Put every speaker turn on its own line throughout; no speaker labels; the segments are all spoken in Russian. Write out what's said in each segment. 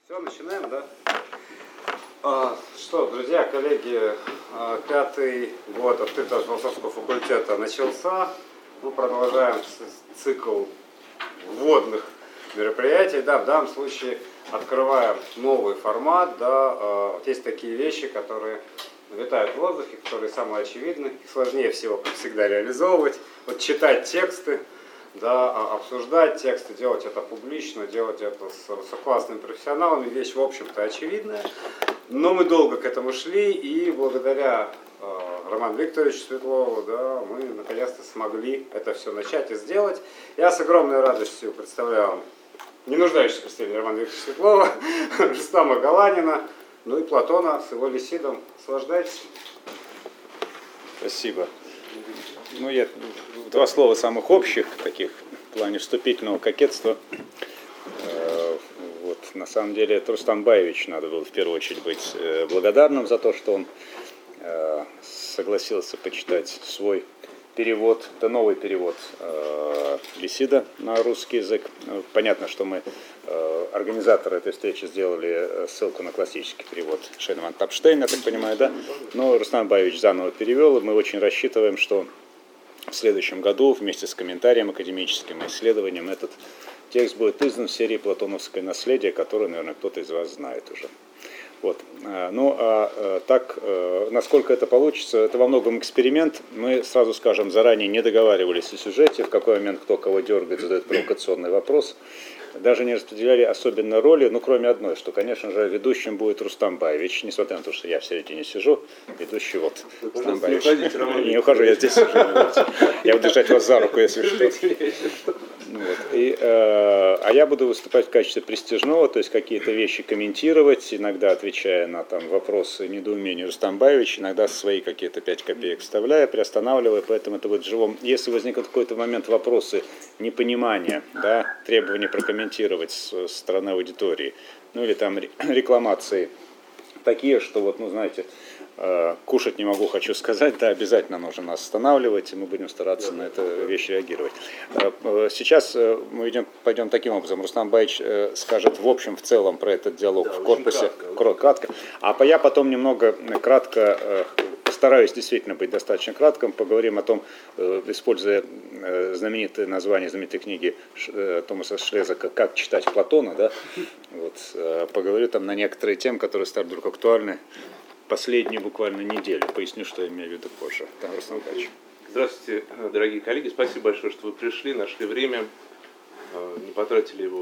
Все, начинаем, да? Что, друзья, коллеги, пятый год открытого философского факультета начался. Мы продолжаем цикл вводных мероприятий. Да, в данном случае открываем новый формат. Да, есть такие вещи, которые витают в воздухе, которые самые очевидны. Их сложнее всего, как всегда, реализовывать. Вот читать тексты. Да, обсуждать тексты, делать это публично, делать это с классными профессионалами, вещь, в общем-то, очевидная. Но мы долго к этому шли, и благодаря Роману Викторовичу Светлову, да, мы наконец-то смогли это все начать и сделать. Я с огромной радостью представляю вам не нуждающийся представитель Романа Викторовича Светлова, Рустама Галанина, ну и Платона с его Лисидом. Наслаждайтесь.
Спасибо. Ну, я два слова самых общих, таких в плане вступительного кокетства. Вот, на самом деле, Рустам Баевич надо было в первую очередь быть благодарным за то, что он согласился почитать свой перевод, это новый перевод Лисида на русский язык. Понятно, что мы, организаторы этой встречи, сделали ссылку на классический перевод Шейна Тапштейна, я так понимаю, да? Но Рустам Баевич заново перевел, и мы очень рассчитываем, что в следующем году вместе с комментарием академическим и исследованием этот текст будет издан в серии «Платоновское наследие», которую, наверное, кто-то из вас знает уже. Вот. Ну, так, насколько это получится, это во многом эксперимент. Мы, сразу скажем, заранее не договаривались о сюжете, в какой момент кто кого дергает, задает провокационный вопрос. Даже не распределяли особенно роли, ну, кроме одной, что, конечно же, ведущим будет Рустам Баевич, несмотря на то, что я в середине сижу, ведущий вот Рустам Баевич. Не ухожу, я здесь сижу. Я буду держать вас за руку, если что. Вот. А я буду выступать в качестве престижного, то есть какие-то вещи комментировать, иногда отвечая на там, вопросы, недоумения Рустам Баевич, иногда свои какие-то 5 копеек вставляя, приостанавливая, поэтому это будет живом. Если возникнут в какой-то момент вопросы непонимания, да, требования прокомментировать со стороны аудитории, ну или там рекламации такие, что вот, ну знаете, кушать не могу, хочу сказать, да, обязательно нужно нас останавливать, и мы будем стараться на эту вещь реагировать. Сейчас мы пойдем таким образом. Рустам Баевич скажет в общем, в целом про этот диалог в корпусе, кратко. А я потом немного кратко, постараюсь действительно быть достаточно кратким, поговорим о том, используя знаменитое название знаменитой книги Томаса Шлезака «Как читать Платона», да, вот, поговорю там на некоторые темы, которые стали вдруг актуальны последнюю буквально неделю. Поясню, что я имею в виду позже. Там, Рустам Баевич.
Здравствуйте, дорогие коллеги. Спасибо большое, что вы пришли, нашли время, не потратили его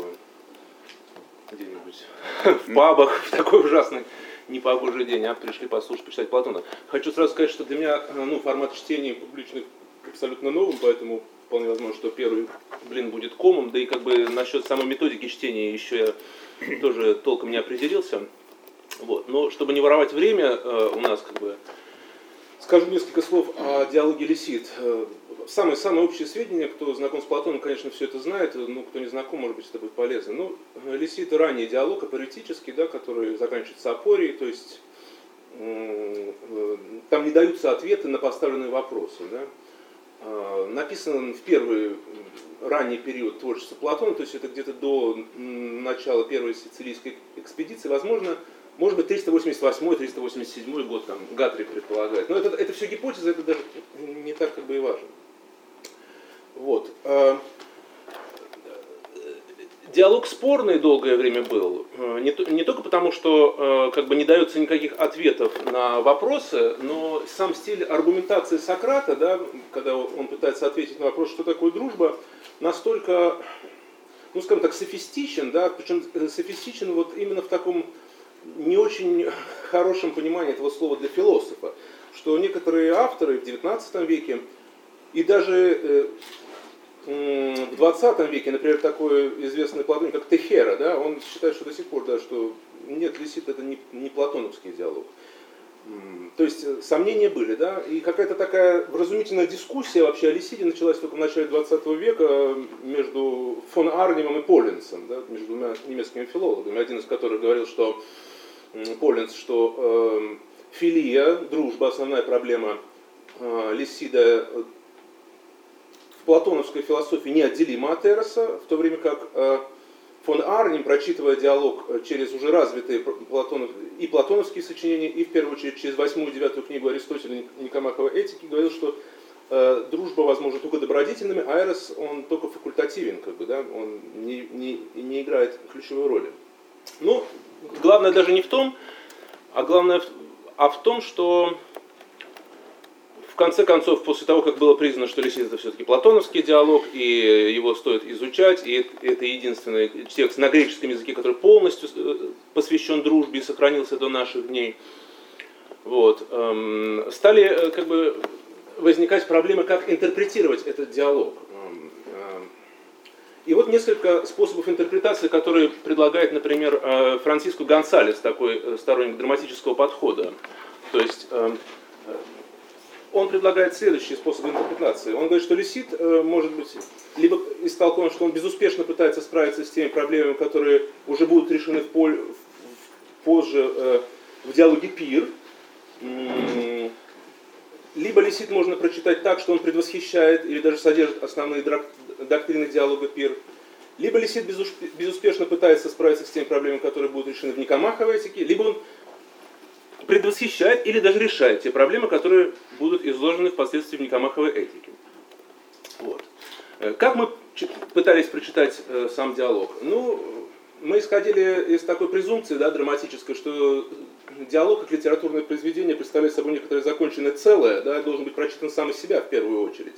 где-нибудь в пабах в такой ужасный непогожий день, а пришли послушать, почитать Платона. Хочу сразу сказать, что для меня формат чтения публичных абсолютно новым, поэтому вполне возможно, что первый блин будет комом, да и как бы насчет самой методики чтения еще я тоже толком не определился. Вот. Но чтобы не воровать время, у нас как бы скажу несколько слов о диалоге Лисид. Самые общие сведения, кто знаком с Платоном, конечно, все это знает, но кто не знаком, может быть, это будет полезно. Ну, Лисид — ранний диалог апоретический, да, который заканчивается апорией, то есть там не даются ответы на поставленные вопросы. Да. Написан он в первый ранний период творчества Платона, то есть это где-то до начала первой сицилийской экспедиции, возможно, может быть, 388-387 год, там, Гатри предполагает. Но это все гипотеза, это даже не так как бы и важно. Вот. Диалог спорный долгое время был. Не только потому, что как бы не дается никаких ответов на вопросы, но сам стиль аргументации Сократа, да, когда он пытается ответить на вопрос, что такое дружба, настолько, ну скажем так, софистичен, да, причем софистичен вот именно в таком не очень хорошем понимании этого слова для философа, что некоторые авторы в XIX веке и даже в XX веке, например, такой известный платоник, как Техера, да, он считает, что до сих пор, да, что нет, Лисид — это не платоновский диалог. То есть сомнения были, да, и какая-то такая вразумительная дискуссия вообще о Лисиде началась только в начале XX века между фон Арнемом и Полинсом, да, между двумя немецкими филологами, один из которых говорил, что Полинс, что филия, дружба, основная проблема Лисида в платоновской философии неотделима от Эроса, в то время как фон Арнем, прочитывая диалог через уже развитые платоновские сочинения, и в первую очередь через 8-ю и 9-ю книгу Аристотеля Никомаховой этики, говорил, что дружба возможна только добродетельными, а эрос, он только факультативен, как бы, да, он не играет ключевой роли. Но главное даже не в том, главное в том, что в конце концов, после того, как было признано, что Лисит это все-таки платоновский диалог, и его стоит изучать, и это единственный текст на греческом языке, который полностью посвящен дружбе и сохранился до наших дней, вот, стали как бы возникать проблемы, как интерпретировать этот диалог. И вот несколько способов интерпретации, которые предлагает, например, Франсиско Гонсалес, такой сторонник драматического подхода. То есть он предлагает следующий способ интерпретации. Он говорит, что Лисит может быть либо истолкован, что он безуспешно пытается справиться с теми проблемами, которые уже будут решены позже в диалоге «Пир». Либо Лисит можно прочитать так, что он предвосхищает или даже содержит основные доктрины диалога «Пир». Либо Лисит безуспешно пытается справиться с теми проблемами, которые будут решены в Никомаховой этике, либо он предвосхищает или даже решает те проблемы, которые будут изложены впоследствии в Никомаховой этике. Вот. Как мы пытались прочитать сам диалог? Ну, мы исходили из такой презумпции, да, драматической, что диалог как литературное произведение представляет собой некоторое законченное целое, да, должен быть прочитан сам из себя в первую очередь.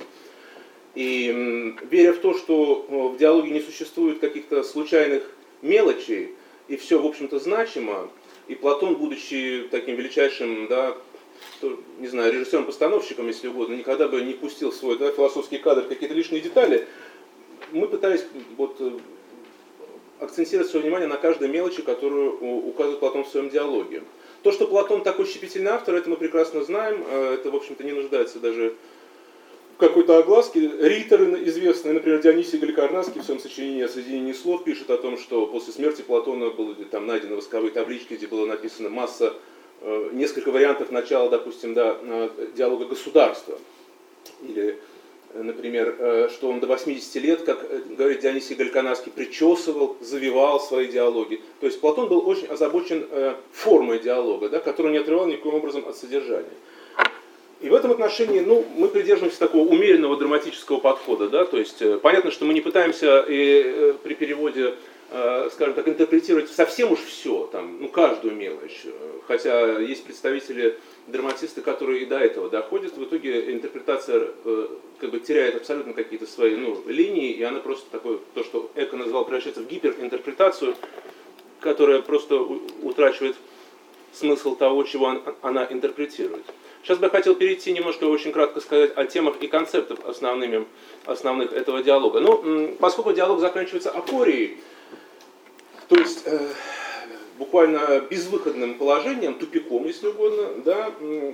И веря в то, что в диалоге не существует каких-то случайных мелочей, и все, в общем-то, значимо, и Платон, будучи таким величайшим, да, не знаю, режиссером-постановщиком, если угодно, никогда бы не пустил в свой, да, философский кадр какие-то лишние детали, мы пытались вот акцентировать свое внимание на каждой мелочи, которую указывает Платон в своем диалоге. То, что Платон такой щепетильный автор, это мы прекрасно знаем, это, в общем-то, не нуждается даже в какой-то огласке. Риторы известные, например, Дионисий Галикарнасский в своем сочинении о соединении слов пишет о том, что после смерти Платона были там найдены восковые таблички, где было написано масса, несколько вариантов начала, допустим, да, диалога государства. Или, например, что он до 80 лет, как говорит Дионисий Галикарнасский, причесывал, завивал свои диалоги. То есть Платон был очень озабочен формой диалога, да, который не отрывал никаким образом от содержания. И в этом отношении, ну, мы придерживаемся такого умеренного драматического подхода, да, то есть понятно, что мы не пытаемся при переводе, скажем так, интерпретировать совсем уж все, там, ну, каждую мелочь, хотя есть представители, драматисты, которые и до этого доходят, в итоге интерпретация как бы теряет абсолютно какие-то свои, ну, линии, и она просто такое, то, что Эко назвал, превращается в гиперинтерпретацию, которая просто утрачивает смысл того, чего она интерпретирует. Сейчас бы я хотел перейти немножко, очень кратко сказать о темах и концептах основных этого диалога. Но поскольку диалог заканчивается апорией, то есть буквально безвыходным положением, тупиком, если угодно, да,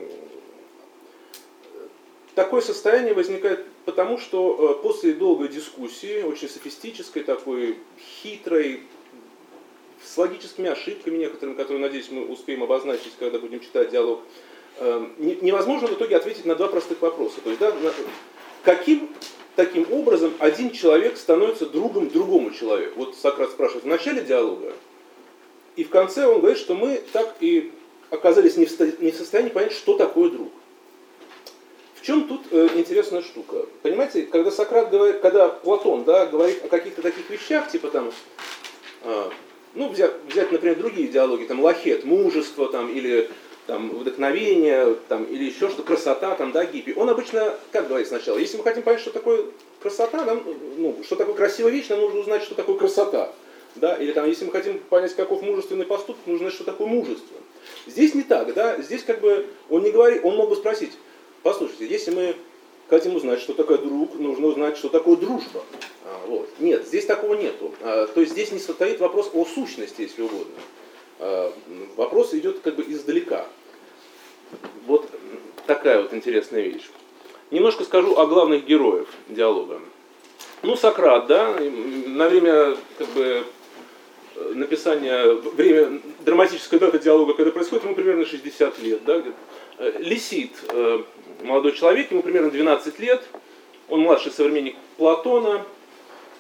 такое состояние возникает потому, что после долгой дискуссии, очень софистической, такой хитрой, с логическими ошибками некоторыми, которые, надеюсь, мы успеем обозначить, когда будем читать диалог, невозможно в итоге ответить на два простых вопроса. То есть, да, каким таким образом один человек становится другом другому человеку? Вот Сократ спрашивает в начале диалога, и в конце он говорит, что мы так и оказались не в состоянии понять, что такое друг. В чем тут интересная штука? Понимаете, когда Сократ говорит, когда Платон, да, говорит о каких-то таких вещах, типа там, ну, взять, например, другие диалоги, там, лахет, мужество, там, или там, вдохновение, там, или еще что, красота, там, да, гиппи. Он обычно, как говорит сначала, если мы хотим понять, что такое красота, нам, ну, что такое красивая вещь, нам нужно узнать, что такое красота. Да? Или там, если мы хотим понять, каков мужественный поступок, нужно знать, что такое мужество. Здесь не так, да, здесь как бы он не говорит, он мог бы спросить, послушайте, если мы хотим узнать, что такое друг, нужно узнать, что такое дружба. Вот. Нет, здесь такого нету. То есть здесь не стоит вопрос о сущности, если угодно. Вопрос идет как бы издалека. Вот такая вот интересная вещь. Немножко скажу о главных героях диалога. Ну, Сократ, да, на время как бы написания, время драматической даты диалога, когда происходит, ему примерно 60 лет. Да, Лисит, молодой человек, ему примерно 12 лет, он младший современник Платона,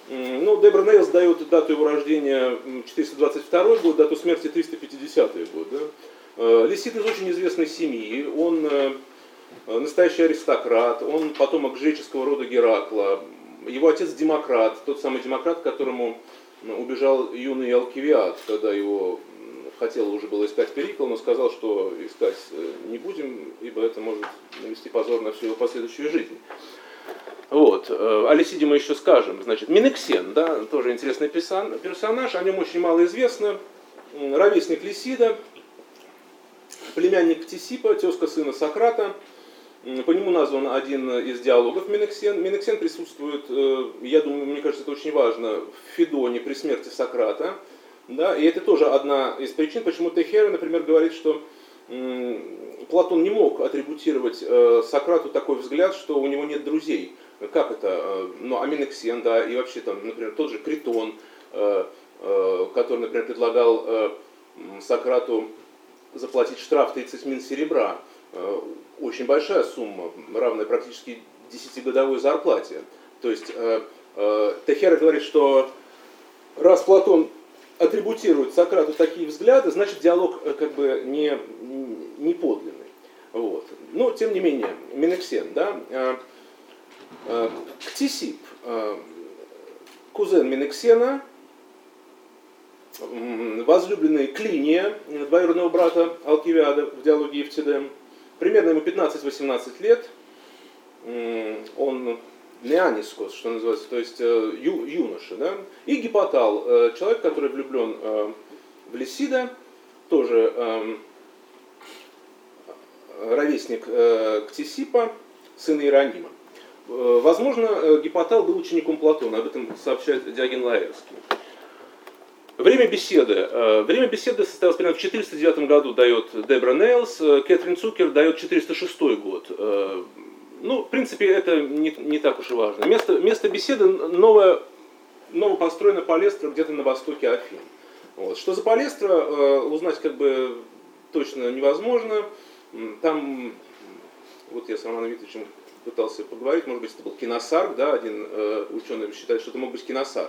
Ну, Дебра Нейлс дает дату его рождения 422 год, дату смерти 350 год. Да? Лисид из очень известной семьи, он настоящий аристократ, он потомок греческого рода Геракла. Его отец демократ, тот самый демократ, к которому убежал юный Алкивиад, когда его хотел уже было искать Перикл, но сказал, что искать не будем, ибо это может навести позор на всю его последующую жизнь. Вот. О Лисиде мы еще скажем. Значит, Менексен, да, тоже интересный персонаж, о нем очень мало известно. Ровесник Лисида, племянник Ктисипа, тезка сына Сократа. По нему назван один из диалогов Менексен. Менексен присутствует, я думаю, мне кажется, это очень важно, в Федоне при смерти Сократа. Да, и это тоже одна из причин, почему Техера, например, говорит, что Платон не мог атрибутировать Сократу такой взгляд, что у него нет друзей. Как это? Ну, а Менексен, да, и вообще там, например, тот же Критон, который, например, предлагал Сократу заплатить штраф 30 мин серебра. Очень большая сумма, равная практически 10-годовой зарплате. То есть Техера говорит, что раз Платон атрибутирует Сократу такие взгляды, значит диалог как бы не подлинный. Вот. Но тем не менее, Менексен, да, Ктисип, кузен Менексена, возлюбленный Клиния, двоюродного брата Алкивиада в диалоге Евтидем. Примерно ему 15-18 лет. Он неанискос, что называется, то есть юноша. Да? И Гипотал, человек, который влюблен в Лисида, тоже ровесник Ктисипа, сына Иеронима. Возможно, Гипотал был учеником Платона, об этом сообщает Диоген Лаэрский. Время беседы состоялось примерно в 409 году, дает Дебра Нейлс, Кэтрин Цукер дает 406 год. Ну, в принципе, это не так уж и важно. Место беседы новопостроена палестра где-то на востоке Афин. Вот. Что за палестра, узнать как бы точно невозможно. Там, вот я с Романом Викторовичем пытался поговорить, может быть, это был киносарк, да, один ученый считает, что это мог быть киносарк.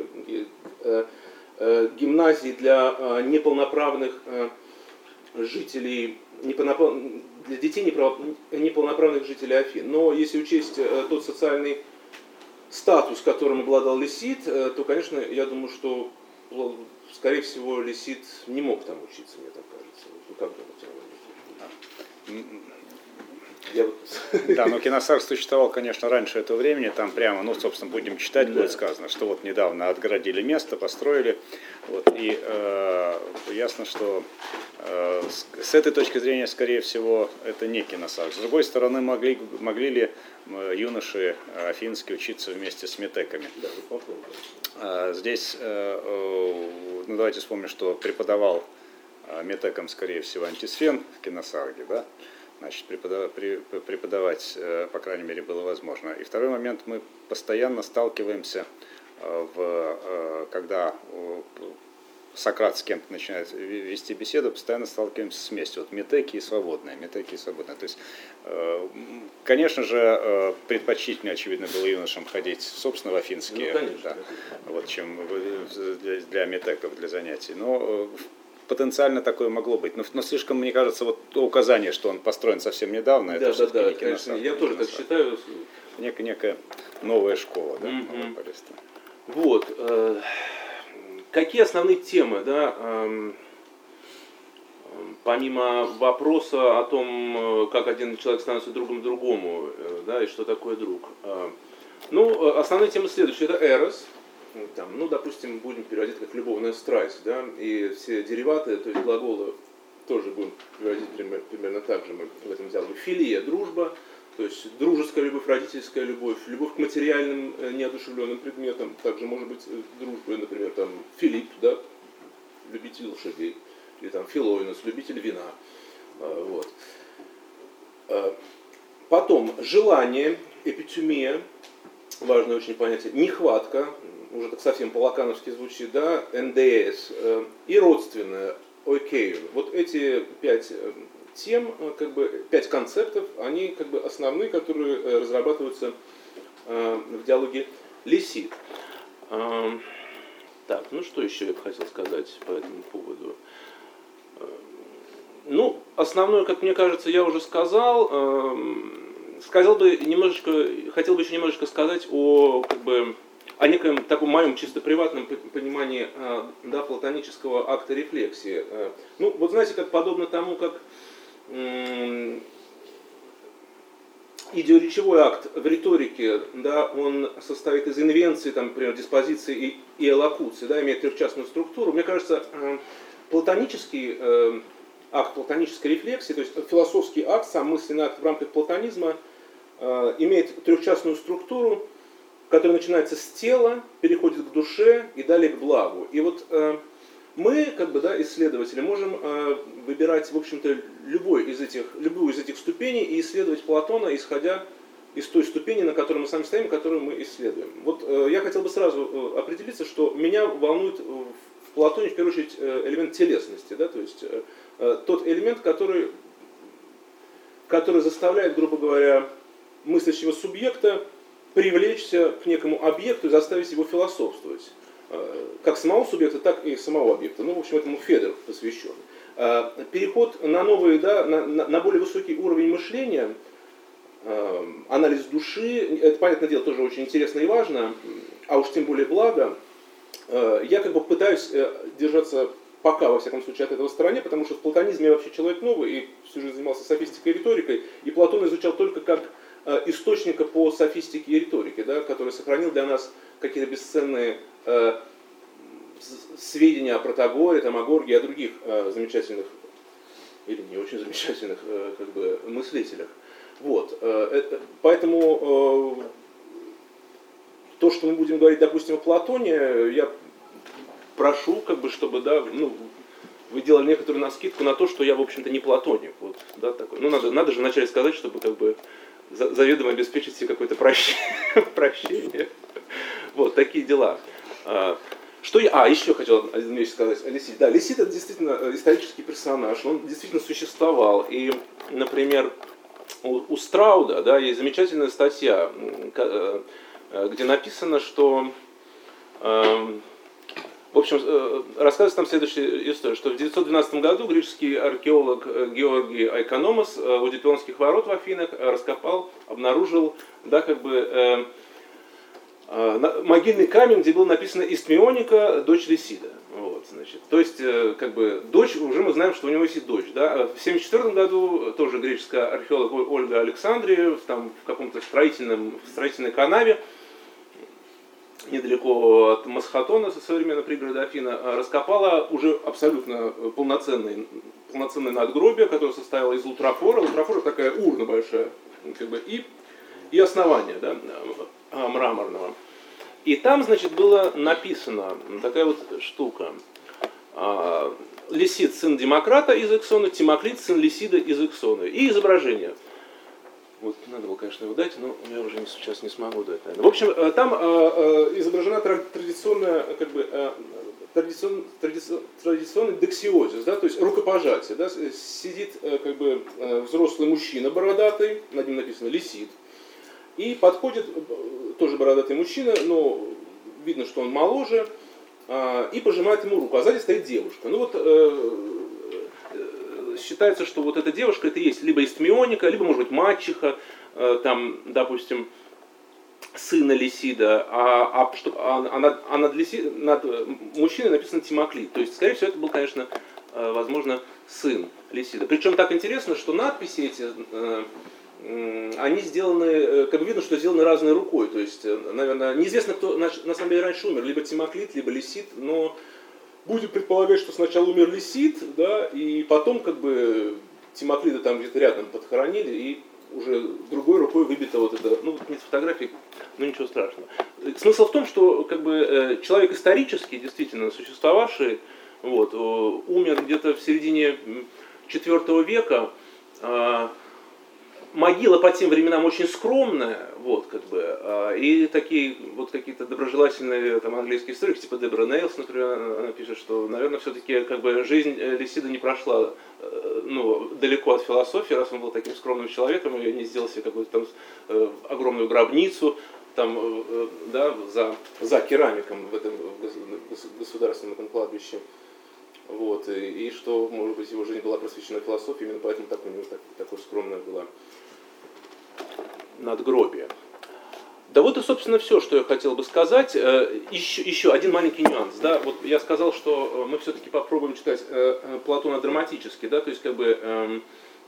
Гимназии для неполноправных жителей, для детей неполноправных жителей Афин. Но если учесть тот социальный статус, которым обладал Лисид, то, конечно, я думаю, что, скорее всего, Лисид не мог там учиться, мне так кажется. Ну, как думаете?
Да, но киносарк существовал, конечно, раньше этого времени, там прямо, ну, собственно, будем читать, будет сказано, что вот недавно отгородили место, построили, вот, и ясно, что с этой точки зрения, скорее всего, это не киносарк. С другой стороны, могли ли юноши афинские учиться вместе с метеками? Здесь, ну, давайте вспомним, что преподавал метекам, скорее всего, Антисфен в киносарге, да? Значит, преподавать, по крайней мере, было возможно. И второй момент, мы постоянно сталкиваемся, когда Сократ с кем-то начинает вести беседу, постоянно сталкиваемся с местью. Вот метеки и свободные, метеки и свободные. То есть, конечно же, предпочтительнее, очевидно, было юношам ходить, собственно, в афинские,
ну, конечно,
да, вот, чем для метеков, для занятий. Но потенциально такое могло быть. Но слишком, мне кажется, вот то указание, что он построен совсем недавно, это все-таки не киносарк.
Я тоже так считаю.
Некая новая школа, да, новая палестра.
Вот. Какие основные темы, да, помимо вопроса о том, как один человек становится другом другому, да, и что такое друг. Ну, основные темы следующие. Это эрос. Там, ну, допустим, будем переводить как любовная страсть, да, и все дериваты, то есть глаголы, тоже будем переводить примерно так же мы в этом диалоге. Филия, дружба, то есть дружеская любовь, родительская любовь, любовь к материальным неодушевленным предметам, также может быть дружба, например, там Филипп, да, любитель лошадей, или там Филоинус, любитель вина, вот. Потом желание, эпитюмия, важное очень понятие, нехватка, уже так совсем по-лакановски звучит, да, НДС, и родственное, ойкею. Вот эти 5 тем, как бы 5 концептов, они как бы основные, которые разрабатываются в диалоге Лисид. Так, ну что еще я бы хотел сказать по этому поводу? Ну, основное, как мне кажется, я уже сказал. Хотел бы еще немножечко сказать о некоем таком моем чисто приватном понимании да, платонического акта рефлексии. Ну, вот знаете, как подобно тому, как идеоречевой акт в риторике, да, он состоит из инвенции, там, например, диспозиции и элокуции, да, имеет трехчастную структуру. Мне кажется, платонический акт платонической рефлексии, то есть философский акт, сам мысленный акт в рамках платонизма, имеет трехчастную структуру, которая начинается с тела, переходит к душе и далее к благу. И вот мы, да, исследователи, можем выбирать, в общем-то, любую из этих ступеней и исследовать Платона, исходя из той ступени, на которой мы сами стоим, которую мы исследуем. Вот я хотел бы сразу определиться, что меня волнует в Платоне, в первую очередь, элемент телесности, да, то есть тот элемент, который заставляет, грубо говоря, мыслящего субъекта привлечься к некому объекту и заставить его философствовать. Как самого субъекта, так и самого объекта. Ну, в общем, этому Федор посвящен. Переход на новый, да, на более высокий уровень мышления, анализ души, это, понятное дело, тоже очень интересно и важно, а уж тем более благо. Я пытаюсь держаться пока, во всяком случае, от этого в стороне, потому что в платонизме я вообще человек новый и всю жизнь занимался софистикой и риторикой, и Платон изучал только как источника по софистике и риторике, да, который сохранил для нас какие-то бесценные сведения о Протагоре, там, о Горге, о других замечательных или не очень замечательных мыслителях. Вот. Поэтому то, что мы будем говорить, допустим, о Платоне, я прошу, чтобы, да, ну, вы делали некоторую наскидку на то, что я, в общем-то, не платоник. Вот, да, такой. Ну, надо же вначале сказать, чтобы заведомо обеспечить себе какое-то прощение. Вот, такие дела. Еще хотел одну вещь сказать о Лисите. Да, Лисит — это действительно исторический персонаж, он действительно существовал. И, например, у Страуда, да, есть замечательная статья, где написано, что... В общем, рассказывается там следующая история, что в 912 году греческий археолог Георгий Айкономос у Дипионских ворот в Афинах обнаружил, да, могильный камень, где было написано «Истмионика, дочь Лисида». Вот, значит. То есть, дочь, уже мы знаем, что у него есть и дочь. Да? В 1974 году тоже греческая археолог Ольга Александрия там, в каком-то строительной канаве, недалеко от Масхатона, современного пригорода Афина, раскопала уже абсолютно полноценное надгробие, которое состояло из лутрофора. Лутрофор — это такая урна большая, и основание, да, мраморного. И там, значит, было написано такая вот штука. Лисид — сын Демократа из Иксона, Тимоклит — сын Лисида из Иксона. И изображение. Вот, надо было, конечно, его дать, но я уже сейчас не смогу дать. Наверное. В общем, там изображена традиционный дексиозис, да, то есть рукопожатие. Да, сидит взрослый мужчина бородатый, над ним написано «Лисид», и подходит тоже бородатый мужчина, но видно, что он моложе, и пожимает ему руку, а сзади стоит девушка. Ну вот считается, что вот эта девушка — это и есть либо истмионика, либо, может быть, мачеха, там, допустим, сына Лисида, а над мужчиной написано Тимоклит. То есть, скорее всего, это был, конечно, возможно, сын Лисида. Причем так интересно, что надписи эти, они сделаны, видно, что сделаны разной рукой. То есть, наверное, неизвестно, кто на самом деле раньше умер, либо Тимоклит, либо Лисид, но будем предполагать, что сначала умер Лисид, да, и потом Тимоклида там где-то рядом подхоронили, и уже другой рукой выбито вот это, ну, нет фотографий, но ничего страшного. Смысл в том, что человек исторический, действительно существовавший, вот, умер где-то в середине IV века. Могила по тем временам очень скромная, вот, и такие вот какие-то доброжелательные там английские историки, типа Дебора Нейлс, например, она пишет, что, наверное, все-таки жизнь Лисида не прошла далеко от философии, раз он был таким скромным человеком и не сделал себе какую-то там огромную гробницу, там, да, за керамиком в этом государственном этом кладбище. Вот, и что, может быть, его жизнь была просвещена философией, именно поэтому так у него такое скромное было надгробие. Да вот и, собственно, все, что я хотел бы сказать. Еще один маленький нюанс. Да? Вот я сказал, что мы все-таки попробуем читать Платона драматически, да? То есть, как бы,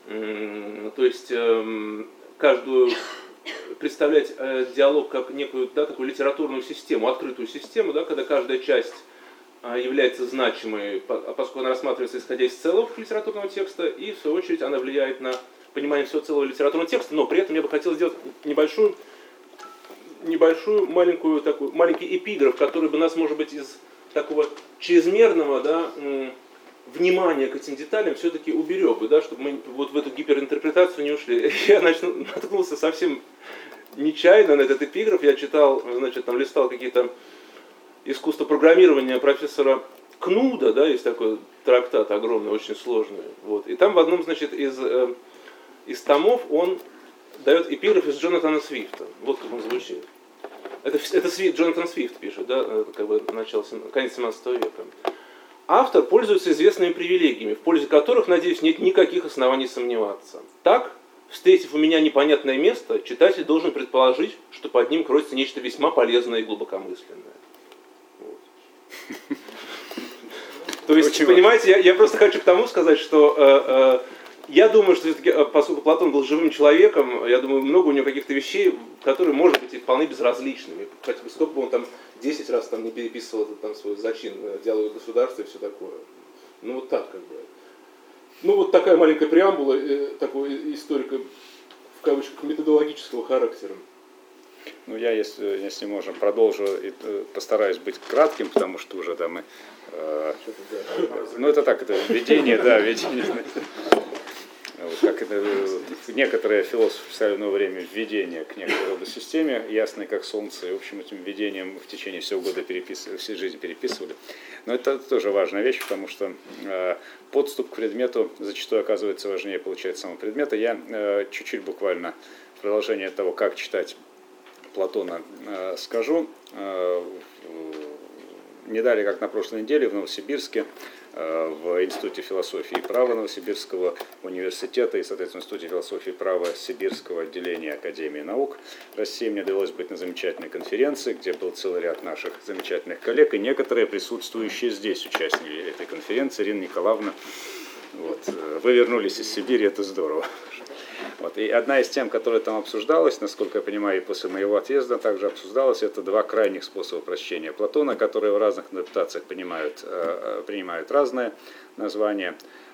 каждую представлять диалог как некую, да, такую литературную систему, открытую систему, да, когда каждая часть является значимой, поскольку она рассматривается исходя из целого литературного текста, и в свою очередь она влияет на понимание всего целого литературного текста, но при этом я бы хотел сделать небольшую маленький эпиграф, который бы нас, может быть, из такого чрезмерного, да, внимания к этим деталям все-таки уберег бы, да, чтобы мы вот в эту гиперинтерпретацию не ушли. Я наткнулся совсем нечаянно на этот эпиграф, я читал, значит, там листал какие-то искусство программирования профессора Кнуда, да, есть такой трактат огромный, очень сложный. Вот. И там в одном, значит, из томов он дает эпиграф из Джонатана Свифта. Вот как он звучит. Это Джонатан Свифт пишет, да, как бы конец 17 века. Автор пользуется известными привилегиями, в пользу которых, надеюсь, нет никаких оснований сомневаться. Так, встретив у меня непонятное место, читатель должен предположить, что под ним кроется нечто весьма полезное и глубокомысленное. То есть, понимаете, я просто хочу к тому сказать, что я думаю, что все-таки, поскольку Платон был живым человеком, я думаю, много у него каких-то вещей, которые, может быть, и вполне безразличными. Хотя бы сколько бы он там 10 раз там не переписывал этот там свой зачин диалога государства и все такое. Ну вот так как бы. Ну вот такая маленькая преамбула такого историка в кавычках методологического характера.
Ну, я, если можно, продолжу и постараюсь быть кратким, потому что уже, да, мы... ну, это так, это введение, да, введение. Как это, некоторые философы писали в одно время введение к некоторой рода системе, ясной как солнце, и, в общем, этим введением в течение всего года всей жизни переписывали. Но это тоже важная вещь, потому что подступ к предмету зачастую оказывается важнее, получается, самого предмета. Я чуть-чуть буквально в продолжение того, как читать Платона, скажу. Не далее, как на прошлой неделе в Новосибирске, в Институте философии и права Новосибирского университета и, соответственно, в Институте философии и права Сибирского отделения Академии наук России мне довелось быть на замечательной конференции, где был целый ряд наших замечательных коллег и некоторые присутствующие здесь участники этой конференции. Ирина Николаевна, вот, вы вернулись из Сибири, это здорово. Вот. И одна из тем, которая там обсуждалась, насколько я понимаю, и после моего отъезда также обсуждалась, это два крайних способа прочтения Платона, которые в разных адаптациях принимают разные названия.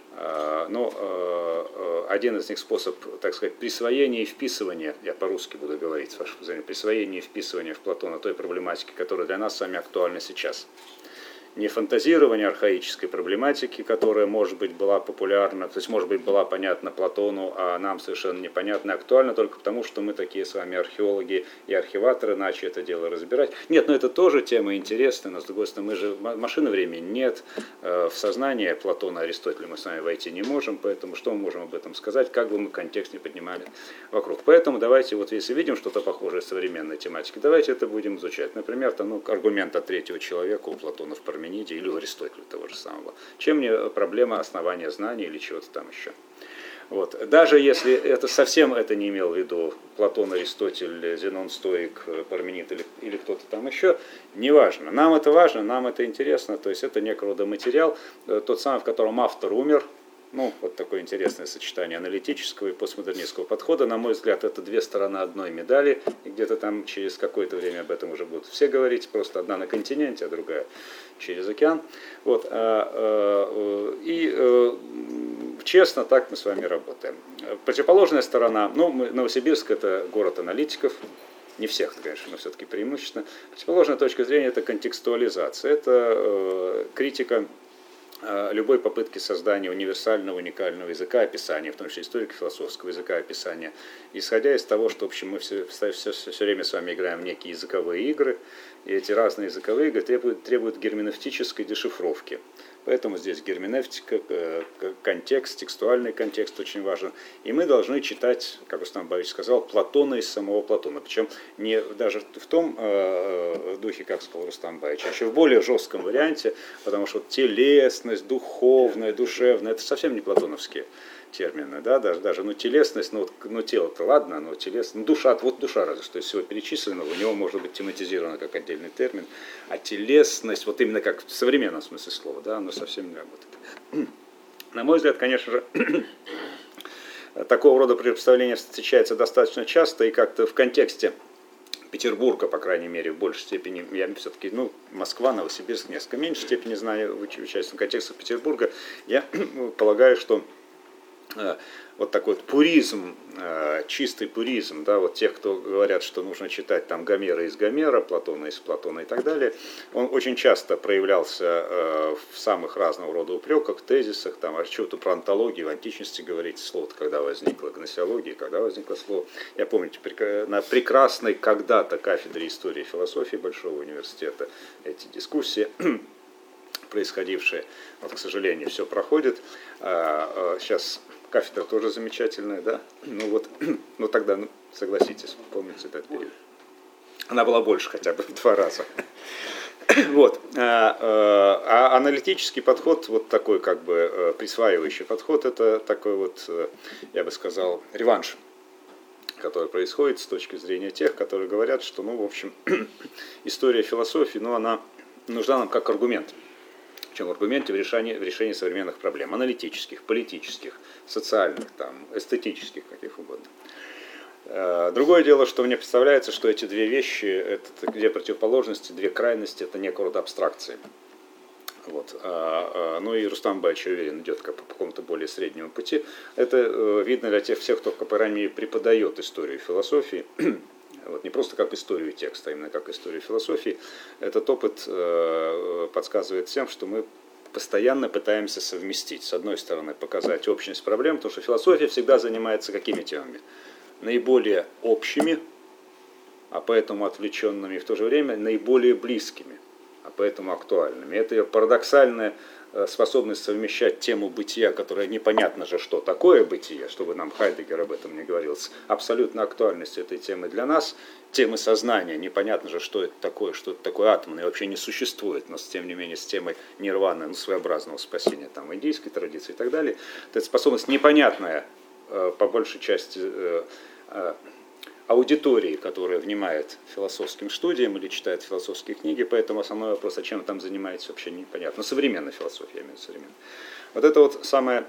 Но один из них способ, так сказать, присвоения и вписывания, я по-русски буду говорить, с вашего позволения, присвоения и вписывания в Платона той проблематики, которая для нас с вами актуальна сейчас. Не фантазирование архаической проблематики, которая, может быть, была популярна, то есть, может быть, была понятна Платону, а нам совершенно непонятна и актуальна только потому, что мы такие с вами археологи и архиваторы, начали это дело разбирать. Нет, но это тоже тема интересная, но, с другой стороны, мы же, машины времени нет, в сознание Платона, Аристотеля мы с вами войти не можем, поэтому что мы можем об этом сказать, как бы мы контекст не поднимали вокруг. Поэтому давайте, вот если видим что-то похожее в современной тематике, давайте это будем изучать. Например, там, аргумент от третьего человека у Платона в Пармениде или у Аристотеля того же самого. Чем мне проблема основания знаний или чего-то там еще. Вот. Даже если это совсем это не имел в виду Платон, Аристотель, Зенон, Стоик, Парменид или кто-то там еще, неважно. Нам это важно, нам это интересно, то есть это некого рода материал, тот самый, в котором автор умер. Ну, вот такое интересное сочетание аналитического и постмодернистского подхода. На мой взгляд, это две стороны одной медали. И где-то там через какое-то время об этом уже будут все говорить. Просто одна на континенте, а другая через океан. Вот. Честно, так мы с вами работаем. Противоположная сторона, Новосибирск это город аналитиков. Не всех, конечно, но все-таки преимущественно. Противоположная точка зрения это контекстуализация. Это критика любой попытки создания универсального, уникального языка описания, в том числе историко-философского языка описания, исходя из того, что, в общем, мы все время с вами играем в некие языковые игры, и эти разные языковые игры требуют герменевтической дешифровки. Поэтому здесь герменевтика, контекст, текстуальный контекст очень важен. И мы должны читать, как Рустам Баевич сказал, Платона из самого Платона. Причем не даже в том духе, как сказал Рустам Баевич, а еще в более жестком варианте, потому что телесность, духовная, душевная, это совсем не платоновские термины, да, даже, телесность, тело-то ладно, но телесность, душа, вот душа разве что из всего перечисленного, у него может быть тематизировано как отдельный термин, а телесность, вот именно как в современном смысле слова, да, оно совсем не работает. На мой взгляд, конечно же, такого рода представление встречается достаточно часто и как-то в контексте Петербурга, по крайней мере, в большей степени, я все-таки, Москва, Новосибирск, несколько меньшей степени знаю участия в контексте Петербурга, я полагаю, что вот такой вот пуризм, чистый пуризм, да, вот тех, кто говорят, что нужно читать там Гомера из Гомера, Платона из Платона и так далее, он очень часто проявлялся в самых разного рода упреках, тезисах, там, а что-то про антологию, в античности говорить, слово-то когда возникло, гносеология, когда возникло слово. Я помню, на прекрасной когда-то кафедре истории и философии Большого университета эти дискуссии происходившие, вот, к сожалению, все проходит. Сейчас кафедра тоже замечательная, да? Тогда, согласитесь, помните этот период. Она была больше хотя бы в 2 раза. Вот. А аналитический подход, вот такой как бы присваивающий подход, это такой вот, я бы сказал, реванш, который происходит с точки зрения тех, которые говорят, что, в общем, история философии, она нужна нам как аргумент. Причем аргументы в решении современных проблем, аналитических, политических, социальных, эстетических, каких угодно. Другое дело, что мне представляется, что эти две вещи, это две противоположности, две крайности, это некого рода абстракции. Вот. И Рустам Баевич, уверен, идет по какому-то более среднему пути. Это видно для всех, кто, по крайней мере, преподает историю философии. Вот, не просто как историю текста, а именно как историю философии. Этот опыт подсказывает всем, что мы постоянно пытаемся совместить. С одной стороны, показать общность проблем, потому что философия всегда занимается какими темами? Наиболее общими, а поэтому отвлеченными, и в то же время наиболее близкими, а поэтому актуальными. Это ее парадоксальная способность совмещать тему бытия, которая непонятно же, что такое бытие, чтобы нам Хайдеггер об этом не говорил, с абсолютной актуальностью этой темы для нас, темы сознания, непонятно же, что это такое атомное, вообще не существует, но тем не менее с темой нирваны, своеобразного спасения в индийской традиции и так далее. Это способность непонятная, по большей части, аудитории, которая внимает философским студиям или читает философские книги, поэтому основной вопрос, а чем вы там занимаетесь, вообще непонятно. Современная философия, я имею в виду современная. Вот это вот самое,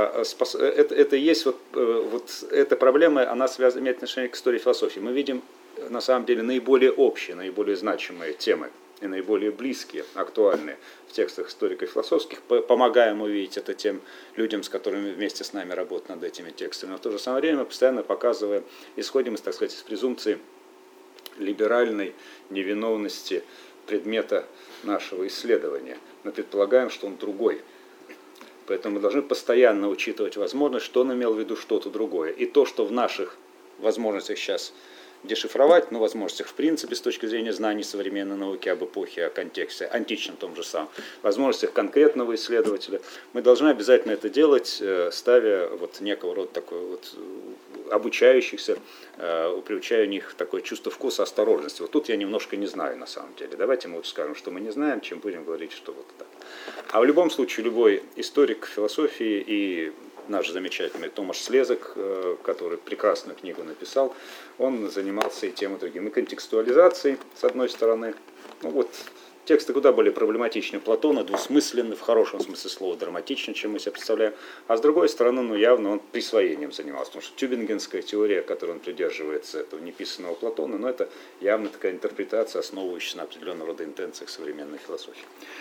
это и есть эта проблема, она имеет отношение к истории философии. Мы видим, на самом деле, наиболее общие, наиболее значимые темы и наиболее близкие, актуальные в текстах историков-философских, помогаем увидеть это тем людям, с которыми вместе с нами работают над этими текстами. Но в то же самое время мы постоянно показываем, исходим из презумпции либеральной невиновности предмета нашего исследования. Мы предполагаем, что он другой. Поэтому мы должны постоянно учитывать возможность, что он имел в виду что-то другое. И то, что в наших возможностях сейчас дешифровать, возможностях в принципе с точки зрения знаний современной науки об эпохе, о контексте, античном том же самом, возможностях конкретного исследователя, мы должны обязательно это делать, ставя некого рода такой обучающихся, приучая у них такое чувство вкуса, осторожности. Вот тут я немножко не знаю на самом деле. Давайте мы скажем, что мы не знаем, чем будем говорить, что вот так. А в любом случае любой историк философии и наш замечательный Томаш Слезак, который прекрасную книгу написал, он занимался и тем, и другим. И контекстуализацией, с одной стороны. Тексты куда более проблематичны Платона, двусмысленны, в хорошем смысле слова, драматичны, чем мы себе представляем. А с другой стороны, явно он присвоением занимался. Потому что тюбингенская теория, которой он придерживается, этого неписанного Платона, это явно такая интерпретация, основывающаяся на определенного рода интенциях современной философии.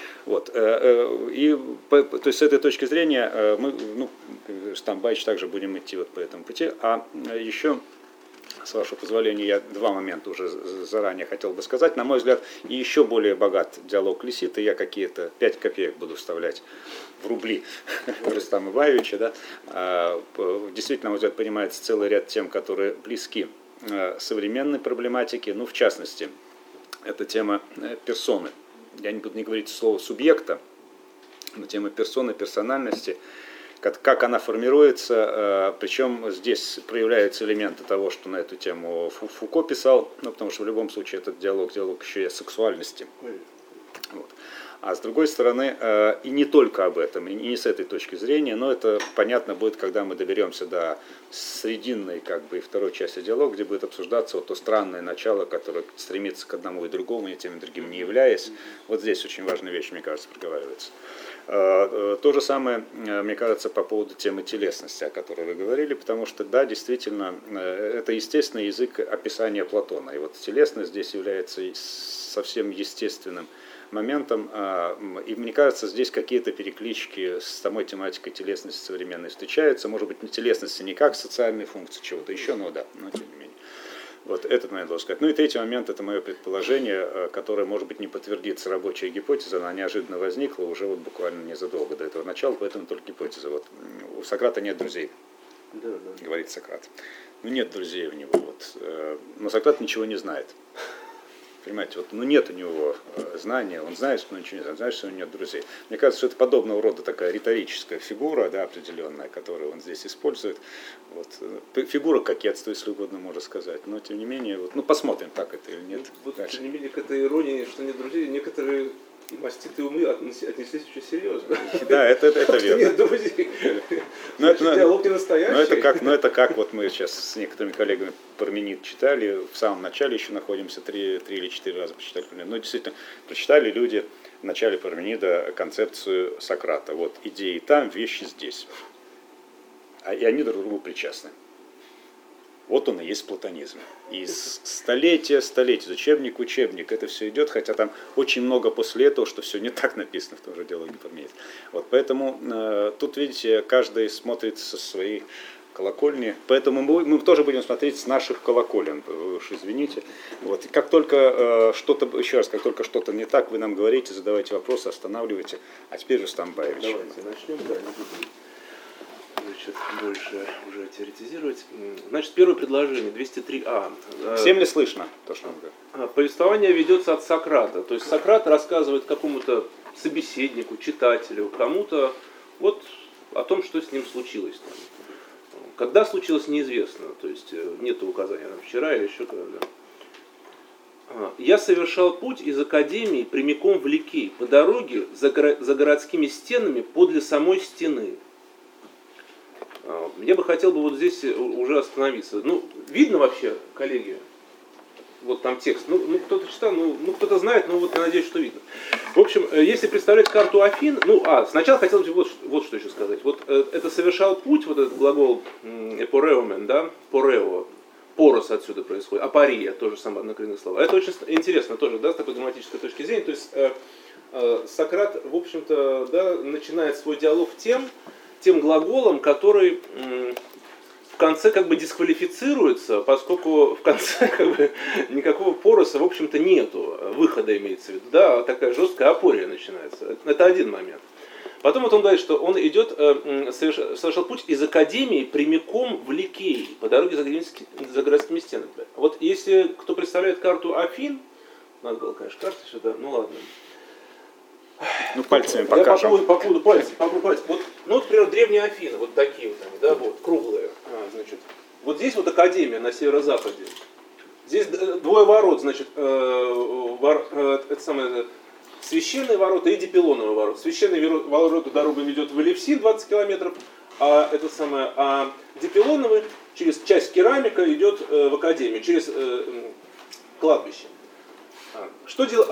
То есть с этой точки зрения мы, Рустам Баевич, также будем идти по этому пути. А еще, с вашего позволения, я 2 момента уже заранее хотел бы сказать. На мой взгляд, и еще более богат диалог Лисита. Я какие-то 5 копеек буду вставлять в рубли Рустама Баевича. Да? Действительно, на мой взгляд, понимается целый ряд тем, которые близки современной проблематике. В частности, это тема персоны. Я не буду говорить слово субъекта, на тему персоны, персональности, как она формируется, причем здесь проявляются элементы того, что на эту тему Фуко писал, ну, потому что в любом случае этот диалог еще и о сексуальности. Вот. А с другой стороны, и не только об этом, и не с этой точки зрения, но это понятно будет, когда мы доберемся до срединной и второй части диалога, где будет обсуждаться вот то странное начало, которое стремится к одному и другому, и тем и другим не являясь. Вот здесь очень важная вещь, мне кажется, проговаривается. То же самое, мне кажется, по поводу темы телесности, о которой вы говорили, потому что, да, действительно, это естественный язык описания Платона. И вот телесность здесь является совсем естественным моментом, и мне кажется, здесь какие-то переклички с самой тематикой телесности современной встречаются, может быть, не телесности не как социальные функции чего-то еще, но да, но тем не менее. Вот этот момент должен сказать. Ну и третий момент, это мое предположение, которое, может быть, не подтвердится рабочая гипотеза, она неожиданно возникла уже вот буквально незадолго до этого начала, поэтому только гипотеза. Вот у Сократа нет друзей, говорит Сократ. Ну нет друзей у него, вот. Но Сократ ничего не знает. Понимаете, вот, нет у него знания, он знает, что он ничего не знает, знает, что у него нет друзей. Мне кажется, что это подобного рода такая риторическая фигура, да, определенная, которую он здесь использует. Вот. Фигура кокетства, если угодно, можно сказать. Но, тем не менее, вот, посмотрим, так это или нет.
Вот, тем не менее, к этой иронии, что нет друзей, некоторые маститые умы отнеслись очень серьезно.
Да, это верно.
Нет друзей. Диалог не настоящий.
Но это как вот мы сейчас с некоторыми коллегами Парменид читали, в самом начале еще находимся, 3 или 4 раза прочитали Парменид. Но действительно, прочитали люди в начале Парменида концепцию Сократа. Вот идеи там, вещи здесь. И они друг другу причастны. Вот он и есть платонизм. И столетия, из учебник в учебник, это все идет, хотя там очень много после этого, что все не так написано в том же диалоге Парменид. Вот, поэтому тут, видите, каждый смотрит со своей колокольни, поэтому мы тоже будем смотреть с наших колоколен, вы уж извините. Вот, и как только как только что-то не так, вы нам говорите, задавайте вопросы, останавливайте. А теперь же Стамбаевич.
Давайте начнем, да, не будем больше уже теоретизировать. Значит, первое предложение, 203А.
Всем ли слышно то, что он говорит?
Повествование ведется от Сократа. То есть Сократ рассказывает какому-то собеседнику, читателю, кому-то вот о том, что с ним случилось. Когда случилось, неизвестно. То есть нет указания вчера или еще когда-то. Я совершал путь из академии прямиком в Ликей, по дороге за городскими стенами подле самой стены. Я бы хотел вот здесь уже остановиться. Видно вообще, коллеги, вот там текст. Кто-то читал, кто-то знает, но вот я надеюсь, что видно. В общем, если представлять карту Афин, сначала хотелось бы вот что еще сказать. Вот это совершал путь, вот этот глагол эпореумен, да, порео, порос отсюда происходит, апария, тоже самое однокоренное слово. Это очень интересно тоже, да, с такой грамматической точки зрения. То есть Сократ, в общем-то, да, начинает свой диалог тем глаголом, который в конце дисквалифицируется, поскольку в конце никакого пороса, в общем-то, нету, выхода имеется в виду, да, такая жесткая апория начинается. Это один момент. Потом вот он говорит, что он идет, совершал путь из академии прямиком в Ликей, по дороге за городскими стенами. Вот если кто представляет карту Афин, надо было, конечно, карту сюда, ладно.
Пальцами покажем.
Я по поводу пальцев. Вот, например, древние Афины, вот такие вот они, да, вот, круглые. Значит, вот здесь вот академия на северо-западе. Здесь двое ворот, значит, это самое, священные ворота и дипилоновые ворота. Священные ворота дорога ведет в Элевсин 20 километров, а дипилоновый через часть керамика идет в академию, через кладбище. Что делать?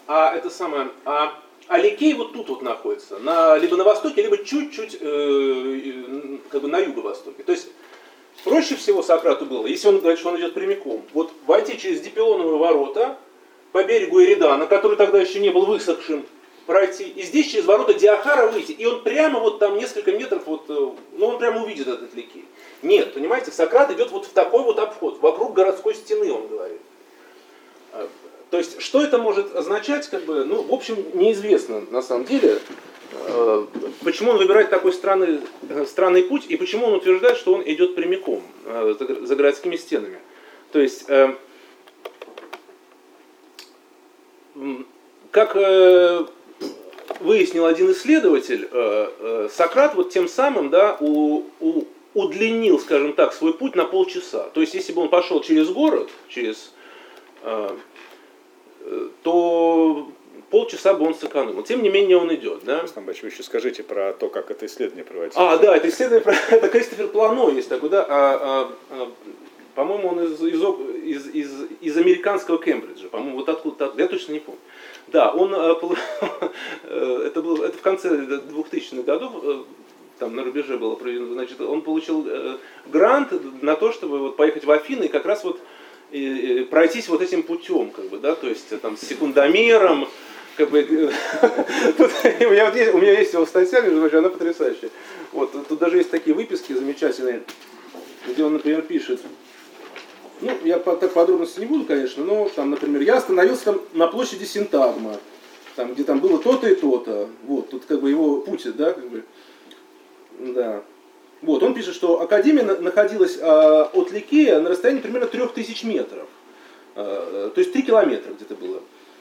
А Ликей вот тут вот находится, либо на востоке, либо чуть-чуть на юго-востоке. То есть проще всего Сократу было, если он говорит, что он идет прямиком, вот войти через дипилоновые ворота по берегу Эридана, который тогда еще не был высохшим, пройти, и здесь через ворота Диохара выйти, и он прямо вот там несколько метров, он прямо увидит этот Ликей. Нет, понимаете, Сократ идет вот в такой вот обход, вокруг городской стены, он говорит. То есть, что это может означать, в общем, неизвестно на самом деле, почему он выбирает такой странный путь, и почему он утверждает, что он идет прямиком за городскими стенами. То есть, как выяснил один исследователь, Сократ вот тем самым, да, удлинил, скажем так, свой путь на полчаса. То есть, если бы он пошел через город, то полчаса бы он сэкономил. Тем не менее, он идет. Да?
Вы еще скажите про то, как это исследование проводится.
Да, это исследование, это Кристофер Плано есть такой, да, по-моему, он из американского Кембриджа, по-моему, вот откуда, я точно не помню. Да, он, это в конце 2000-х годов, там на рубеже было проведено, значит, он получил грант на то, чтобы вот поехать в Афины и как раз вот пройтись вот этим путем, как бы, да, то есть там с секундомером, как бы, у меня есть его статья, между прочим, она потрясающая. Вот, тут даже есть такие выписки замечательные, где он, например, пишет, ну, я так подробности не буду, конечно, но там, например, я остановился там на площади Синтагма, там, где там было то-то и то-то, вот, тут как бы его путь, да, как бы, да. Вот, он пишет, что Академия находилась от Ликея на расстоянии примерно 3000 метров, то есть 3 километра где-то было.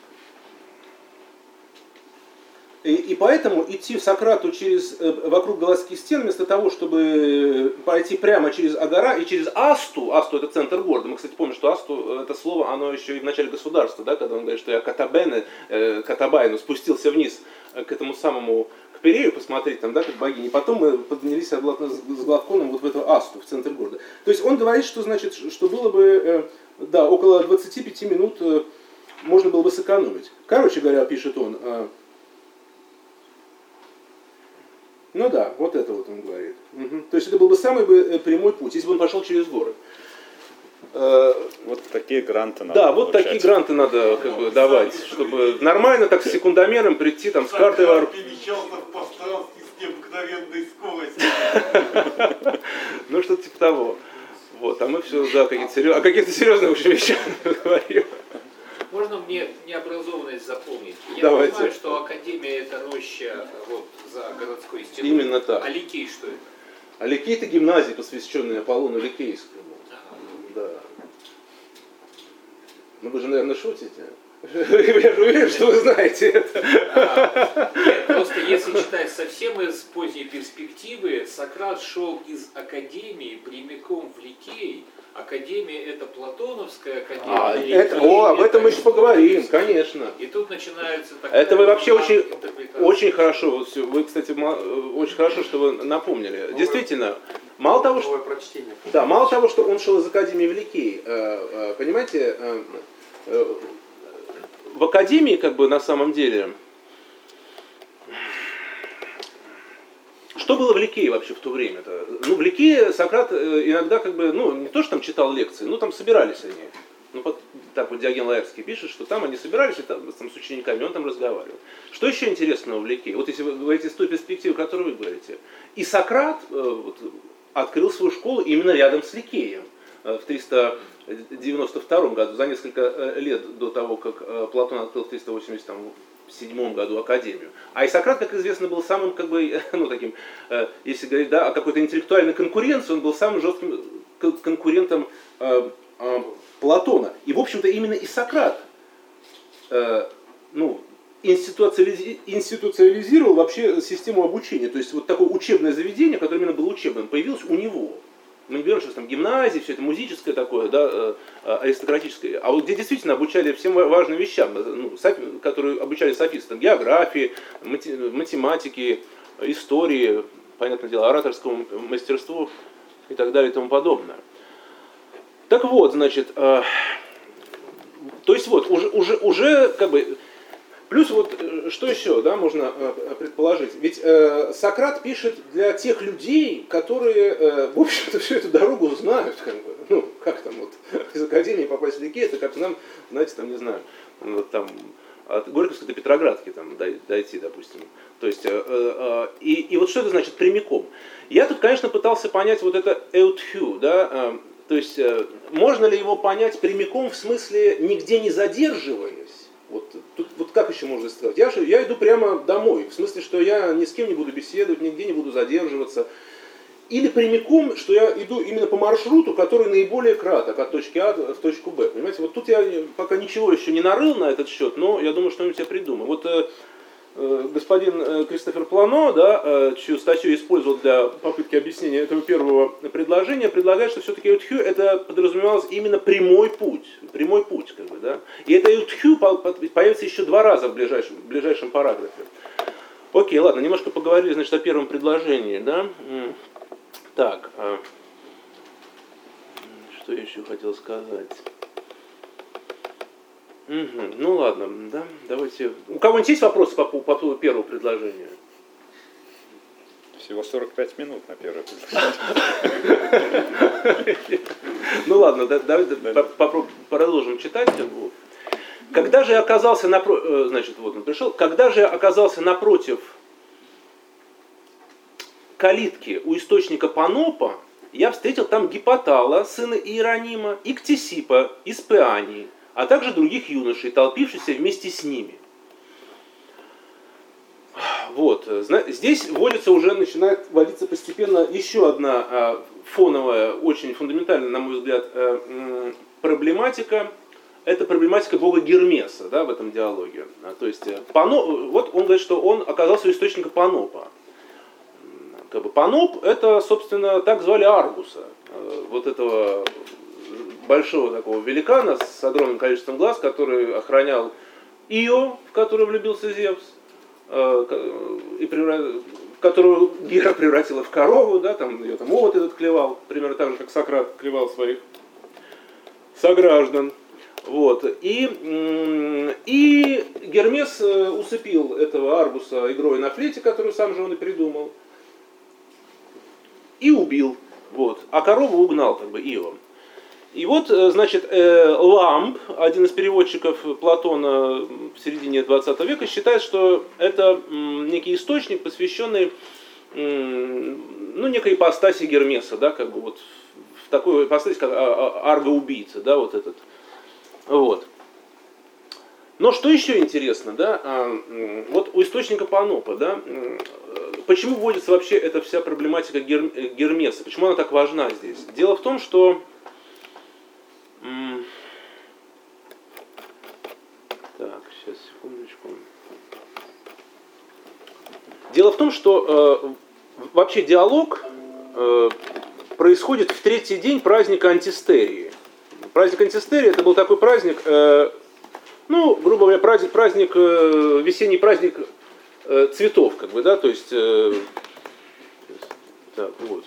И поэтому идти в Сократу вокруг Галатских стен, вместо того, чтобы пойти прямо через Агора и через Асту, Асту это центр города, мы, кстати, помним, что Асту, это слово, оно еще и в начале государства, да, когда он говорит, что я Катабайну спустился вниз к этому самому, к Перею посмотреть, там, да, как богини, потом мы поднялись с Главконом вот в эту Асту, в центр города. То есть он говорит, что, значит, что было бы, да, около 25 минут можно было бы сэкономить. Короче говоря, пишет он, ну да, вот это вот он говорит. Угу. То есть это был бы самый прямой путь, если бы он пошел через горы.
Вот такие гранты надо.
Да, вот получать. Такие гранты надо как бы давать, чтобы нормально так с секундомером прийти там с картой в
перемещался в пространстве с необыкновенной скоростью.
Ну что-то типа того. Вот, а мы все, да, о каких-то серьезных очень вещах говорим.
Можно мне необразованность запомнить? Я
Давайте.
понимаю, что Академия это роща вот за городской стеной.
Именно так.
А Ликей что это?
А Ликей это гимназия, посвященная Аполлону Ликейскому. Да. Ну вы же, наверное, шутите. Я же уверен, что вы знаете это.
Нет, просто если читать совсем из поздней перспективы, Сократ шел из Академии прямиком в Ликей. Академия это Платоновская академия.
Об этом мы еще поговорим, конечно.
И тут начинается такая...
Это вы вообще очень хорошо, вот, вы, кстати, очень хорошо, что вы напомнили. Действительно, мало того, что он шел из Академии в Ликей, понимаете, в Академии, как бы, на самом деле, что было в Ликее вообще в то время-то? Ну, в Ликее Сократ иногда, как бы, ну, не то, что там читал лекции, ну, там собирались они. Ну, так вот Диоген Лаэртский пишет, что там они собирались, и там с учениками, он там разговаривал. Что еще интересного в Ликее? Вот если вы говорите с той перспективы, о которой вы говорите. И Сократ вот, открыл свою школу именно рядом с Ликеем в 392 году, за несколько лет до того, как Платон открыл в 387 году Академию. А и Сократ, как известно, был самым, как бы, ну, таким, если говорить, да, о какой-то интеллектуальной конкуренции, он был самым жестким конкурентом Платона. И, в общем-то, именно и Сократ ну, институциализировал вообще систему обучения. То есть вот такое учебное заведение, которое именно было учебным, появилось у него. Мы не берем, что там гимназия, все это музическое такое, да, аристократическое. А вот где действительно обучали всем важным вещам, ну, которые обучали софисты, там, географии, математики, истории, понятное дело, ораторскому мастерству и так далее и тому подобное. Так вот, значит, то есть вот, уже как бы, плюс вот, что еще, да, можно предположить, ведь Сократ пишет для тех людей, которые, в общем-то, всю эту дорогу знают, как бы, ну, как там вот, из Академии попасть в Ликей, это как нам, знаете, там, не знаю, вот там, от Горьковской до Петроградки там дойти, допустим. То есть, и вот что это значит прямиком? Я тут, конечно, пытался понять вот это «эутхю», да, то есть, можно ли его понять прямиком в смысле нигде не задерживаясь? Вот, тут, вот как еще можно сказать? Я иду прямо домой, в смысле, что я ни с кем не буду беседовать, нигде не буду задерживаться. Или прямиком, что я иду именно по маршруту, который наиболее краток от точки А в точку Б. Понимаете, вот тут я пока ничего еще не нарыл на этот счет, но я думаю, что-нибудь я придумаю. Вот господин Кристофер Плано, да, чью статью я использовал для попытки объяснения этого первого предложения, предлагает, что все-таки Эйтхю это подразумевалось именно прямой путь, как бы, да. И это Эйтхю появится еще 2 раза в ближайшем параграфе. Окей, ладно, немножко поговорили, значит, о первом предложении, да. Так, что я еще хотел сказать? Ну ладно, да, давайте. У кого-нибудь есть вопросы по поводу первого предложения?
Всего 45 минут на первое предложение.
Ну ладно, давайте продолжим читать. Когда же я оказался напротив, значит, вот он пришел. Когда же я оказался напротив калитки у источника Панопа, я встретил там Гипотала, сына Иеронима, и Ктесипа из Пеании, а также других юношей, толпившихся вместе с ними. Вот. Здесь вводится уже, начинает вводиться постепенно еще одна фоновая, очень фундаментальная, на мой взгляд, проблематика. Это проблематика бога Гермеса, да, в этом диалоге. То есть, вот он говорит, что он оказался у источника Панопа. Как бы Паноп, это, собственно, так звали Аргуса, вот этого большого такого великана с огромным количеством глаз, который охранял Ио, в которую влюбился Зевс, которую Гера превратила в корову, да, там ее там овод этот клевал, примерно так же, как Сократ клевал своих сограждан. Вот. И Гермес усыпил этого Аргуса игрой на флейте, которую сам же он и придумал, и убил. Вот. А корову угнал, как бы, Ио. И вот, значит, Ламб, один из переводчиков Платона в середине 20 века, считает, что это некий источник, посвященный, ну, некой ипостаси Гермеса, да, как бы вот в такой ипостаси, как арго-убийца, да, вот этот. Вот. Но что еще интересно, да, вот у источника Панопа, да, почему вводится вообще эта вся проблематика Гермеса, почему она так важна здесь? Дело в том, что так, сейчас, секундочку. Дело в том, что вообще диалог происходит в 3-й день праздника Антистерии. Праздник Антистерии это был такой праздник, ну, грубо говоря, праздник, весенний праздник цветов, как бы, да, то есть, так, вот.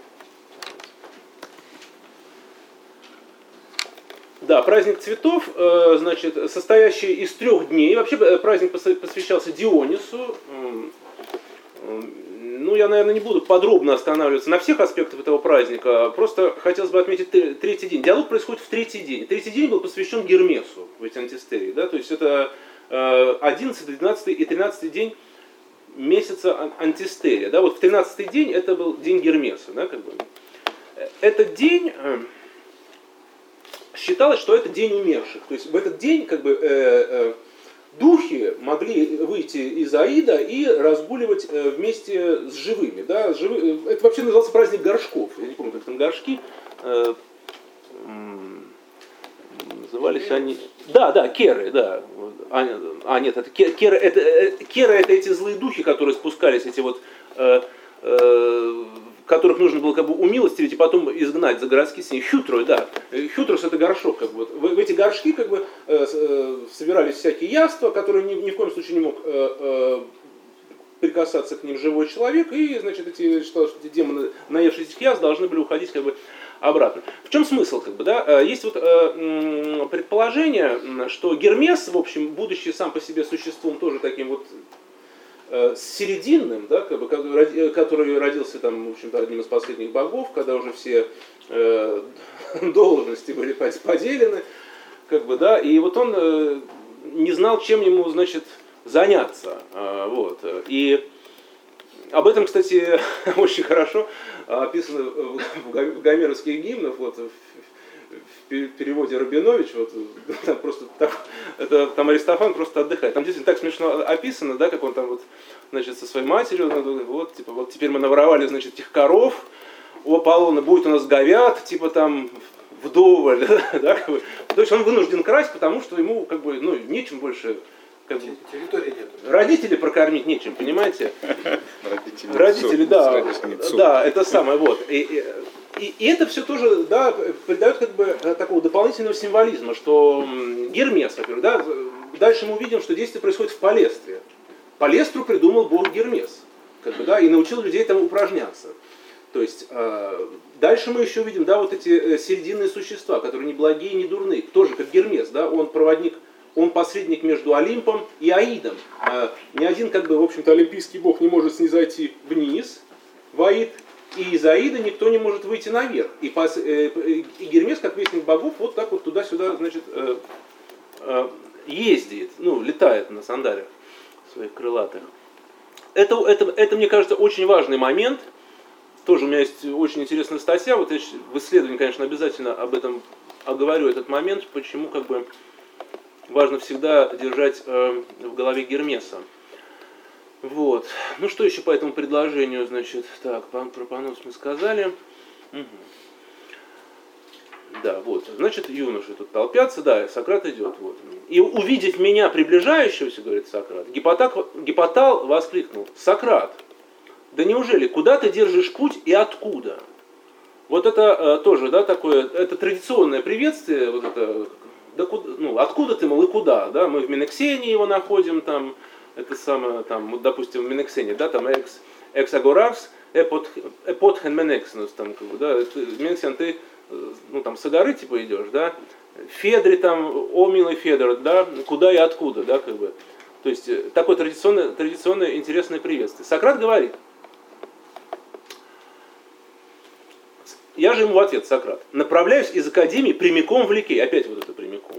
Да, праздник цветов, значит, состоящий из 3 дней. Вообще праздник посвящался Дионису. Ну, я, наверное, не буду подробно останавливаться на всех аспектах этого праздника. Просто хотелось бы отметить 3-й день. Диалог происходит в 3-й день. 3-й день был посвящен Гермесу в эти антистерии. Да? То есть это 11, 12 и 13 день месяца антистерия. Да? Вот в 13-й день это был день Гермеса. Да, как бы. Этот день считалось, что это день умерших. То есть в этот день как бы, духи могли выйти из Аида и разгуливать вместе с живыми. Да? Это вообще назывался праздник горшков. Я не помню, как там горшки. Назывались они... Да, керы, да. Нет, это керы это эти злые духи, которые спускались, эти вот... которых нужно было как бы умилостивить и потом изгнать за городские стены. Хютрой, да. Хютрос это горшок. Как бы. В эти горшки как бы, собирались всякие яства, которые ни в коем случае не мог прикасаться к ним живой человек. И, значит, эти демоны, наевшись этих яств, должны были уходить как бы обратно. В чем смысл? Как бы, да? Есть вот предположение, что Гермес, в общем, будучи сам по себе существом тоже таким вот серединным, да, как бы, который родился там, в общем-то, одним из последних богов, когда уже все должности были поделены, как бы, да, и вот он не знал, чем ему, значит, заняться, вот. И об этом, кстати, очень хорошо описано в гомеровских гимнах, вот, в переводе Рабинович, вот, там просто там Аристофан просто отдыхает. Там действительно так смешно описано, да, как он там вот, значит, со своей матерью, вот, типа, вот теперь мы наворовали, значит, этих коров, у Аполлона будет у нас говяд, типа там вдоволь, да, как бы. То есть он вынужден красть, потому что ему как бы, ну, нечем больше как бы,
Территории нет.
родителей прокормить нечем, понимаете? Родители,
ЦУП,
да,
сегодняшний ЦУП.
да, это самое, вот. И это все тоже, да, придает как бы такого дополнительного символизма, что Гермес, во-первых, да, дальше мы увидим, что действие происходит в Палестре. Палестру придумал бог Гермес, как бы, да, и научил людей там упражняться. То есть дальше мы еще видим, да, вот эти серединные существа, которые не благие, не дурные, тоже как Гермес, да, он проводник, он посредник между Олимпом и Аидом. Ни один, как бы, в общем-то, олимпийский бог не может снизойти вниз, в Аид, и из Аида никто не может выйти наверх. И Гермес, как вестник богов, вот так вот туда-сюда, значит, ездит, ну, летает на сандалиях своих крылатых. Это, мне кажется, очень важный момент. Тоже у меня есть очень интересная статья, вот я в исследовании, конечно, обязательно об этом оговорю этот момент, почему как бы важно всегда держать в голове Гермеса. Вот. Ну что еще по этому предложению, значит, так, про понос мы сказали. Угу. Да, вот, значит, юноши тут толпятся, да, Сократ идет, вот. И увидев меня приближающегося, говорит Сократ, Гипотал воскликнул: Сократ, да неужели, куда ты держишь путь и откуда? Вот это тоже, да, такое, это традиционное приветствие, вот это, да, ну, откуда ты, мол, и куда, да, мы в Менексене его находим, там, это самое, там, вот, допустим, в Менексене, да, там, экс-агоравс, эпотхен менексенус, там, как бы, да, Менексен, ты, ну, там, с горы, типа, идешь, да, Федре, там, о, милый Федор, да, куда и откуда, да, как бы, то есть, такое традиционное интересное приветствие. Сократ говорит, я же ему в ответ, Сократ, направляюсь из академии прямиком в Ликей, опять вот это прямиком.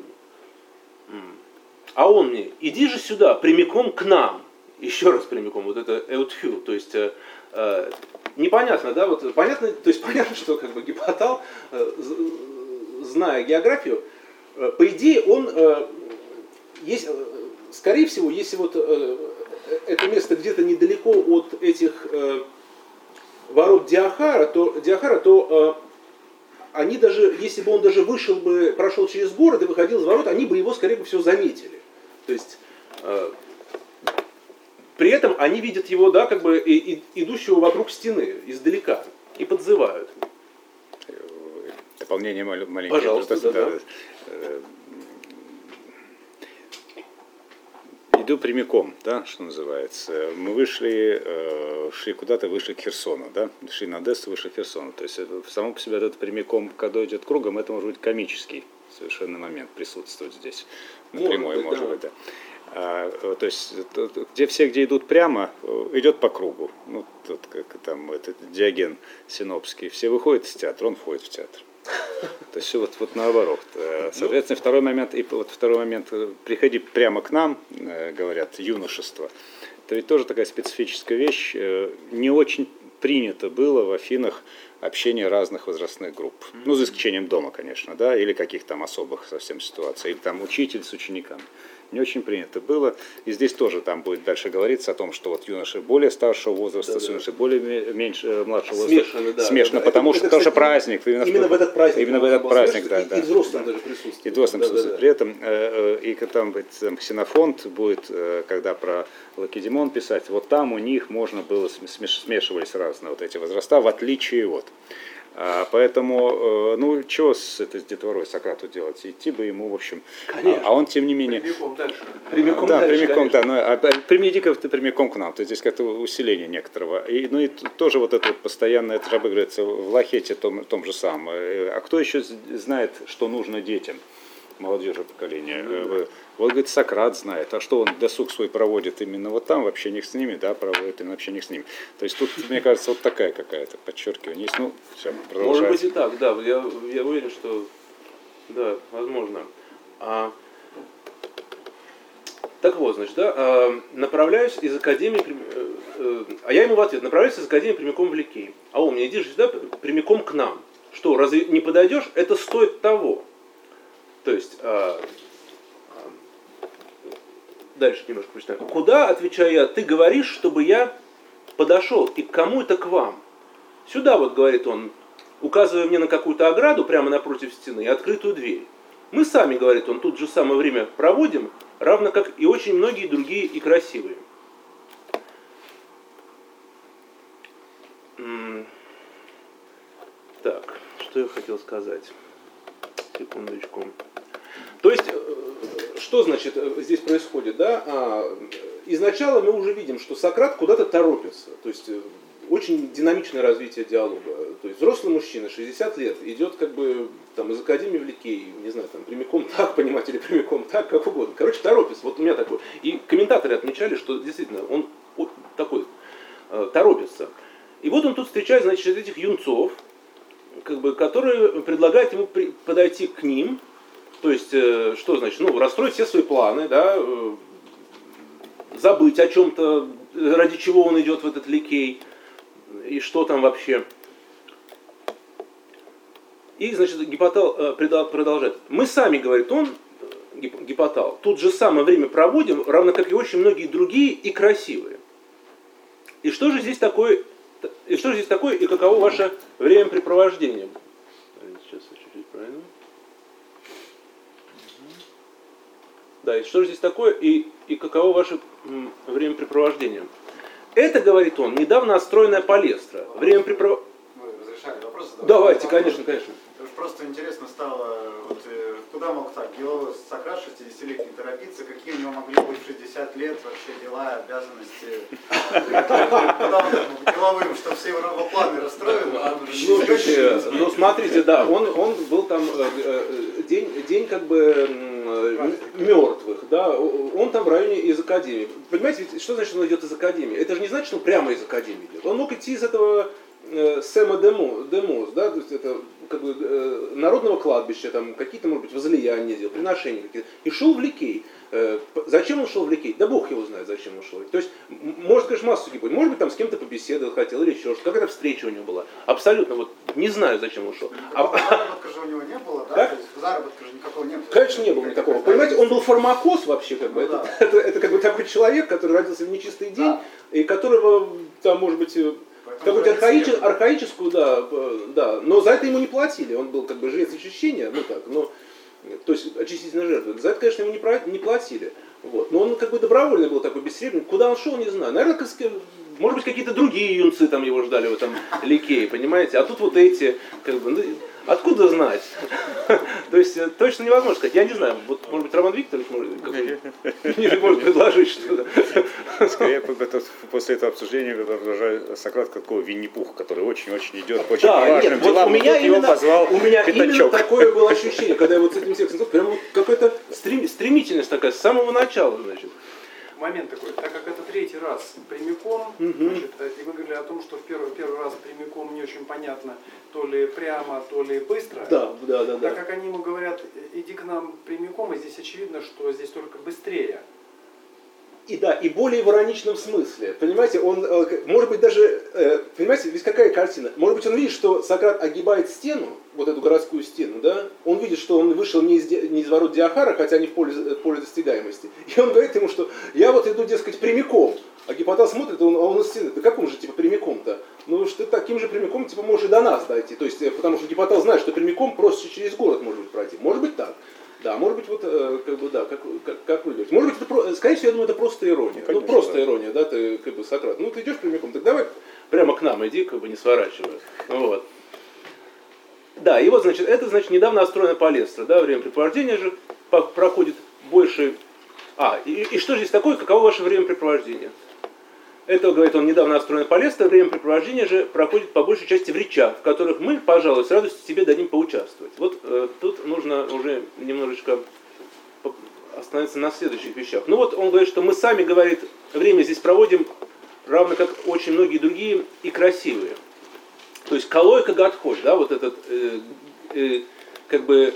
А он мне, иди же сюда, прямиком к нам, еще раз прямиком, вот это эутхю, то есть непонятно, да, вот понятно, то есть понятно, что как бы Гипотал, зная географию, по идее он есть, скорее всего, если вот это место где-то недалеко от этих ворот Диохара, то они даже, если бы он даже вышел бы, прошел через город и выходил из ворот, они бы его, скорее всего, заметили. То есть при этом они видят его, да, как бы идущего вокруг стены издалека и подзывают.
Дополнение маленькое.
Пожалуйста, да.
Иду прямиком, да, что называется. Мы шли куда-то, вышли к Херсону, да, шли на Одессу, вышли к Херсону. То есть это, само по себе этот прямиком, когда идет кругом, это может быть комический совершенно момент присутствует здесь. Напрямую, может быть, да. То есть, где идут прямо, идет по кругу. Ну, тут как там этот Диоген Синопский. Все выходят из театра, он входит в театр. То есть все вот наоборот. Соответственно, второй момент, приходи прямо к нам, говорят, юношество. Это ведь тоже такая специфическая вещь. Не очень принято было в Афинах общение разных возрастных групп. Ну, за исключением дома, конечно, да, или каких там особых совсем ситуаций. Или там учитель с учениками. Не очень принято было. И здесь тоже там будет дальше говориться о том, что вот юноши более старшего возраста, с юношей младшего возраста. Смешно, потому что праздник.
Именно в этот праздник.
Именно в этот праздник, да.
И взрослым даже присутствует.
И взрослым присутствует. При этом, и там Ксенофонт будет, когда про Лакедемон писать, вот там у них можно было, смешивались разные вот эти возраста, в отличие от. Поэтому, ну, что с детворой Сократу делать? Идти бы ему, в общем.
Конечно.
А он, тем не менее...
Прямиком дальше.
Прямиком, да. Примени-ка ты прямиком к нам. То есть здесь как-то усиление некоторого. Ну и тоже вот это вот постоянно, это же обыгрывается в Лахете том же самом. А кто еще знает, что нужно детям? Молодежи поколения. Вот, говорит, Сократ знает, а что он досуг свой проводит именно вот там, в общениях с ними, да, проводит именно в общениях с ними. То есть тут, мне кажется, вот такая какая-то подчеркивание есть. Ну, все, продолжается.
Может быть и так, да, я уверен, что, да, возможно. Так вот, значит, да, направляюсь из академии, а я ему в ответ, направляюсь из академии прямиком в Ликей. А он мне, иди же сюда прямиком к нам. Что, разве не подойдешь? Это стоит того. То есть, дальше немножко прочитаю. Куда, отвечаю я, ты говоришь, чтобы я подошел, и к кому это к вам? Сюда вот, говорит он, указывая мне на какую-то ограду прямо напротив стены и открытую дверь. Мы сами, говорит он, тут же самое время проводим, равно как и очень многие другие и красивые. Так, что я хотел сказать? Секундочку. То есть, что значит здесь происходит, да? Изначально мы уже видим, что Сократ куда-то торопится. То есть, очень динамичное развитие диалога. То есть, взрослый мужчина, 60 лет, идет как бы там, из академии в Ликей, не знаю, там, прямиком так понимать или прямиком так, как угодно. Короче, торопится. Вот у меня такой. И комментаторы отмечали, что действительно он такой торопится. И вот он тут встречает, значит, этих юнцов, как бы, которые предлагают ему подойти к ним. То есть, что значит, ну, расстроить все свои планы, да, забыть о чем-то, ради чего он идет в этот Ликей, и что там вообще. И, значит, Гипотал продолжает. Мы сами, говорит он, Гипотал, тут же самое время проводим, равно как и очень многие другие и красивые. И что же здесь такое, и каково ваше времяпрепровождение? Сейчас я чуть-чуть пройду. Да, и что же здесь такое, и каково ваше времяпрепровождение? Это, говорит он, недавно отстроенная палестра. Времяпрепровождение...
Мы разрешали вопрос задавать?
Давайте, конечно, конечно.
Просто интересно стало, вот, куда мог так Сократ 60-летний торопиться, какие у него могли быть в 60 лет вообще дела, обязанности, куда он так мог деловым, что все его планы расстроены.
Ну, смотрите, да, он был там день как бы мертвых, да, он там в районе из академии. Понимаете, ведь что значит он идет из академии? Это же не значит, что он прямо из академии идет. Он мог идти из этого Сэма Демос, да, то есть это как бы народного кладбища, там какие-то, может быть, возлияния делал, приношения какие-то, и шел в Ликей. Зачем он шел в Ликей? Да Бог его знает, зачем он шел. То есть, может, конечно, массу гибнуть, может быть, там с кем-то побеседовал хотел, или еще что-то, какая-то встреча у него была. Абсолютно, вот, не знаю, зачем он шел.
Заработка же у него не было, да? То есть заработка же никакого не было.
Конечно, не было никакого. Понимаете, он был фармакос вообще, как бы.
Ну, да.
Это как бы такой человек, который родился в нечистый день, да. И которого, там, может быть, какую-то архаическую, да, но за это ему не платили, он был как бы жрец очищения, ну так, но, то есть очистительная жертва, за это, конечно, ему не платили, вот. Но он как бы добровольный был такой бессребренник, куда он шел, не знаю, наверное, может быть, какие-то другие юнцы там его ждали в этом Ликее, понимаете, а тут вот эти, как бы, ну, откуда знать? То есть точно невозможно сказать. Я не знаю, вот, может быть, Роман Викторович может предложить что-то.
Скорее, после этого обсуждения продолжаю Сократ как такой Винни-Пух, который очень-очень идет по очень
да,
важным
нет,
делам.
Вот у меня именно
Пятачок.
такое было ощущение, когда я вот с этим текстом, прям вот какая-то стремительность такая с самого начала, значит.
Момент такой, так как это третий раз прямиком, значит, и вы говорили о том, что в первый раз прямиком не очень понятно, то ли прямо, то ли быстро.
Да.
Так как они ему говорят, иди к нам прямиком, и здесь очевидно, что здесь только быстрее.
И более в ироничном смысле. Понимаете, он, может быть, даже, понимаете, ведь какая картина? Может быть, он видит, что Сократ огибает стену, вот эту городскую стену, да? Он видит, что он вышел не из ворот Диохара, хотя они в поле достигаемости. И он говорит ему, что я вот иду, дескать, прямиком. А Гипотал смотрит, а он из стены, да каком же, типа, прямиком-то? Ну, что ты таким же прямиком, типа, можешь и до нас дойти. То есть, потому что Гипотал знает, что прямиком просто через город может быть пройти. Может быть так. Да, может быть, вот, как бы, да, как вы говорите. Может быть, это, скорее всего, я думаю, это просто ирония.
Конечно,
ну, просто
да.
Ирония, да, ты, как бы, Сократ. Ну, ты идешь прямиком, так давай прямо к нам иди, как бы, не сворачивай. Вот. Да, и вот, значит, это, значит, недавно отстроена палестра, да, времяпрепровождение же проходит больше... И что же здесь такое, каково ваше времяпрепровождение? Это, говорит он, недавно отстроена палестра, времяпрепровождение же проходит по большей части в речах, в которых мы, пожалуй, с радостью тебе дадим поучаствовать. Вот тут нужно уже немножечко остановиться на следующих вещах. Ну вот он говорит, что мы сами, говорит, время здесь проводим, равно как очень многие другие, и красивые. То есть колой кагатхоль, да, вот этот, как бы,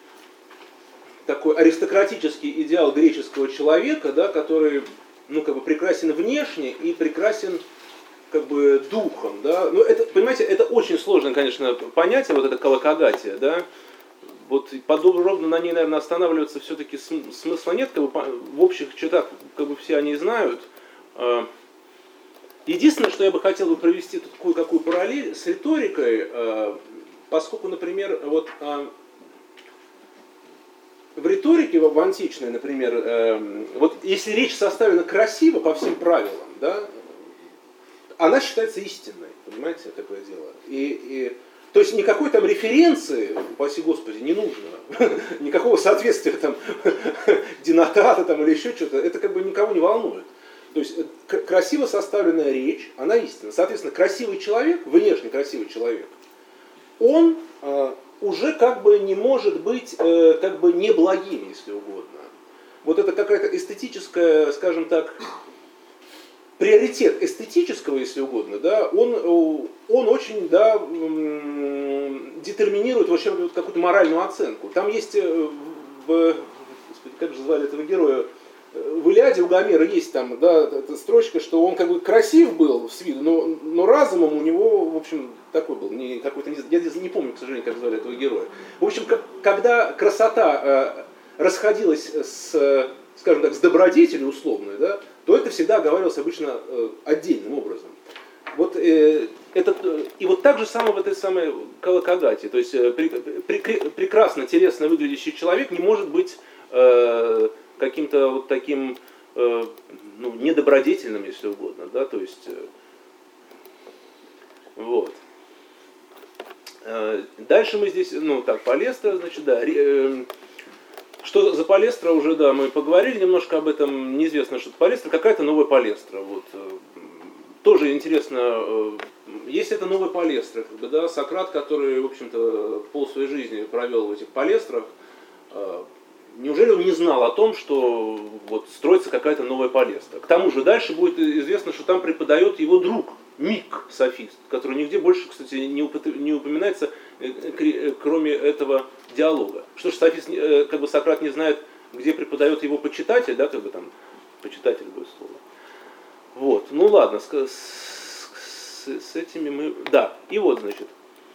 такой аристократический идеал греческого человека, да, который... ну, как бы прекрасен внешне и прекрасен, как бы, духом, да. Ну, это, понимаете, это очень сложное, конечно, понятие, вот это колокагатия, да. Вот подробно на ней, наверное, останавливаться все-таки смысла нет, как бы, в общих чертах, как бы, все они знают. Единственное, что я бы хотел бы провести тут кое-какую параллель с риторикой, поскольку, например, вот... в риторике, в античной, например, вот если речь составлена красиво по всем правилам, да, она считается истинной, понимаете, такое дело. То есть никакой там референции, упаси Господи, не нужно, никакого соответствия там денотата там или еще что-то, это как бы никого не волнует. То есть красиво составленная речь, она истинна. Соответственно, красивый человек, внешне красивый человек, он уже как бы не может быть как бы неблагим, если угодно. Вот это какая-то эстетическая, скажем так, приоритет эстетического, если угодно, да, он очень, да, детерминирует вообще какую-то моральную оценку. Там есть господи, как же звали этого героя, в Илиаде у Гомера есть там, да, эта строчка, что он как бы красив был с виду, но разумом у него, в общем, такой был, я не помню, к сожалению, как звали этого героя. В общем, когда красота расходилась с, скажем так, с добродетелью условной, да, то это всегда оговаривалось обычно отдельным образом. Вот, и вот так же самое в этой самой Калакагате. То есть прекрасно, телесно выглядящий человек не может быть каким-то вот таким недобродетельным, если угодно. Да? То есть, вот. Дальше мы здесь, Палестра, значит, да. Что за Палестра уже, да, мы поговорили немножко об этом, неизвестно, что это Палестра, какая-то новая Палестра. Вот. Тоже интересно, есть это новая Палестра, как бы, да, Сократ, который, в общем-то, пол своей жизни провел в этих Палестрах, неужели он не знал о том, что вот строится какая-то новая Палестра? К тому же дальше будет известно, что там преподает его друг, Мик, софист, который нигде больше, кстати, не упоминается, кроме этого диалога. Что ж, софист, как бы Сократ не знает, где преподает его почитатель, да, как бы там, почитатель будет слово. Вот, ну ладно, с этими мы... Да, и вот, значит,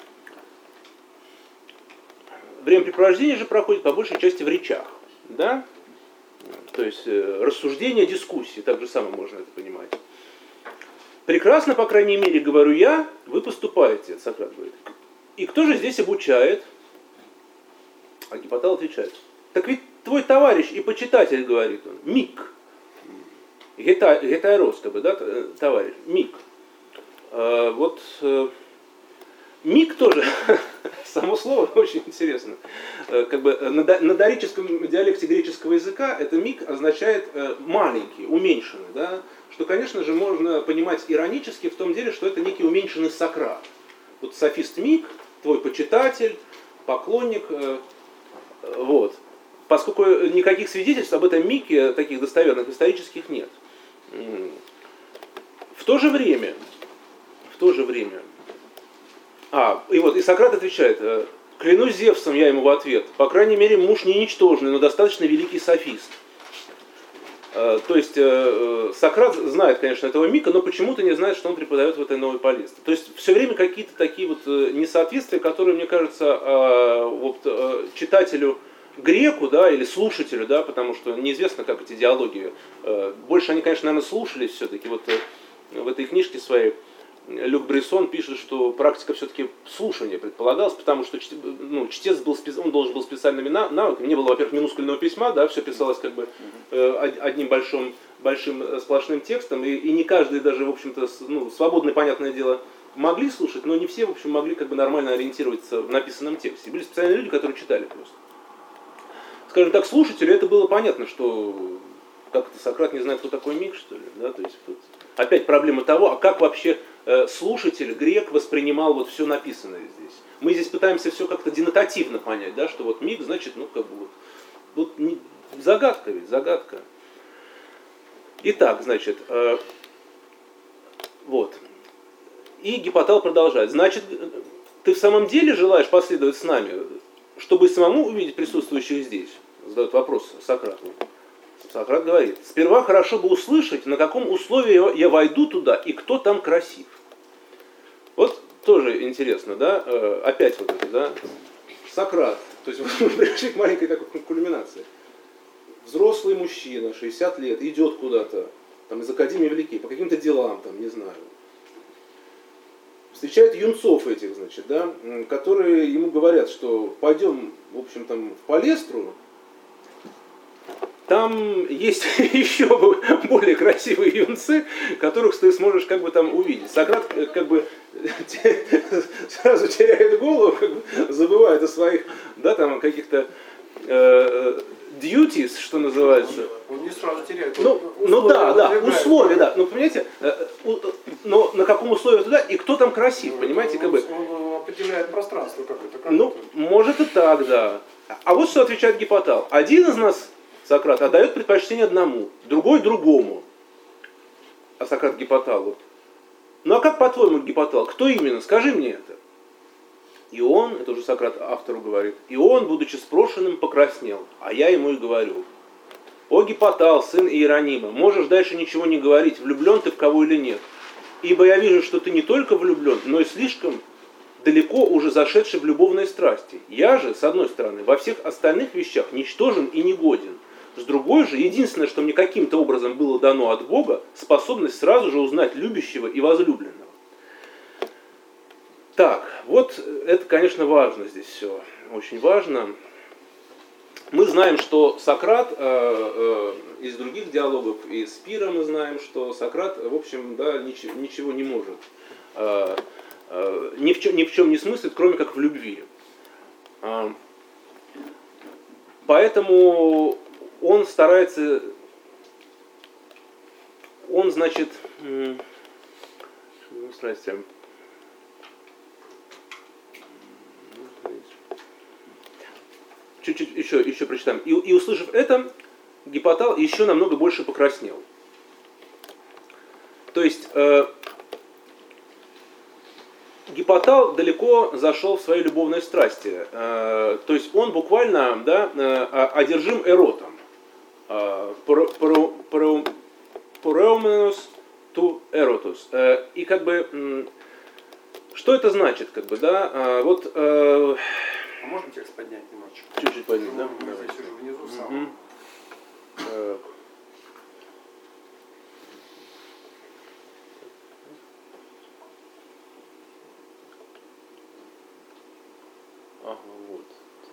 времяпрепровождение же проходит по большей части в речах, да? То есть рассуждения, дискуссии, так же самое можно это понимать. Прекрасно, по крайней мере, говорю я, вы поступаете, Сократ говорит. И кто же здесь обучает? А Гипотал отвечает: так ведь твой товарищ и почитатель, говорит он, Мик. Гетайрос, как бы, да, товарищ, Мик. Вот Мик тоже, само слово очень интересно. Как бы на дорическом диалекте греческого языка это Мик означает маленький, уменьшенный, да? Что, конечно же, можно понимать иронически в том деле, что это некий уменьшенный Сократ. Вот софист Мик, твой почитатель, поклонник, вот. Поскольку никаких свидетельств об этом Мике, таких достоверных исторических, нет. В то же время, и Сократ отвечает: клянусь Зевсом, я ему в ответ, по крайней мере, муж не ничтожный, но достаточно великий софист. То есть Сократ знает, конечно, этого Мика, но почему-то не знает, что он преподает в этой новой Палестре. То есть все время какие-то такие вот несоответствия, которые, мне кажется, читателю греку, да, или слушателю, да, потому что неизвестно, как эти диалоги. Больше они, конечно, наверное, слушались все-таки. Вот в этой книжке своей Люк Брессон пишет, что практика все-таки слушания предполагалась, потому что чтец был, он должен был специальными навыками. Не было, во-первых, минускульного письма, да, все писалось как бы одним большим сплошным текстом, и не каждый даже, в общем-то, свободно, понятное дело, могли слушать, но не все, в общем, могли как бы нормально ориентироваться в написанном тексте. Были специальные люди, которые читали просто. Скажем так, слушателю это было понятно, что как-то Сократ не знает, кто такой Мик, что ли, да, то есть тут опять проблема того, а как вообще слушатель, грек, воспринимал вот все написанное здесь. Мы здесь пытаемся все как-то денотативно понять, да, что вот Мик, значит, как бы вот загадка ведь, загадка. Итак, значит, вот. И Гипотал продолжает. Значит, ты в самом деле желаешь последовать с нами, чтобы самому увидеть присутствующих здесь? Задает вопрос Сократу. Сократ говорит: сперва хорошо бы услышать, на каком условии я войду туда и кто там красив. Вот тоже интересно, да? Опять вот это, да? Сократ. То есть мы пришли к маленькой такой кульминации. Взрослый мужчина, 60 лет, идет куда-то, там, из Академии в Ликей, по каким-то делам, там, не знаю. Встречает юнцов этих, значит, да, которые ему говорят, что пойдем, в общем, там, в Палестру, там есть еще более красивые юнцы, которых ты сможешь как бы там увидеть. Сократ как бы сразу теряет голову, как бы забывает о своих, да, там каких-то duties, что называется.
Он не сразу теряет.
Ну да, условия, да. Ну, понимаете, но на каком условии туда и кто там красив, понимаете, как бы.
Он определяет пространство какое-то.
Ну, может и так, да. А вот что отвечает Гипотал. Один из нас, Сократ, отдает предпочтение одному, другой другому. А Сократ Гипоталу. Ну а как по-твоему, Гипотал, кто именно? Скажи мне это. И он, это уже Сократ автору говорит, и он, будучи спрошенным, покраснел. А я ему и говорю: о Гипотал, сын Иеронима, можешь дальше ничего не говорить, влюблен ты в кого или нет. Ибо я вижу, что ты не только влюблен, но и слишком далеко уже зашедший в любовные страсти. Я же, с одной стороны, во всех остальных вещах ничтожен и негоден. С другой же, единственное, что мне каким-то образом было дано от Бога, способность сразу же узнать любящего и возлюбленного. Так, вот это, конечно, важно здесь все, очень важно. Мы знаем, что Сократ, из других диалогов, и из Пира мы знаем, что Сократ, в общем, да, ничего не может, ни в чем не смыслит, кроме как в любви. Поэтому он старается, он, значит, чуть-чуть еще прочитаем. И услышав это, Гипотал еще намного больше покраснел. То есть Гипотал далеко зашел в свои любовные страсти. То есть он буквально, да, одержим эротом. Пореуменус ту эротус. И как бы, что это значит, как бы, да? Вот.
А можно текст поднять немножечко?
Чуть-чуть поднять, да?
Мы здесь уже внизу в самом.
Ага, вот.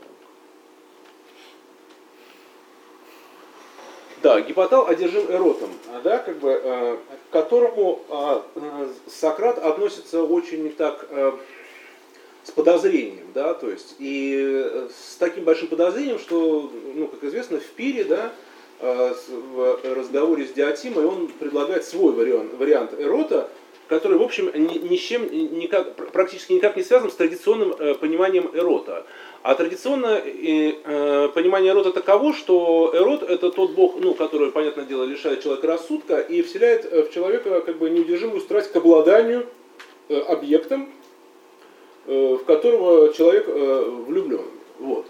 Да, Гипотал одержим эротом, да, как бы, к которому Сократ относится очень так с подозрением, да, то есть и с таким большим подозрением, что, ну, как известно, в Пире, да, в разговоре с Диотимой он предлагает свой вариант эрота, который, в общем, ни с чем практически никак не связан с традиционным пониманием эрота. А традиционное понимание эрота таково, что эрот — это тот бог, ну, который, понятное дело, лишает человека рассудка и вселяет в человека как бы неудержимую страсть к обладанию объектом, в которого человек влюблен. Вот.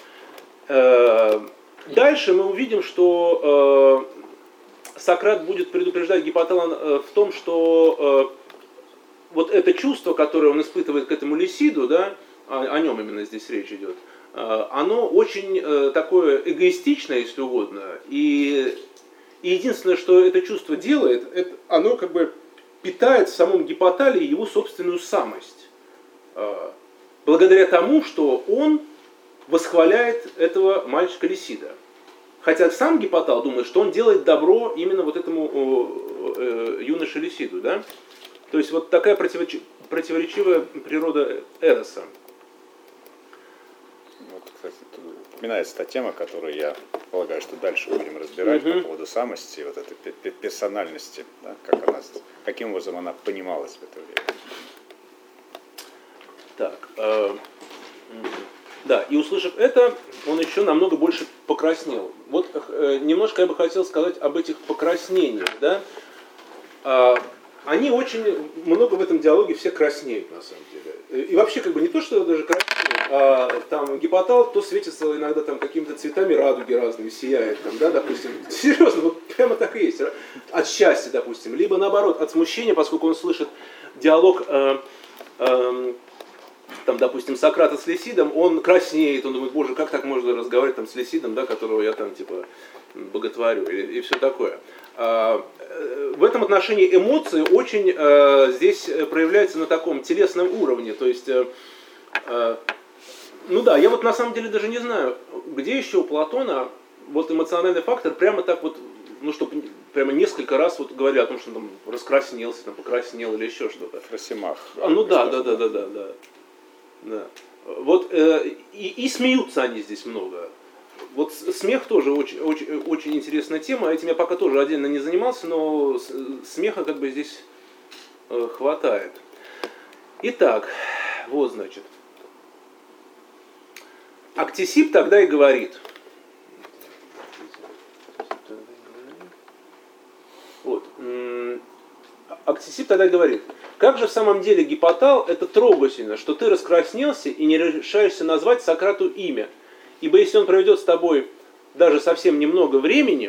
Дальше мы увидим, что Сократ будет предупреждать Гипотала в том, что вот это чувство, которое он испытывает к этому Лисиду, да, о нем именно здесь речь идет, оно очень такое эгоистичное, если угодно, и единственное, что это чувство делает, это оно как бы питает в самом Гипотале его собственную самость, благодаря тому, что он восхваляет этого мальчика Лисида. Хотя сам Гипотал думает, что он делает добро именно вот этому юноше Лисиду, да? То есть вот такая противоречивая природа Эроса.
Вот, кстати, тут упоминается та тема, которую я полагаю, что дальше будем разбирать по поводу самости, вот этой персональности, да? Каким образом она понималась в это время.
Так, да, и услышав это, он еще намного больше покраснел. Вот немножко я бы хотел сказать об этих покраснениях, да. Они очень много в этом диалоге все краснеют, на самом деле. И вообще, как бы не то, что даже краснеют, а там Гипотал то светится иногда там какими-то цветами радуги разными, сияет, там, да, допустим. Серьезно, вот прямо так и есть. От счастья, допустим. Либо наоборот, от смущения, поскольку он слышит диалог там, допустим, Сократа с Лисидом, он краснеет, он думает: боже, как так можно разговаривать там с Лисидом, да, которого я там типа боготворю, и все такое. В этом отношении эмоции очень здесь проявляются на таком телесном уровне, то есть, ну да, я вот на самом деле даже не знаю, где еще у Платона вот эмоциональный фактор прямо так вот, ну, чтобы прямо несколько раз вот говорили о том, что он там раскраснелся, там, покраснел или еще что-то.
Фросимах.
Ну да. Вот, и смеются они здесь много. Вот смех тоже очень интересная тема. Этим я пока тоже отдельно не занимался, но смеха как бы здесь хватает. Итак, вот значит. Ктесип тогда и говорит. Вот. Ктесип тогда и говорит. Как же в самом деле, Гипотал, это трогательно, что ты раскраснелся и не решаешься назвать Сократу имя. Ибо если он проведет с тобой даже совсем немного времени,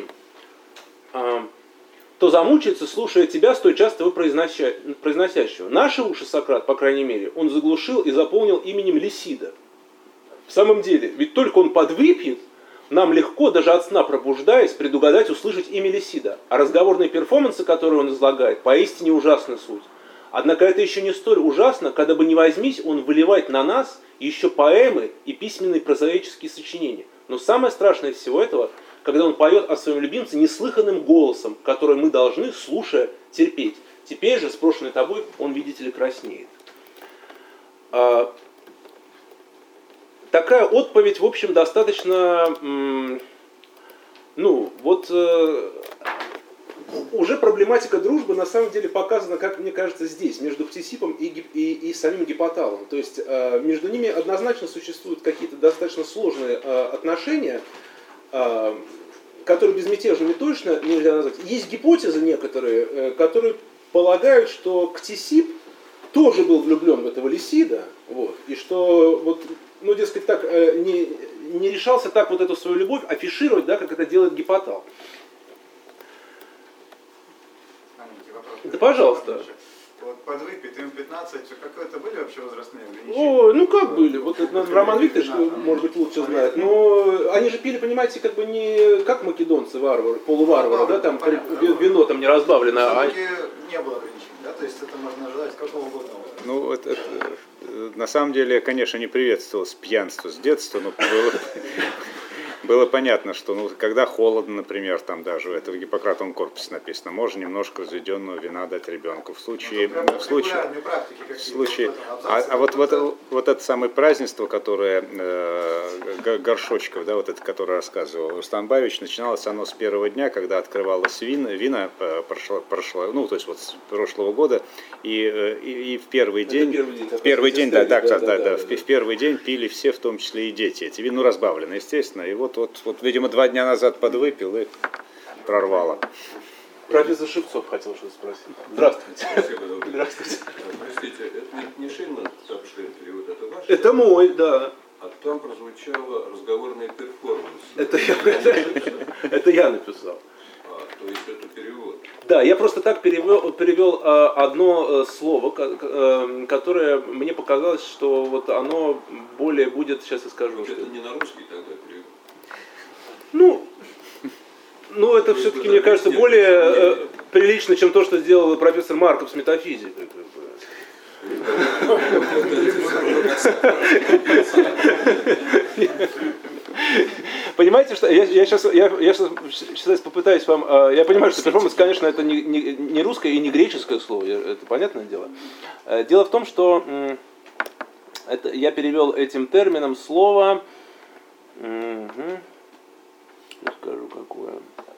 то замучается, слушая тебя, столь часто его произносящего. Наши уши Сократ, по крайней мере, он заглушил и заполнил именем Лисида. В самом деле, ведь только он подвыпьет, нам легко, даже от сна пробуждаясь, предугадать услышать имя Лисида. А разговорные перформансы, которые он излагает, поистине ужасна суть. Однако это еще не столь ужасно, когда бы ни возьмись он выливать на нас еще поэмы и письменные прозаические сочинения. Но самое страшное из всего этого, когда он поет о своем любимце неслыханным голосом, который мы должны, слушая, терпеть. Теперь же, спрошенный тобой, он, видите ли, краснеет. Такая отповедь, в общем, достаточно, уже проблематика дружбы на самом деле показана, как мне кажется, здесь, между Ктесипом и самим Гипоталом. То есть между ними однозначно существуют какие-то достаточно сложные отношения, которые безмятежными точно нельзя назвать. Есть гипотезы некоторые, которые полагают, что Ктесип тоже был влюблен в этого Лисида, вот, и что вот, ну, дескать, так, не решался так вот эту свою любовь афишировать, да, как это делает Гипотал. Да, пожалуйста.
Вот подвыпить, им 15, какое-то были вообще возрастные ограничения?
О, ну как были? Вот это Роман Викторович, может быть, лучше знает. Но они же пили, понимаете, как бы не как македонцы, варвары, полуварвары, да, там вино там не разбавлено.
Все-таки не было ограничений, да? То есть это можно ожидать какого года?
Ну, это на самом деле, конечно, не приветствовалось пьянство с детства, но было понятно, что когда холодно, например, там даже в этом Гиппократовом корпусе написано, можно немножко разведенного вина дать ребенку. В случае, вот это самое празднество, которое горшочков, да, вот это, которое рассказывал Рустам Баевич, начиналось оно с первого дня, когда открывалось вина прошло, ну, то есть вот с прошлого года, и в первый день, в первый день пили все, в том числе и дети. Эти вина, разбавлены, естественно, и вот, видимо, 2 дня назад подвыпил и прорвало.
Профессор Шевцов хотел что-то спросить. Здравствуйте.
Спасибо,
Здравствуйте.
Простите, это не Шейнман Тапшлин перевод, это ваш?
Это мой, да.
А там прозвучало разговорный перформанс.
Это я написал.
То есть это перевод?
Да, я просто так перевел одно слово, которое мне показалось, что вот оно более будет, сейчас я скажу.
Это не на русский тогда перевод?
Ну, это все-таки, мне кажется, более прилично, чем то, что сделал профессор Марков с метафизикой. Понимаете, что я сейчас попытаюсь вам. Я понимаю, что перформанс, конечно, это не русское и не греческое слово, это понятное дело. Дело в том, что я перевел этим термином слово. Скажу какое.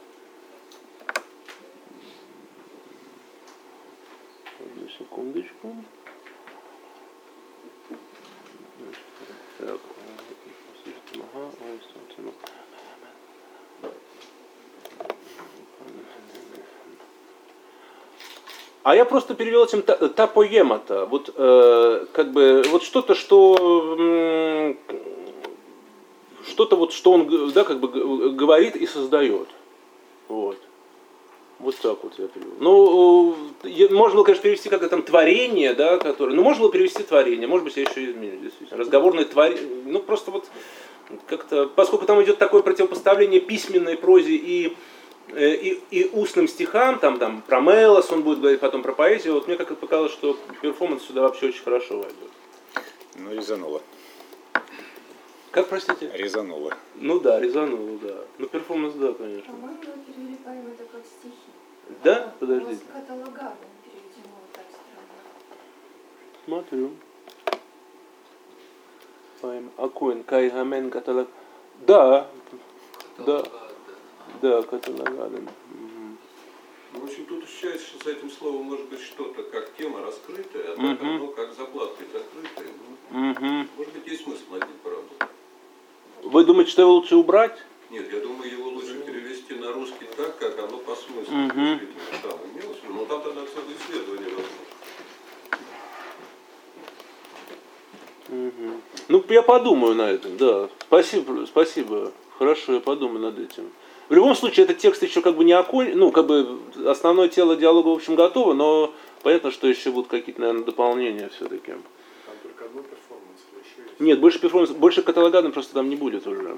Одну секундочку. Так. А я просто перевел этим та поема-то. Вот как бы вот что-то, что он, да, как бы говорит и создает. Вот так вот я перевел. Ну, можно было, конечно, перевести как-то там творение, да, которое. Ну, можно было перевести творение, может быть, я еще изменю, действительно. Разговорное творение. Ну, просто вот как-то, поскольку там идет такое противопоставление письменной прозе и устным стихам, там про Мелос он будет говорить, потом про поэзию, вот мне как-то показалось, что перформанс сюда вообще очень хорошо войдет.
Ну, резануло.
Как, простите?
Резануло.
Ну да, резанул, да. Ну, перформанс, да, конечно.
По-моему, мы перевели поэму это как стихи.
Да? Подождите.
У вас каталогами переведено вот так странно.
Смотрю. Акуин, Кайгамен, каталог. Да. Да. Да, каталогамен.
Ну, в общем, тут ощущается, что с этим словом может быть что-то как тема раскрытая, а так оно как закладкой закрытая. Может быть, есть смысл над ним поработать.
Вы думаете, что его лучше убрать?
Нет, я думаю, его лучше перевести на русский так, как оно по смыслу действительно там имелось. Но там тогда целое исследование возможно.
Ну, я подумаю на этом, да. Спасибо. Хорошо, я подумаю над этим. В любом случае, этот текст еще как бы не окончен, ну, как бы основное тело диалога, в общем, готово, но понятно, что еще будут какие-то, наверное, дополнения все-таки.
Там только одно перформанс или еще есть?
Нет, больше перформанс, больше каталогадом просто там не будет уже.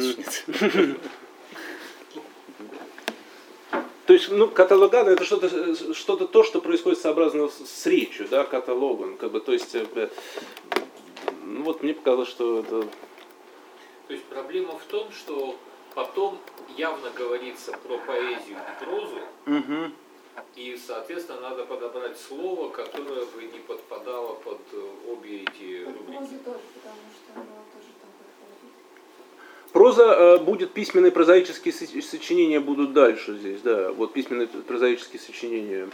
То есть, ну, каталогада это что-то то, что происходит сообразно с речью, да, каталогом, как бы, то есть, ну, вот мне показалось, что это...
То есть проблема в том, что потом явно говорится про поэзию и прозу, и, соответственно, надо подобрать слово, которое бы не подпадало под обе эти
Под
рубрики.
прозу тоже, потому что оно тоже там подходит.
Проза будет, письменные прозаические сочинения будут дальше здесь, да, вот письменные прозаические сочинения.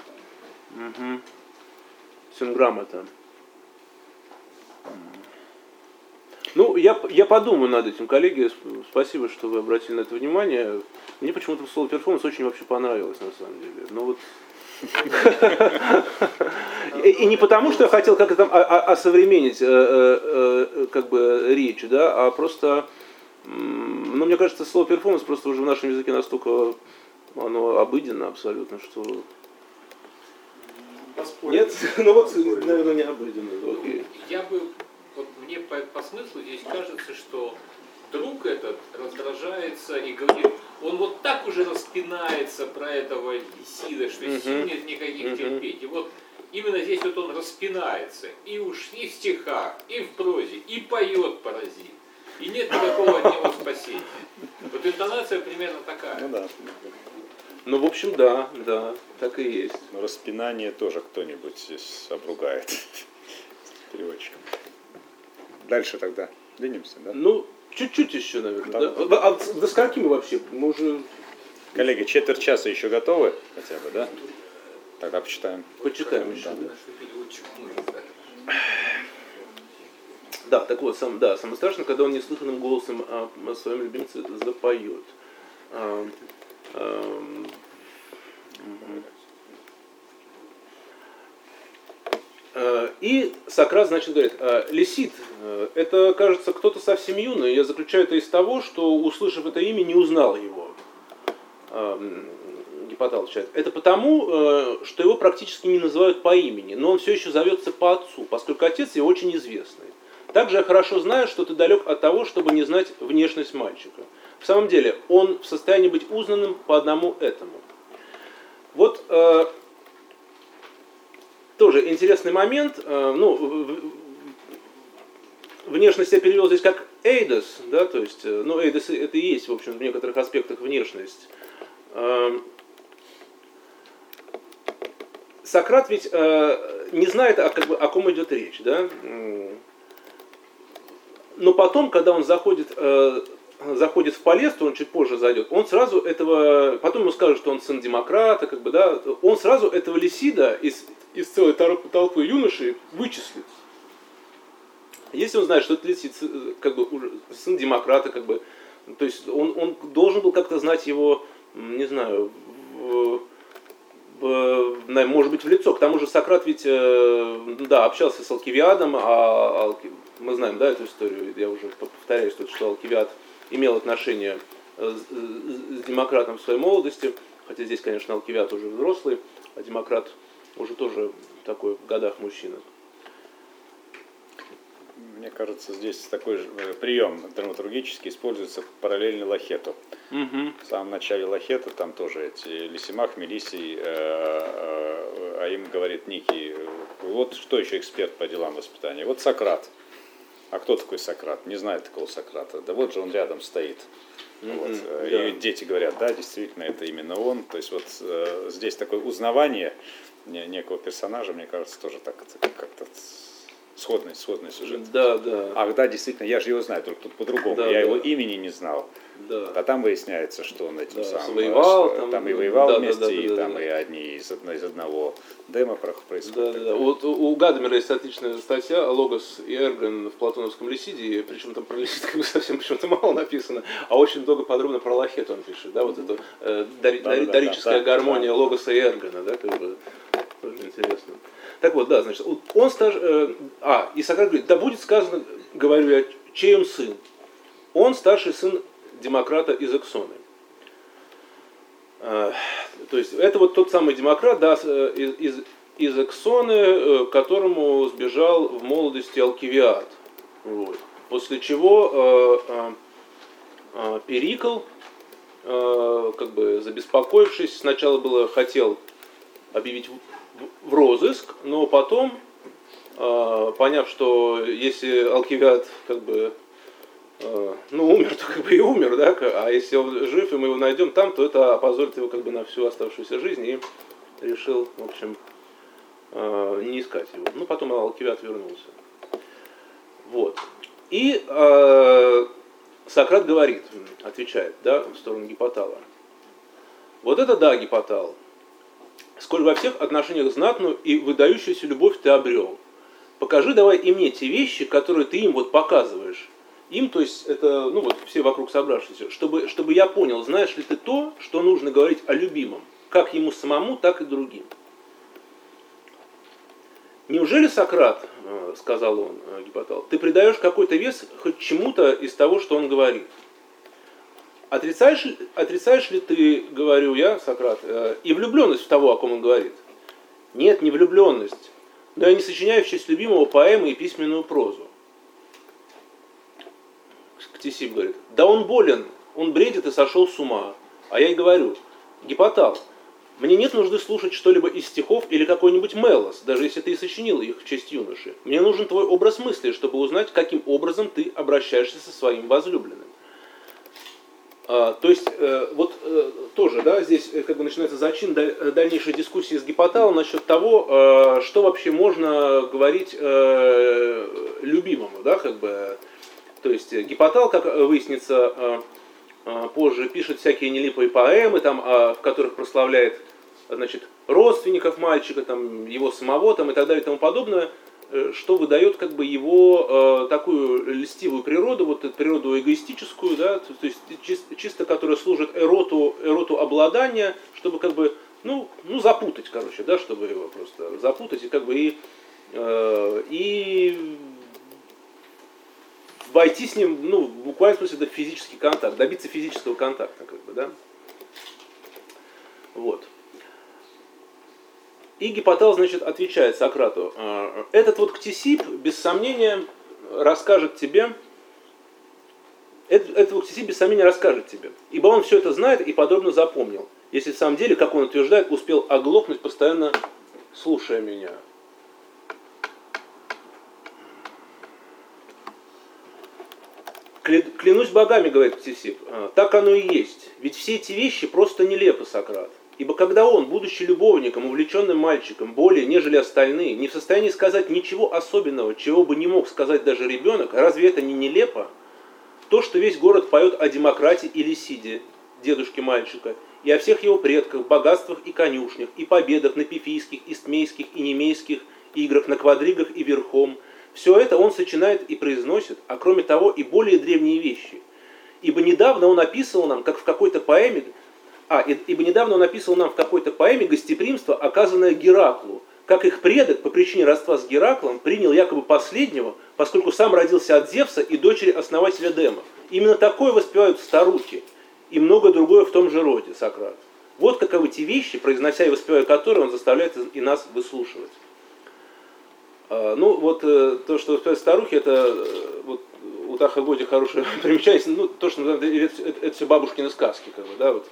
Синграммата. Ну, я подумаю над этим, коллеги, спасибо, что вы обратили на это внимание. Мне почему-то слово перформанс очень вообще понравилось, на самом деле. Ну вот. И не потому, что я хотел как-то там осовременить как бы речь, да, а просто, ну, мне кажется, слово перформанс просто уже в нашем языке настолько оно обыденно абсолютно, что... Нет? Ну вот, наверное, не обыденно. Окей.
Я бы, вот мне по смыслу здесь кажется, что друг этот раздражается и говорит, он вот так уже распинается про этого Лисида, что сил нет никаких терпеть. И вот именно здесь вот он распинается, и уж и в стихах, и в прозе, и поет паразит. И нет никакого от него спасения. Вот интонация примерно такая.
Ну да.
Ну, в общем, да, так и есть.
Но распинание тоже кто-нибудь здесь обругает. Переводчик. Дальше тогда двинемся, да?
Ну, чуть-чуть еще, наверное. Да? А до скольки мы вообще? Мы уже...
Коллеги, четверть часа еще готовы хотя бы, да? Тогда почитаем.
Почитаем еще, да.
Переводчик нужен, да.
Да, так вот, самое страшное, когда он неслыханным голосом о своем любимце запоет. И Сократ, значит, говорит, Лисид, это, кажется, кто-то совсем юный. Я заключаю это из того, что, услышав это имя, не узнал его. Гипотал отвечает. Это потому, что его практически не называют по имени, но он все еще зовется по отцу, поскольку отец его очень известный. Также я хорошо знаю, что ты далек от того, чтобы не знать внешность мальчика. В самом деле, он в состоянии быть узнанным по одному этому. Вот тоже интересный момент. Внешность я перевел здесь как эйдос, да, то есть, ну, эйдос это и есть, в общем, в некоторых аспектах внешность. Сократ ведь не знает, о ком идет речь, да? Но потом, когда он заходит в Палесту, он чуть позже зайдет, он сразу этого, потом ему скажут, что он сын демократа, как бы, да, он сразу этого Лисида из целой толпы юношей вычислит. Если он знает, что это Лисид, как бы, уже сын демократа, как бы, то есть он должен был как-то знать его, не знаю, может быть, в лицо. К тому же Сократ ведь, да, общался с Алкивиадом, мы знаем, да, эту историю, я уже повторяюсь, что Алкивиад имел отношение с демократом в своей молодости, хотя здесь, конечно, Алкивиад уже взрослый, а демократ уже тоже такой в годах мужчина.
Мне кажется, здесь такой же прием драматургический используется параллельно Лахету. В самом начале Лахета там тоже эти Лисимах, Мелисий, а им говорит Никий, вот что еще эксперт по делам воспитания, вот Сократ. а кто такой Сократ? Не знает такого Сократа. Да вот же он рядом стоит. Вот. И дети говорят, да, действительно, это именно он. То есть вот здесь такое узнавание некого персонажа, мне кажется, тоже так как-то сходный сюжет.
Да, да.
Ах, да, действительно, я же его знаю, только тут по-другому.
Да,
Я
да.
его имени не знал.
Да.
А там выясняется, что он этим
Да,
самым
воевал,
что
там,
и воевал
да,
вместе,
да, да,
и
да,
там
да.
и одни из одного демо
Да,
происходит.
да, да. Вот у Гадамера есть отличная статья «Логос и Эрген в платоновском Лисиде», причем там про Лисид как бы совсем почему-то мало написано, а очень много подробно про Лахету он пишет, да, вот эту дорическая гармония Логоса и Эргена, да, как бы тоже интересно. Так вот, да, значит, он и Сократ говорит, да будет сказано, говорю я, чей он сын? Он старший сын Демократа из Эксоны. То есть это вот тот самый Демократ, да, из Эксоны, которому сбежал в молодости Алкивиад. Вот. После чего Перикл, как бы забеспокоившись, сначала хотел объявить в розыск, но потом, поняв, что если Алкивиад как бы умер, то как бы и умер, да, а если он жив, и мы его найдем там, то это опозорит его как бы на всю оставшуюся жизнь, и решил, в общем, не искать его. Ну, потом Алкивиад вернулся. Вот. И Сократ говорит, отвечает, да, в сторону Гипотала. Вот это да, Гипотал, сколь во всех отношениях знатную и выдающуюся любовь ты обрел. Покажи давай и мне те вещи, которые ты им вот показываешь. Им, то есть, это, ну вот, все вокруг собравшиеся, чтобы я понял, знаешь ли ты то, что нужно говорить о любимом, как ему самому, так и другим. Неужели, Сократ, сказал он, Гипотал, ты придаешь какой-то вес хоть чему-то из того, что он говорит? Отрицаешь ли ты, говорю я, Сократ, и влюбленность в того, о ком он говорит? Нет, не влюбленность, но я не сочиняю в честь любимого поэмы и письменную прозу. Ктесип говорит, да он болен, он бредит и сошел с ума. А я и говорю, Гипотал, мне нет нужды слушать что-либо из стихов или какой-нибудь мелос, даже если ты и сочинил их в честь юноши. Мне нужен твой образ мысли, чтобы узнать, каким образом ты обращаешься со своим возлюбленным. То есть, тоже, да, здесь как бы начинается зачин дальнейшей дискуссии с Гипоталом насчет того, что вообще можно говорить любимому, да, как бы. То есть Гипотал, как выяснится позже, пишет всякие нелепые поэмы, там, в которых прославляет, значит, родственников мальчика, там, его самого, там, и так далее и тому подобное, что выдает как бы его такую льстивую природу, вот эту природу эгоистическую, да, то есть чисто которая служит эроту обладания, чтобы как бы, запутать, короче, да, чтобы его просто запутать и как бы и войти с ним, в буквальном смысле, это физический контакт, добиться физического контакта, как бы, да. Вот. И Гипотал, значит, отвечает Сократу, этот вот Ктесип, без сомнения, расскажет тебе, ибо он все это знает и подробно запомнил, если в самом деле, как он утверждает, успел оглохнуть, постоянно слушая меня. Клянусь богами, говорит Ктесип, так оно и есть. Ведь все эти вещи просто нелепы, Сократ. Ибо когда он, будучи любовником, увлеченным мальчиком, более нежели остальные, не в состоянии сказать ничего особенного, чего бы не мог сказать даже ребенок, разве это не нелепо? То, что весь город поет о Демократе и Лисиде, дедушке мальчика, и о всех его предках, богатствах и конюшнях, и победах на пифийских, истмейских и немейских играх, на квадригах и верхом, все это он сочиняет и произносит, а кроме того и более древние вещи. Ибо недавно он описывал нам, как в какой-то поэме, гостеприимство, оказанное Гераклу, как их предок по причине родства с Гераклом принял якобы последнего, поскольку сам родился от Зевса и дочери основателя Дема. Именно такое воспевают старухи и многое другое в том же роде, Сократ. Вот каковы те вещи, произнося и воспевая которые, он заставляет и нас выслушивать. То, что воспевают старухи, это вот у Таха Годи хорошая примечательность, то, что это все бабушкины сказки, как бы, да, вот.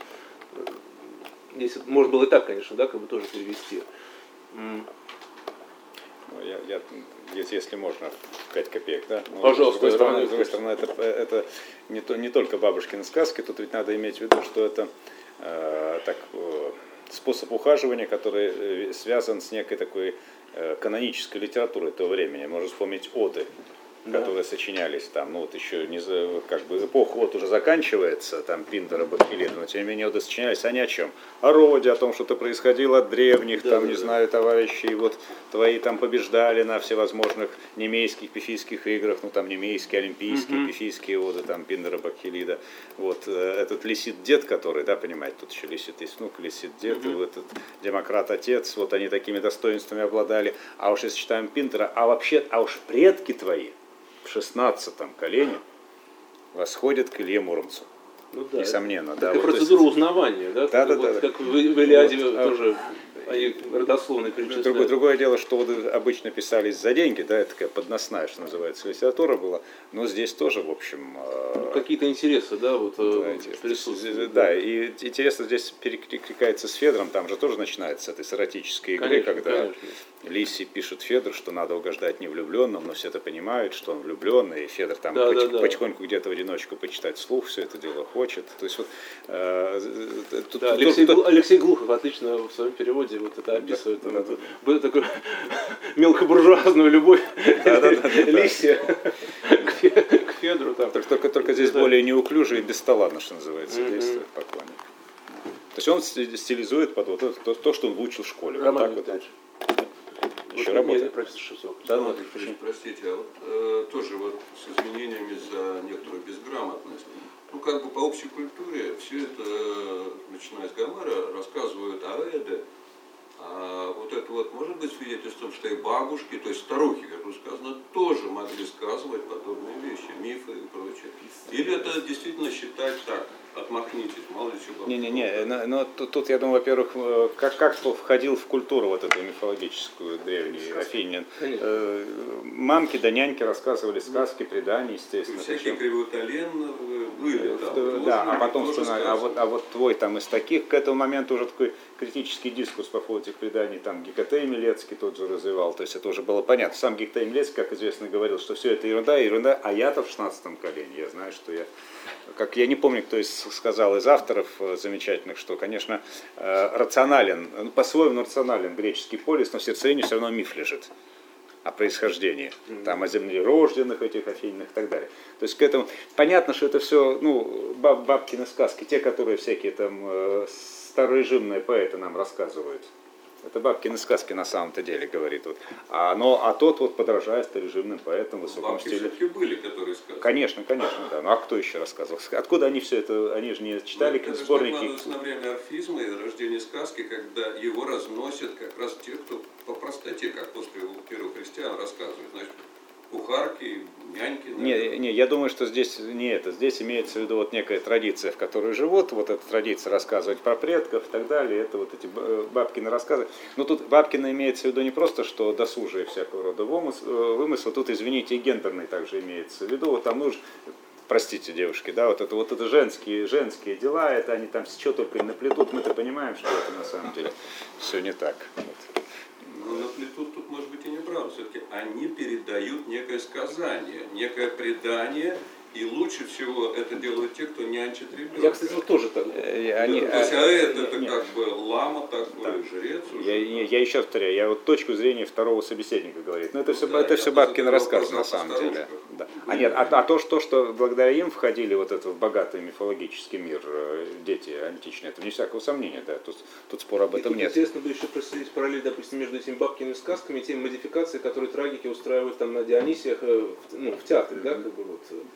Если можно было и так, конечно, да, как бы тоже перевести.
Ну, если можно, 5 копеек, да? Но,
Пожалуйста,
с другой стороны, это не только бабушкины сказки, тут ведь надо иметь в виду, что это способ ухаживания, который связан с некой такой канонической литературой того времени. Можно вспомнить оды, которые сочинялись там, ну вот еще не как бы эпоха вот уже заканчивается, там Пиндара, Бакхилида, но тем не менее оды сочинялись, они о чем? О роде, о том, что-то происходило от древних, там, не знаю, товарищей, вот твои там побеждали на всевозможных немейских пифийских играх, ну там немейские, олимпийские, пифийские оды, там Пиндара, Бакхилида, вот этот Лисит-дед, который, да, понимаете, тут еще Лисит есть внук, Лисит-дед, и вот этот Демократ-отец, вот они такими достоинствами обладали, а уж если читаем Пиндара, а уж предки твои в 16-м колене восходят к Илье Муромцу.
Ну, да,
несомненно.
такая
вот,
процедура узнавания, да?
Да.
Как в Илиаде тоже они родословно перечисляют.
Другое дело, что вот обычно писались за деньги, да, это такая подносная, что называется, литература была, но здесь тоже, в общем...
какие-то интересы, да, вот присутствуют.
Да, и интересно здесь перекликается с Федором, там же тоже начинается с этой с эротической игры, когда Лисий пишет Федору, что надо угождать невлюбленным, но все это понимают, что он влюблен, и Федор там потихоньку где-то в одиночку почитать вслух все это дело хочет. То есть вот...
Алексей Глухов отлично в своем переводе вот это описывает. Была такую мелкобуржуазную любовь Лисия к Федору.
Только здесь более неуклюже и бесталанно, что называется, действует поклонник. То есть он стилизует под вот то, что он выучил в школе.
Роман
вот так
Викторович.
Еще работает.
Профессор Шевцов.
Да,
Простите, а вот тоже вот с изменениями за некоторую безграмотность. Ну, как бы по общей культуре все это, начиная с Гомера, рассказывают о Эде. А вот это вот может быть свидетельством, что и бабушки, то есть старухи, как уже сказано, тоже могли сказывать подобные вещи, мифы и прочее. Или это действительно считать так, отмахнитесь, мало ли чего.
Не, но тут, я думаю, во-первых, как входил в культуру вот эту мифологическую древнюю афинин. Мамки да няньки рассказывали сказки, предания, естественно.
Всякие Кривоутолен были там.
Да, а потом а вот твой там из таких, к этому моменту уже такой критический дискурс по поводу этих преданий, там Гекатей Милецкий тот же развивал, то есть это уже было понятно. Сам Гекатей Милецкий, как известно, говорил, что все это ерунда, а я-то в 16-м колене, я знаю, что я не помню, кто сказал из авторов замечательных, что, конечно, рационален, по-своему рационален греческий полис, но в сердцевине все равно миф лежит о происхождении, там, о землерожденных этих афинных и так далее. То есть к этому понятно, что это все, бабкины сказки, те, которые всякие там старорежимные поэты нам рассказывают. Это бабкины сказки на самом-то деле, говорит. Вот. А тот вот подражает старорежимным поэтам в высоком
бабки
стиле.
все-таки были, которые сказали.
Конечно, да. Ну а кто еще рассказывал? Откуда они все это, они же не читали сборники?
Это на время орфизма и рождения сказки, когда его разносят как раз те, кто по простоте, как после первых христиан рассказывают. Значит, кухарки, няньки.
Не, я думаю, что здесь не это. Здесь имеется в виду вот некая традиция, в которой живут, вот эта традиция рассказывать про предков и так далее, это вот эти бабкины рассказы. Но тут бабкина имеется в виду не просто, что досужие всякого рода вымыслы, тут, извините, и гендерный также имеется в виду. Вот там простите, девушки, да, вот это женские дела, это они там что только и наплетут, мы-то понимаем, что это на самом деле все не так. Вот.
Но наплетут тут, может быть, и неправда. Все-таки они передают некое сказание, некое предание, и лучше всего это делают те, кто нянчит ребенка.
Я, кстати, вот тоже так.
То есть, это как бы лама такой, жрец уже.
Я еще раз повторяю, я вот точку зрения второго собеседника говорит. Но это все бабкины рассказы на самом деле. Да. То, что благодаря им входили вот это в богатый мифологический мир дети античные, это вне всякого сомнения, да. Тут спора об этом нет.
Интересно бы еще проследить параллель, допустим, между этими бабкиными сказками и теми модификациями, которые трагики устраивают там на Дионисиях, в театре, да, как бы вот.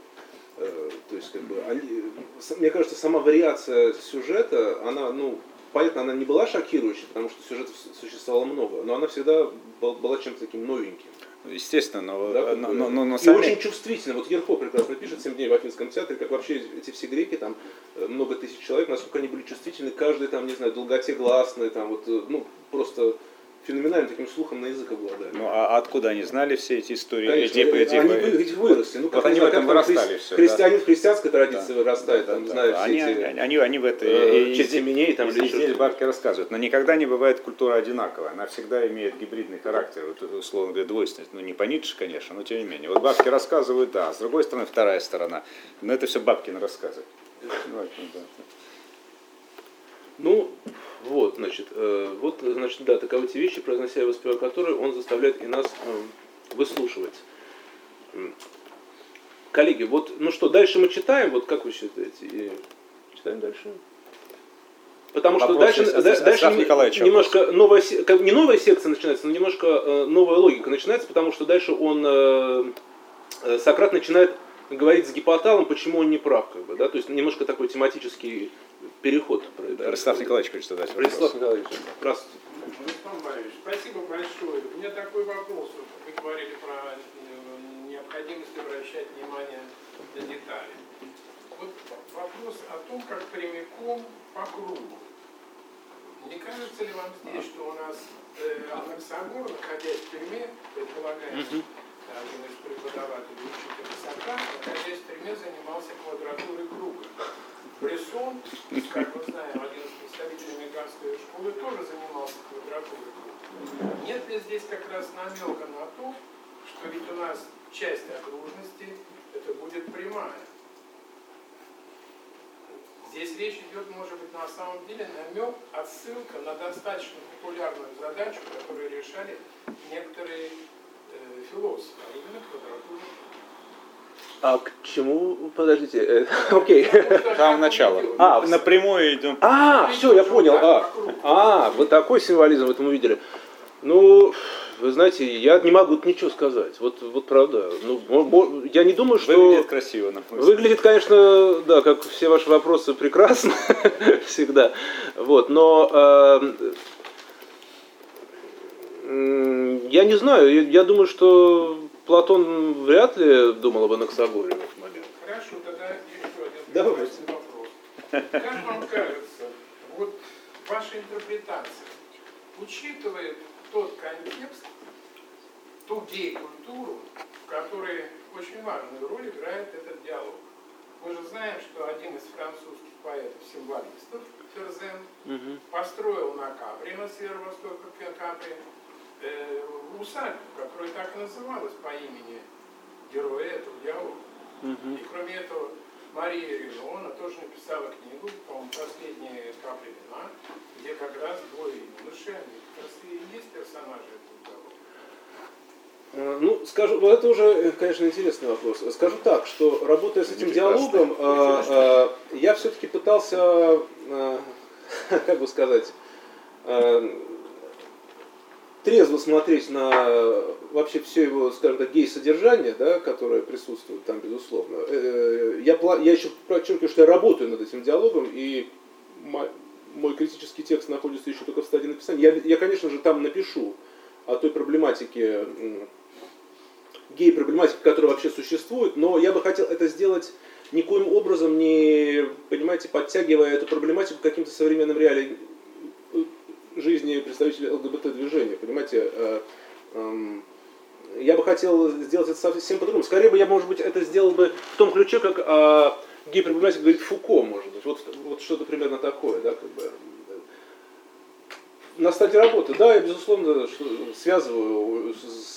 То есть, как бы, мне кажется, сама вариация сюжета, она, понятно, она не была шокирующей, потому что сюжетов существовало много, но она всегда была чем-то таким новеньким.
Естественно, но
сами... И очень чувствительно. Вот Ерхо прекрасно пишет «7 дней в Афинском театре», как вообще эти все греки, там много тысяч человек, насколько они были чувствительны, каждый там, не знаю, долготе гласной, там вот, просто феноменальным таким слухом на язык обладали.
Ну а откуда они знали все эти истории?
Конечно,
Эти-
они выросли. Ну,
Вот они в этом вырастали все.
Христианин в христианской традиции вырастает, там, знают все
Они,
эти
они в этой
честь именей там, или
и
еще
здесь
что-то.
бабки рассказывают. Но никогда не бывает культура одинаковая. Она всегда имеет гибридный характер, вот, условно говоря, двойственность. Ну не по Ницше, конечно, но тем не менее. Вот бабки рассказывают, да, а с другой стороны вторая сторона. Но это все бабкины рассказы.
Ну, вот, значит, да, таковы те вещи, произнося и воспевая которые, он заставляет и нас выслушивать. Коллеги, вот, ну что, дальше мы читаем, вот как вы считаете? И читаем дальше? Потому что
Вопрос есть.
дальше
Николаевич,
немножко новая, не новая секция начинается, но немножко новая логика начинается, потому что дальше Сократ начинает говорить с Гипоталом, почему он не прав, как бы, да, то есть немножко такой тематический переход.
Ростислав Николаевич хочет задать вопрос.
Ростислав Николаевич, здравствуйте.
Рустам Борисович, спасибо большое. У меня такой вопрос. Вы говорили про необходимость обращать внимание на детали. Вот вопрос о том, как прямиком по кругу. Не кажется ли вам здесь, что у нас Анаксагор, находясь в тюрьме, предполагается, один из преподавателей, учителя Сократа, находясь в тюрьме, занимался квадратурой круга. Брессон, как мы знаем, один из представителей меганской школы, тоже занимался квадратурой круга. Нет ли здесь как раз намека на то, что ведь у нас часть окружности это будет прямая? Здесь речь идет, может быть, на самом деле намек, отсылка на достаточно популярную задачу, которую решали некоторые философы, а именно квадратуру.
А к чему? Подождите. Окей.
Там начало. Напрямую идем.
Все, я понял. Вы такой символизм в этом увидели. Ну, вы знаете, я не могу ничего сказать. Вот правда. Ну, я не думаю, что...
Выглядит красиво, на мой взгляд.
Выглядит, конечно, да, как все ваши вопросы, прекрасно. Всегда. Вот, но... Я не знаю. Я думаю, что Платон вряд ли думал об Анаксагоре в этот момент.
Хорошо, тогда еще один вопрос. Как вам кажется, вот ваша интерпретация учитывает тот контекст, ту гей-культуру, в которой очень важную роль играет этот диалог? Мы же знаем, что один из французских поэтов-символистов, Ферзен, построил на Капри, на северо-востоке Капри, усадьбу, которая так и называлась по имени героя этого диалога. И кроме этого, Мария Рено, она тоже написала книгу, по-моему, «Последние капли вина», где как раз двое юношей, они как раз и есть персонажи этого диалога.
Ну, скажу, это уже, конечно, интересный вопрос. Скажу так, что работая с этим диалогом, я все-таки пытался, как бы сказать, трезво смотреть на вообще все его, скажем так, гей-содержание, да, которое присутствует там, безусловно. Я еще подчеркиваю, что я работаю над этим диалогом, и мой критический текст находится еще только в стадии написания. Я, конечно же, там напишу о той проблематике, гей-проблематике, которая вообще существует, но я бы хотел это сделать никоим образом не, понимаете, подтягивая эту проблематику к каким-то современным реалиям жизни представителей ЛГБТ-движения, понимаете, я бы хотел сделать это совсем по-другому. Скорее бы я, может быть, это сделал бы в том ключе, как гей-проблематика говорит Фуко, может быть, вот что-то примерно такое, да, как бы. На стадии работы, да, я, безусловно, связываю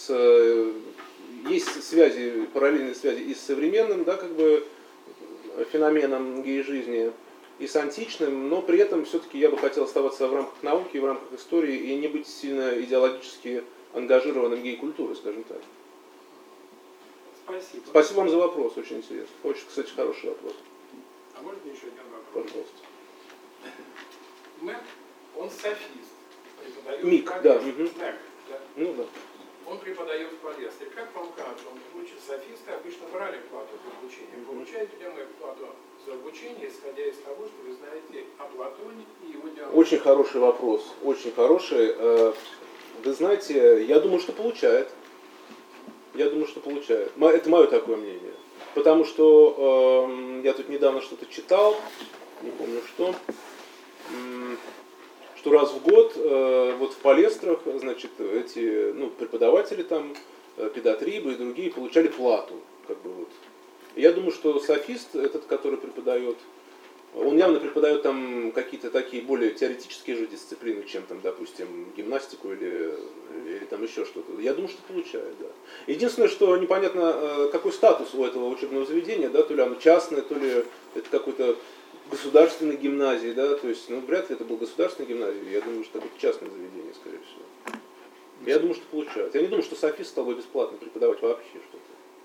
есть связи, параллельные связи и с современным, да, как бы, феноменом гей-жизни, и с античным, но при этом все-таки я бы хотел оставаться в рамках науки, в рамках истории и не быть сильно идеологически ангажированным гей-культурой, скажем так.
Спасибо.
Спасибо вам за вопрос, очень интересно. Очень, кстати, хороший вопрос.
А можно еще один вопрос?
Пожалуйста.
Мэг, он софист. Преподает
Мик,
в
да.
Мэг, да.
Ну да.
Он преподает в Полесье. Как вам кажется, он случае софисты обычно брали плату за обучение. Получает ли мы плату за обучение, исходя из того, что вы знаете о Платоне и его диалоге?
Очень хороший вопрос, очень хороший. Вы знаете, я думаю, что получает. Я думаю, что получает. Это мое такое мнение. Потому что я тут недавно что-то читал, не помню что что раз в год вот в палестрах, значит, эти преподаватели там, педотрибы и другие получали плату. Как бы вот. Я думаю, что софист, этот, который преподает, он явно преподает там какие-то такие более теоретические же дисциплины, чем там, допустим, гимнастику или там еще что-то. Я думаю, что получает, да. Единственное, что непонятно, какой статус у этого учебного заведения, да, то ли оно частное, то ли это какой-то государственной гимназии, да, то есть, вряд ли это был государственной гимназией, я думаю, что это будет частное заведение, скорее всего. Я думаю, что получают. Я не думаю, что софист стал бы бесплатно преподавать вообще что-то.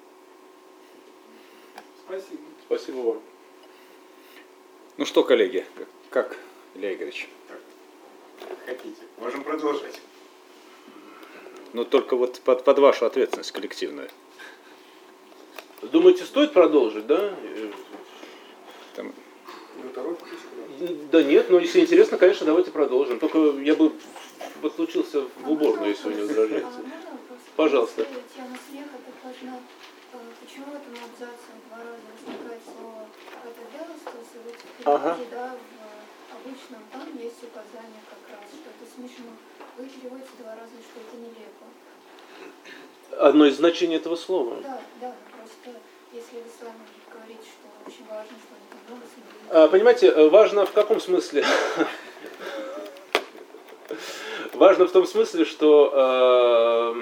Спасибо.
Спасибо вам.
Ну что, коллеги, как, Илья Игоревич?
Хотите? Можем продолжать.
Ну только вот под вашу ответственность коллективную.
Думаете, стоит продолжить, да?
Там...
Вы торопитесь?
Да нет, но если интересно, конечно, давайте продолжим. Только я бы подключился в уборную, если вы не возражаете. Пожалуйста.
Тема смеха, так важно, почему в этом абзаце два раза возникает слово «катагелостус», и вот в переводе, да, в обычном там есть указание как раз, что это смешно. Вы переводите два раза, что это нелепо.
Одно из значений этого слова.
Да, просто если вы сами говорите, что очень важно, что они там много смеются.
Понимаете, важно в каком смысле? Важно в том смысле, что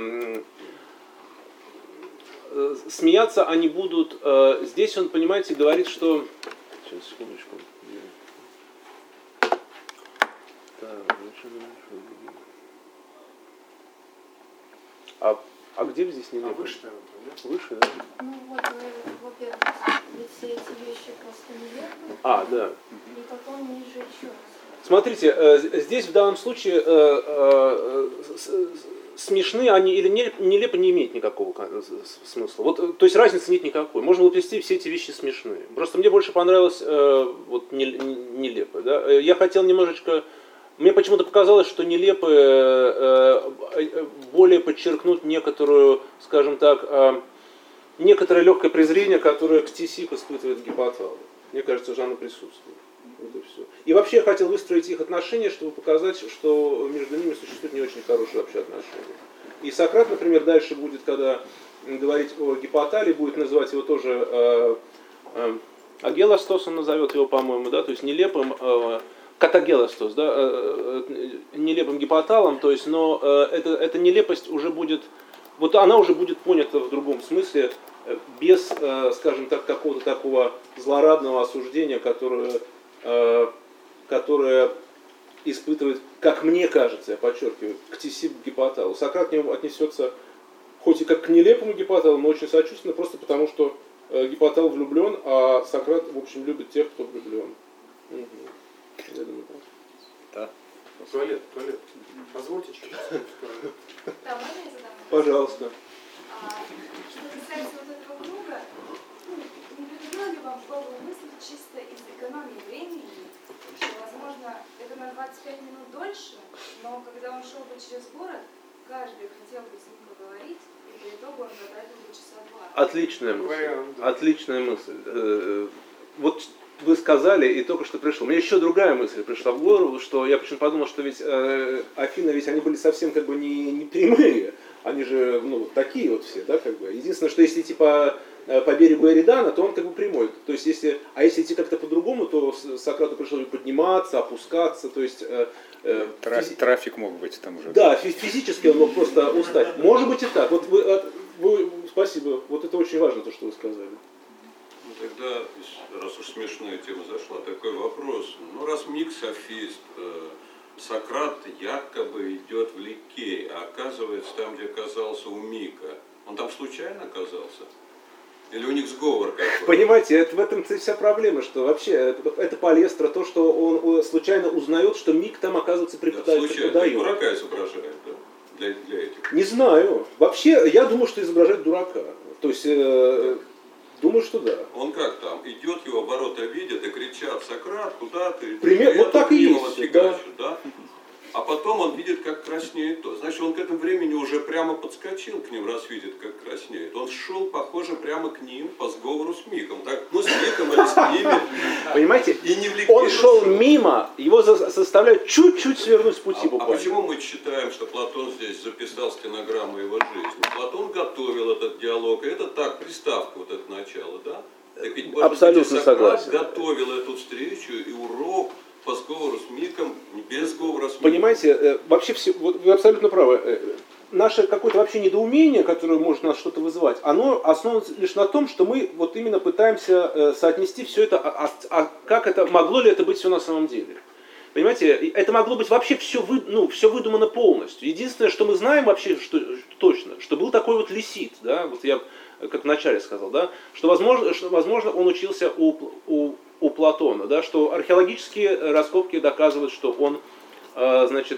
смеяться они будут. Здесь он, понимаете, говорит, что... Сейчас, секундочку. А где здесь не написано?
Выше, наверное, да?
Выше, да?
Ну вот, во-первых, ведь все эти вещи просто нелепы.
Да.
И потом ниже еще раз.
Смотрите, здесь в данном случае смешны они или нелепо не имеет никакого смысла. Вот, то есть разницы нет никакой. Можно было перевести все эти вещи смешные. Просто мне больше понравилось вот нелепо. Да? Я хотел немножечко... Мне почему-то показалось, что нелепо более подчеркнуть некоторую, скажем так, некоторое легкое презрение, которое к ТСИП испытывает Гипотал. Мне кажется, уже оно присутствует. Вот и все. И вообще я хотел выстроить их отношения, чтобы показать, что между ними существуют не очень хорошие вообще отношения. И Сократ, например, дальше будет, когда говорить о Гипотале, будет называть его тоже Агелостос, он назовет его, по-моему, да, то есть нелепым, катагелостос, да, нелепым Гипоталом, то есть, но эта нелепость уже будет, вот она уже будет понята в другом смысле, без, скажем так, какого-то такого злорадного осуждения, которое испытывает, как мне кажется, я подчеркиваю, к Ктесип Гипоталу. Сократ к нему отнесется хоть и как к нелепому Гипоталу, но очень сочувственно, просто потому что Гипотал влюблен, а Сократ, в общем, любит тех, кто влюблен. Угу. Я думаю,
да.
Туалет. Позвольте чуть-чуть.
Да, можно я задам вопрос?
Пожалуйста.
Что касается вот этого круга, не приходила ли вам в голову мысль чисто из экономии времени, что, возможно, это на 25 минут дольше, но когда он шел бы через город, каждый хотел бы с ним поговорить, и по итогу он потратил бы часа 2.
Отличная мысль. Отличная мысль. Вот вы сказали, и только что пришло. Мне еще другая мысль пришла в голову, что я почему-то подумал, что ведь Афины, ведь они были совсем как бы не прямые. Они же, такие вот все, да, как бы. Единственное, что если идти по берегу Эридана, то он как бы прямой. То есть, если идти как-то по-другому, то Сократу пришлось бы подниматься, опускаться, то есть...
Трафик мог быть там уже.
Да, физически он мог просто устать. Может быть и так. Вот вы спасибо. Вот это очень важно, то, что вы сказали.
Тогда, раз уж смешная тема зашла, такой вопрос. Раз Мик софист, Сократ якобы идет в Ликей, а оказывается там, где оказался у Мика. Он там случайно оказался? Или у них сговор какой-то?
Понимаете, в этом вся проблема, что вообще это Палестра, то, что он случайно узнает, что Мик там, оказывается, преподает.
Случайно, дурака изображает, да? Для этих.
Не знаю. Вообще, я думаю, что изображает дурака. То есть... Думаю, что да.
Он как там, идет, его ворота видят и кричат: Сократ, куда ты?
Пример, вот так и есть.
Да? А потом он видит, как краснеет то. Значит, он к этому времени уже прямо подскочил к ним, раз видит, как краснеет. Он шел, похоже, прямо к ним по сговору с Миком. Так, с Миком или с ними.
Понимаете?
И не влеки
Он шел
за собой.
мимо, его заставляют чуть-чуть свернуть с пути
А
буквально.
почему мы считаем, что Платон здесь записал стенограмму его жизни? Платон готовил этот диалог, и это так, приставка вот это начало, да? Так ведь, может
Абсолютно
быть, и Сократ
согласен.
готовил эту встречу и урок по сговору с Миком, не без сговора с Миком.
Понимаете, вообще все, вот вы абсолютно правы. Наше какое-то вообще недоумение, которое может нас что-то вызывать, оно основано лишь на том, что мы вот именно пытаемся соотнести все это, как это, могло ли это быть все на самом деле. Понимаете, это могло быть вообще все, все выдумано полностью. Единственное, что мы знаем вообще что, точно, что был такой вот Лисид, да, вот я как вначале сказал, да, что возможно он учился у Платона, да, что археологические раскопки доказывают, что он, значит,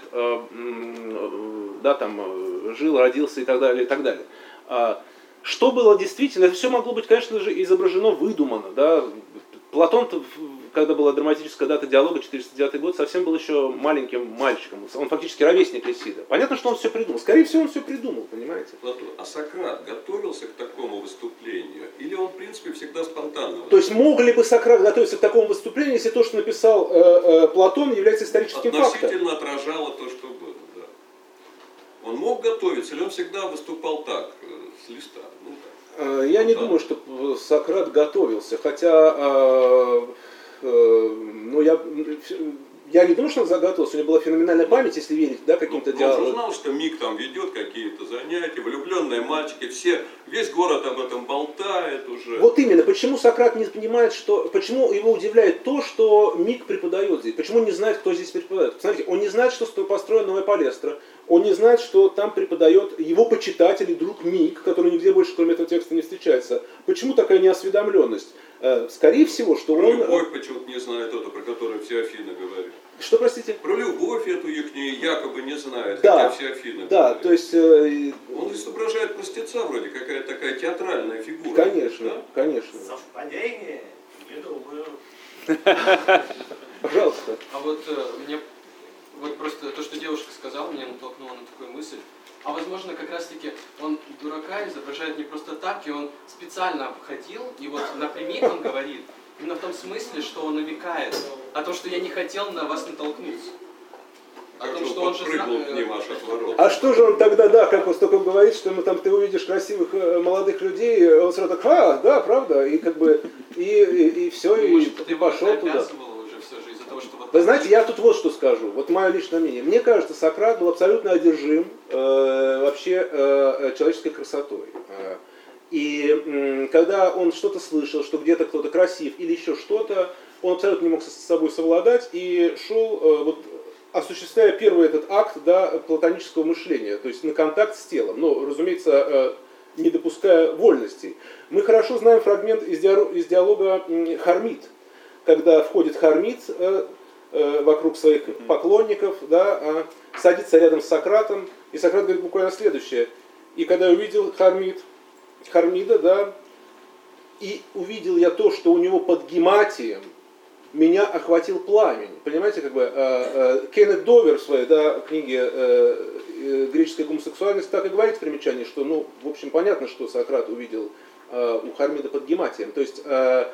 да, там, жил, родился и так далее, и так далее. Что было действительно, это все могло быть, конечно же, изображено, выдумано, да. Платон, когда была драматическая дата диалога, 409 год, совсем был еще маленьким мальчиком. Он фактически ровесник Лисида. Понятно, что он все придумал. Скорее всего, он все придумал, понимаете?
Платон, а Сократ готовился к такому выступлению? Или он, в принципе, всегда спонтанно?
То есть мог ли бы Сократ готовиться к такому выступлению, если то, что написал Платон, является историческим фактом?
Относительно отражало то, что было, да. Он мог готовиться, или он всегда выступал так, с листа? Ну, так.
Я не думаю, что Сократ готовился, хотя ну, я не думаю, что он заготовился, у него была феноменальная память, если верить, да, каким-то
Он же знал, что Мик там ведет какие-то занятия, влюбленные мальчики, весь город об этом болтает уже.
Вот именно, почему Сократ не понимает, почему его удивляет то, что Мик преподает здесь, почему он не знает, кто здесь преподает. Смотрите, он не знает, что построена новая палестра, он не знает, что там преподает его почитатель и друг Мик, который нигде больше, кроме этого текста, не встречается. Почему такая неосведомленность? Скорее всего, что
Про
он...
любовь почему-то не знает эту, про которую все Афины говорят.
Что, простите?
Про любовь эту их якобы не знает,
Да,
хотя все Афины
да,
говорят.
то есть...
Он изображает простеца вроде, какая-то такая театральная фигура.
Конечно,
да?
конечно.
Совпадение? Не думаю.
Пожалуйста.
А вот мне вот просто то, что девушка сказала, меня натолкнуло на такую мысль. А возможно, как раз-таки он дурака изображает не просто так, и он специально обходил, и вот напрямик он говорит, именно в том смысле, что он намекает о том, что я не хотел на вас натолкнуться. О том, что он же
подпрыгнул к ним аж от ворот.
А что же он тогда, да, как он столько говорит, что там ты увидишь красивых молодых людей, он сразу так, да, правда, и как бы, и все, и пошел туда.
Уже все же из-за того, что вот...
Вы знаете, я тут вот что скажу, вот мое личное мнение. Мне кажется, Сократ был абсолютно одержим вообще человеческой красотой. И когда он что-то слышал, что где-то кто-то красив или еще что-то, он абсолютно не мог с собой совладать и шел, вот, осуществляя первый этот акт, да, платонического мышления, то есть на контакт с телом, но, разумеется, не допуская вольностей. Мы хорошо знаем фрагмент из диалога Хармит, когда входит Хармит вокруг своих поклонников, да, садится рядом с Сократом, и Сократ говорит буквально следующее: «И когда я увидел Хармида, да, и увидел я то, что у него под гематием меня охватил пламень». Понимаете, как бы Кеннет Довер в своей, да, книге «Греческая гомосексуальность» так и говорит в примечании, что, ну, в общем, понятно, что Сократ увидел у Хармида под гематием. То есть,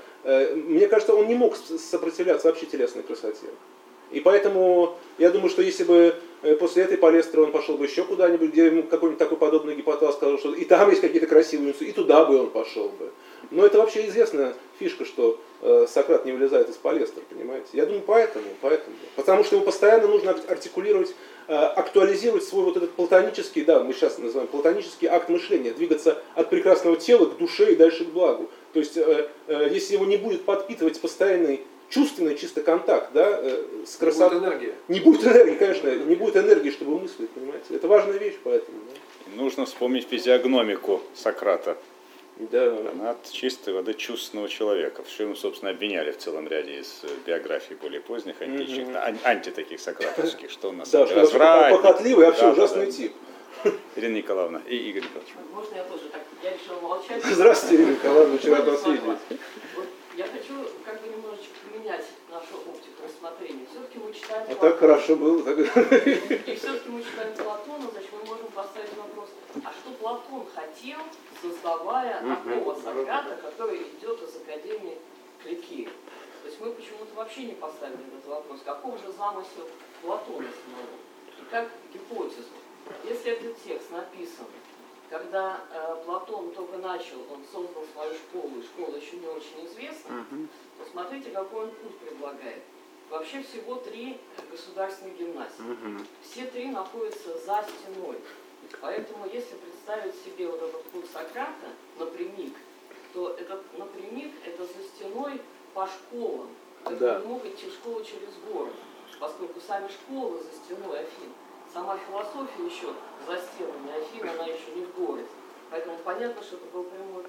мне кажется, он не мог сопротивляться вообще телесной красоте. И поэтому я думаю, что если бы после этой палестры он пошел бы еще куда-нибудь, где ему какой-нибудь такой подобный Гипотал сказал, что и там есть какие-то красивые юнцы, и туда бы он пошел бы. Но это вообще известная фишка, что Сократ не вылезает из палестры, понимаете? Я думаю, поэтому. Потому что ему постоянно нужно артикулировать, актуализировать свой вот этот платонический, да, мы сейчас называем платонический акт мышления, двигаться от прекрасного тела к душе и дальше к благу. То есть, если его не будет подпитывать постоянный чувственный чисто контакт, да, с красотой.
Не будет энергии.
Не будет энергии, конечно, не будет энергии, чтобы мыслить, понимаете. Это важная вещь, поэтому. Да. Нужно вспомнить физиогномику Сократа.
Да.
Она от чистой воды чувственного человека. В чем, собственно, обвиняли в целом ряде из биографий более поздних, античных, анти таких сократовских, что он на самом деле развратник.
Похотливый, вообще ужасный тип.
Ирина Николаевна и Игорь Николаевич.
Можно я тоже так? Я решила молчать.
Здравствуйте, Ирина Николаевна, очень рад вас видеть.
Вот я хочу как бы немножечко поменять нашу оптику рассмотрения. Все-таки мы читаем
А так хорошо было. Так...
И все-таки мы читаем Платона, значит мы можем поставить вопрос, а что Платон хотел, создавая такого Сократа, который идет из Академии к Ликею? То есть мы почему-то вообще не поставили этот вопрос. Каков же замысел Платона самого? И как гипотезу. Если этот текст написан, когда Платон только начал, он создал свою школу, и школа еще не очень известна, то смотрите, какой он путь предлагает. Вообще всего 3 государственных гимназии. Все 3 находятся за стеной. Поэтому если представить себе вот этот путь Сократа напрямик, то этот напрямик это за стеной по школам. То есть он не мог идти в школу через город, поскольку сами школы за стеной Афин. Сама философия еще за стенами Афин, она еще не в городе. Поэтому понятно, что это был прямой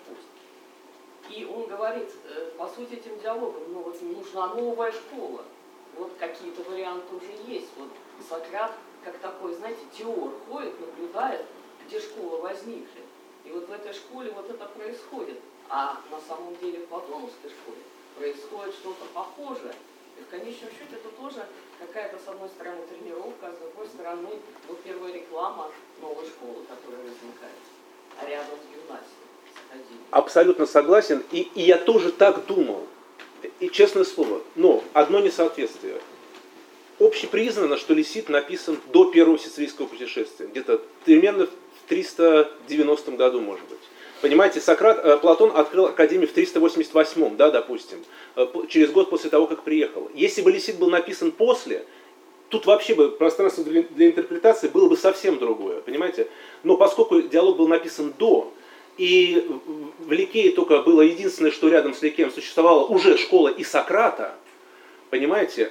путь. И он говорит, по сути, этим диалогом, ну вот нужна новая школа. Вот какие-то варианты уже есть. Вот Сократ, как такой, знаете, теор ходит, наблюдает, где школа возникли. И вот в этой школе вот это происходит. А на самом деле в платоновской школе происходит что-то похожее. И в конечном счете это тоже какая-то, с одной стороны, тренировка, а с другой стороны, вот первая реклама новой школы, которая возникает. А рядом с гимназией, с академией.
Абсолютно согласен. И я тоже так думал. И честное слово, но одно несоответствие. Общепризнано, что Лисид написан до первого сицилийского путешествия, где-то примерно в 390 году, может быть. Понимаете, Платон открыл академию в 388, да, допустим, через год после того, как приехал. Если бы Лисид был написан после, тут вообще бы пространство для интерпретации было бы совсем другое, понимаете. Но поскольку диалог был написан до, и в Ликее только было единственное, что рядом с Ликеем существовала уже школа и Сократа, понимаете,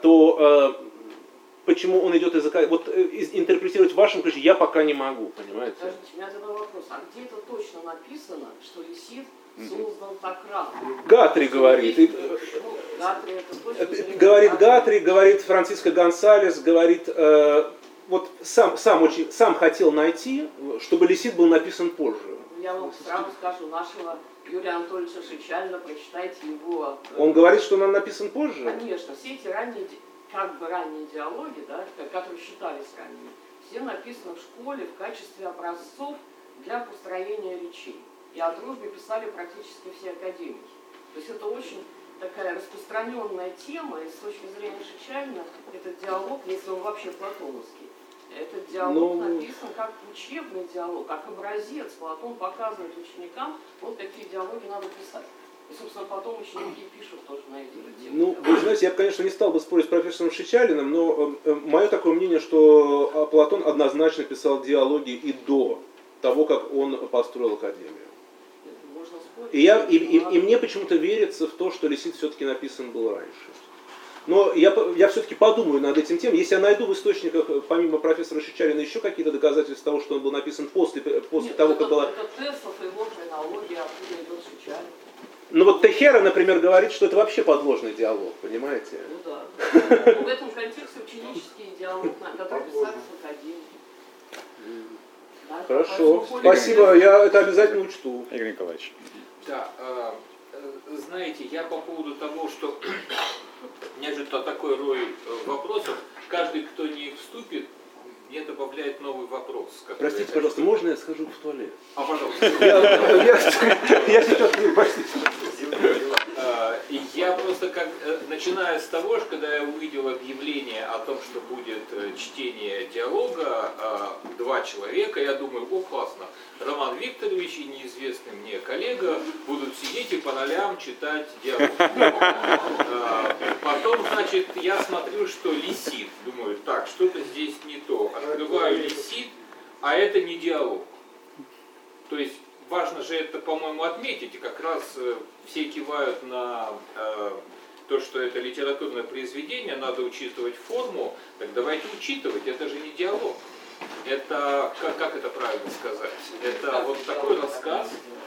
то почему он идет из языка, вот интерпретировать в вашем ключе я пока не могу, понимаете.
Скажите, у меня тогда вопрос, а где это точно написано, что Лисид создан Сократ?
Гатри говорит.
Гатри это точно
Говорит Гатри, говорит Франциско Гонсалес, говорит, вот сам хотел найти, чтобы Лисид был написан позже.
Я вам сразу скажу, нашего Юрия Анатольевича Шичалина, прочитайте его.
Он говорит, что он написан позже?
Конечно, все эти ранние диалоги, да, которые считались ранними, все написаны в школе в качестве образцов для построения речей. И о дружбе писали практически все академики. То есть это очень такая распространенная тема, и с точки зрения Шичалина этот диалог, если он вообще платоновский, этот диалог написан как учебный диалог, как образец. Платон показывает ученикам, вот какие диалоги надо писать. И, собственно, потом ученики пишут тоже на эти темы.
Ну, вы знаете, я, конечно, не стал бы спорить с профессором Шичалиным, но мое такое мнение, что Платон однозначно писал диалоги и до того, как он построил академию.
Можно спорить.
И мне почему-то верится в то, что Лисид все-таки написан был раньше. Но я все-таки подумаю над этим тем. Если я найду в источниках, помимо профессора Шичалина, еще какие-то доказательства того, что он был написан после того, как была...
Это Теслов, его хронология, откуда идет Шичалин.
Ну вот Техера, например, говорит, что это вообще подложный диалог, понимаете?
Ну да. В этом контексте ученический диалог, который писали в академии.
Хорошо. Спасибо, я это обязательно учту.
Игорь Николаевич.
Да, знаете, я по поводу того, что у меня же такой рой вопросов, каждый, кто не вступит, мне добавляет новый вопрос.
Простите, пожалуйста, можно я схожу в туалет?
А, пожалуйста.
Я сейчас не простите.
Я просто начиная с того, что когда я увидел объявление о том, что будет чтение диалога, 2 человека, я думаю, о, классно, Роман Викторович и неизвестный мне коллега будут сидеть и по нолям читать диалог. Потом, значит, я смотрю, что Лисид, думаю, так, что-то здесь не то. Открываю Лисид, а это не диалог. То есть важно же это, по-моему, отметить, и как раз все кивают на то, что это литературное произведение, надо учитывать форму, так давайте учитывать, это же не диалог. Это, как это правильно сказать, это вот такой рассказ.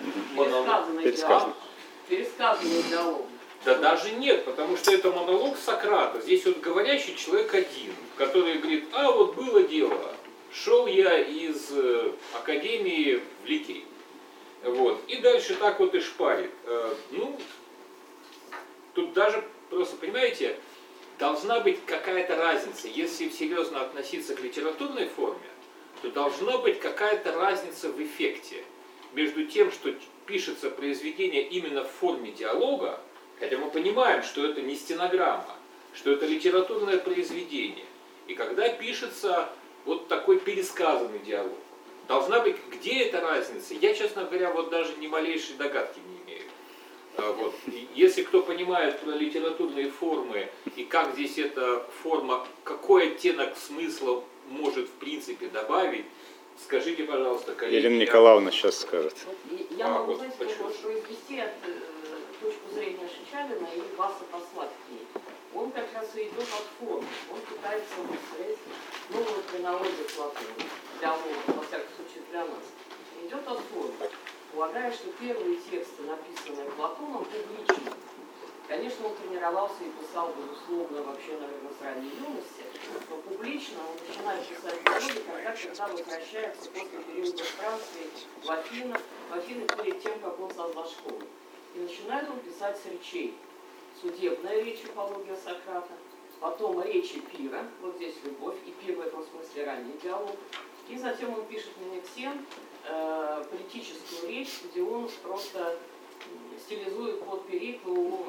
Пересказанный диалог.
Да даже нет, потому что это монолог Сократа. Здесь вот говорящий человек один, который говорит, а вот было дело, шел я из академии в Ликей. Вот. И дальше так вот и шпарит. Ну, тут даже просто, понимаете, должна быть какая-то разница. Если серьезно относиться к литературной форме, то должна быть какая-то разница в эффекте между тем, что пишется произведение именно в форме диалога, Хотя мы понимаем, что это не стенограмма, что это литературное произведение. И когда пишется вот такой пересказанный диалог, должна быть, где эта разница? Я, честно говоря, вот даже ни малейшей догадки не имею. Вот. И если кто понимает про литературные формы и как здесь эта форма, какой оттенок смысла может в принципе добавить, скажите, пожалуйста, коллеги.
Елена Николаевна сейчас скажет.
Я могу, знаете, произвести точку зрения Шичалина и вас отослать к ней. Он как раз и идет от формы. Он пытается выстроить новую хронологию Платона. Для во всяком случае, для нас. Идет от формы. Полагая, что первые тексты, написанные Платоном, публичны. Конечно, он тренировался и писал, безусловно, вообще, наверное, с ранней юности, но публично он начинает писать диалоги, когда возвращается после периода странствий в Афины перед тем, как он создал школу. И начинает он писать с речей. Судебная речь, апология Сократа, потом речи пира, вот здесь любовь, и пир в этом смысле ранний диалог. И затем он пишет Менексен, политическую речь, где он просто стилизует под Периклу,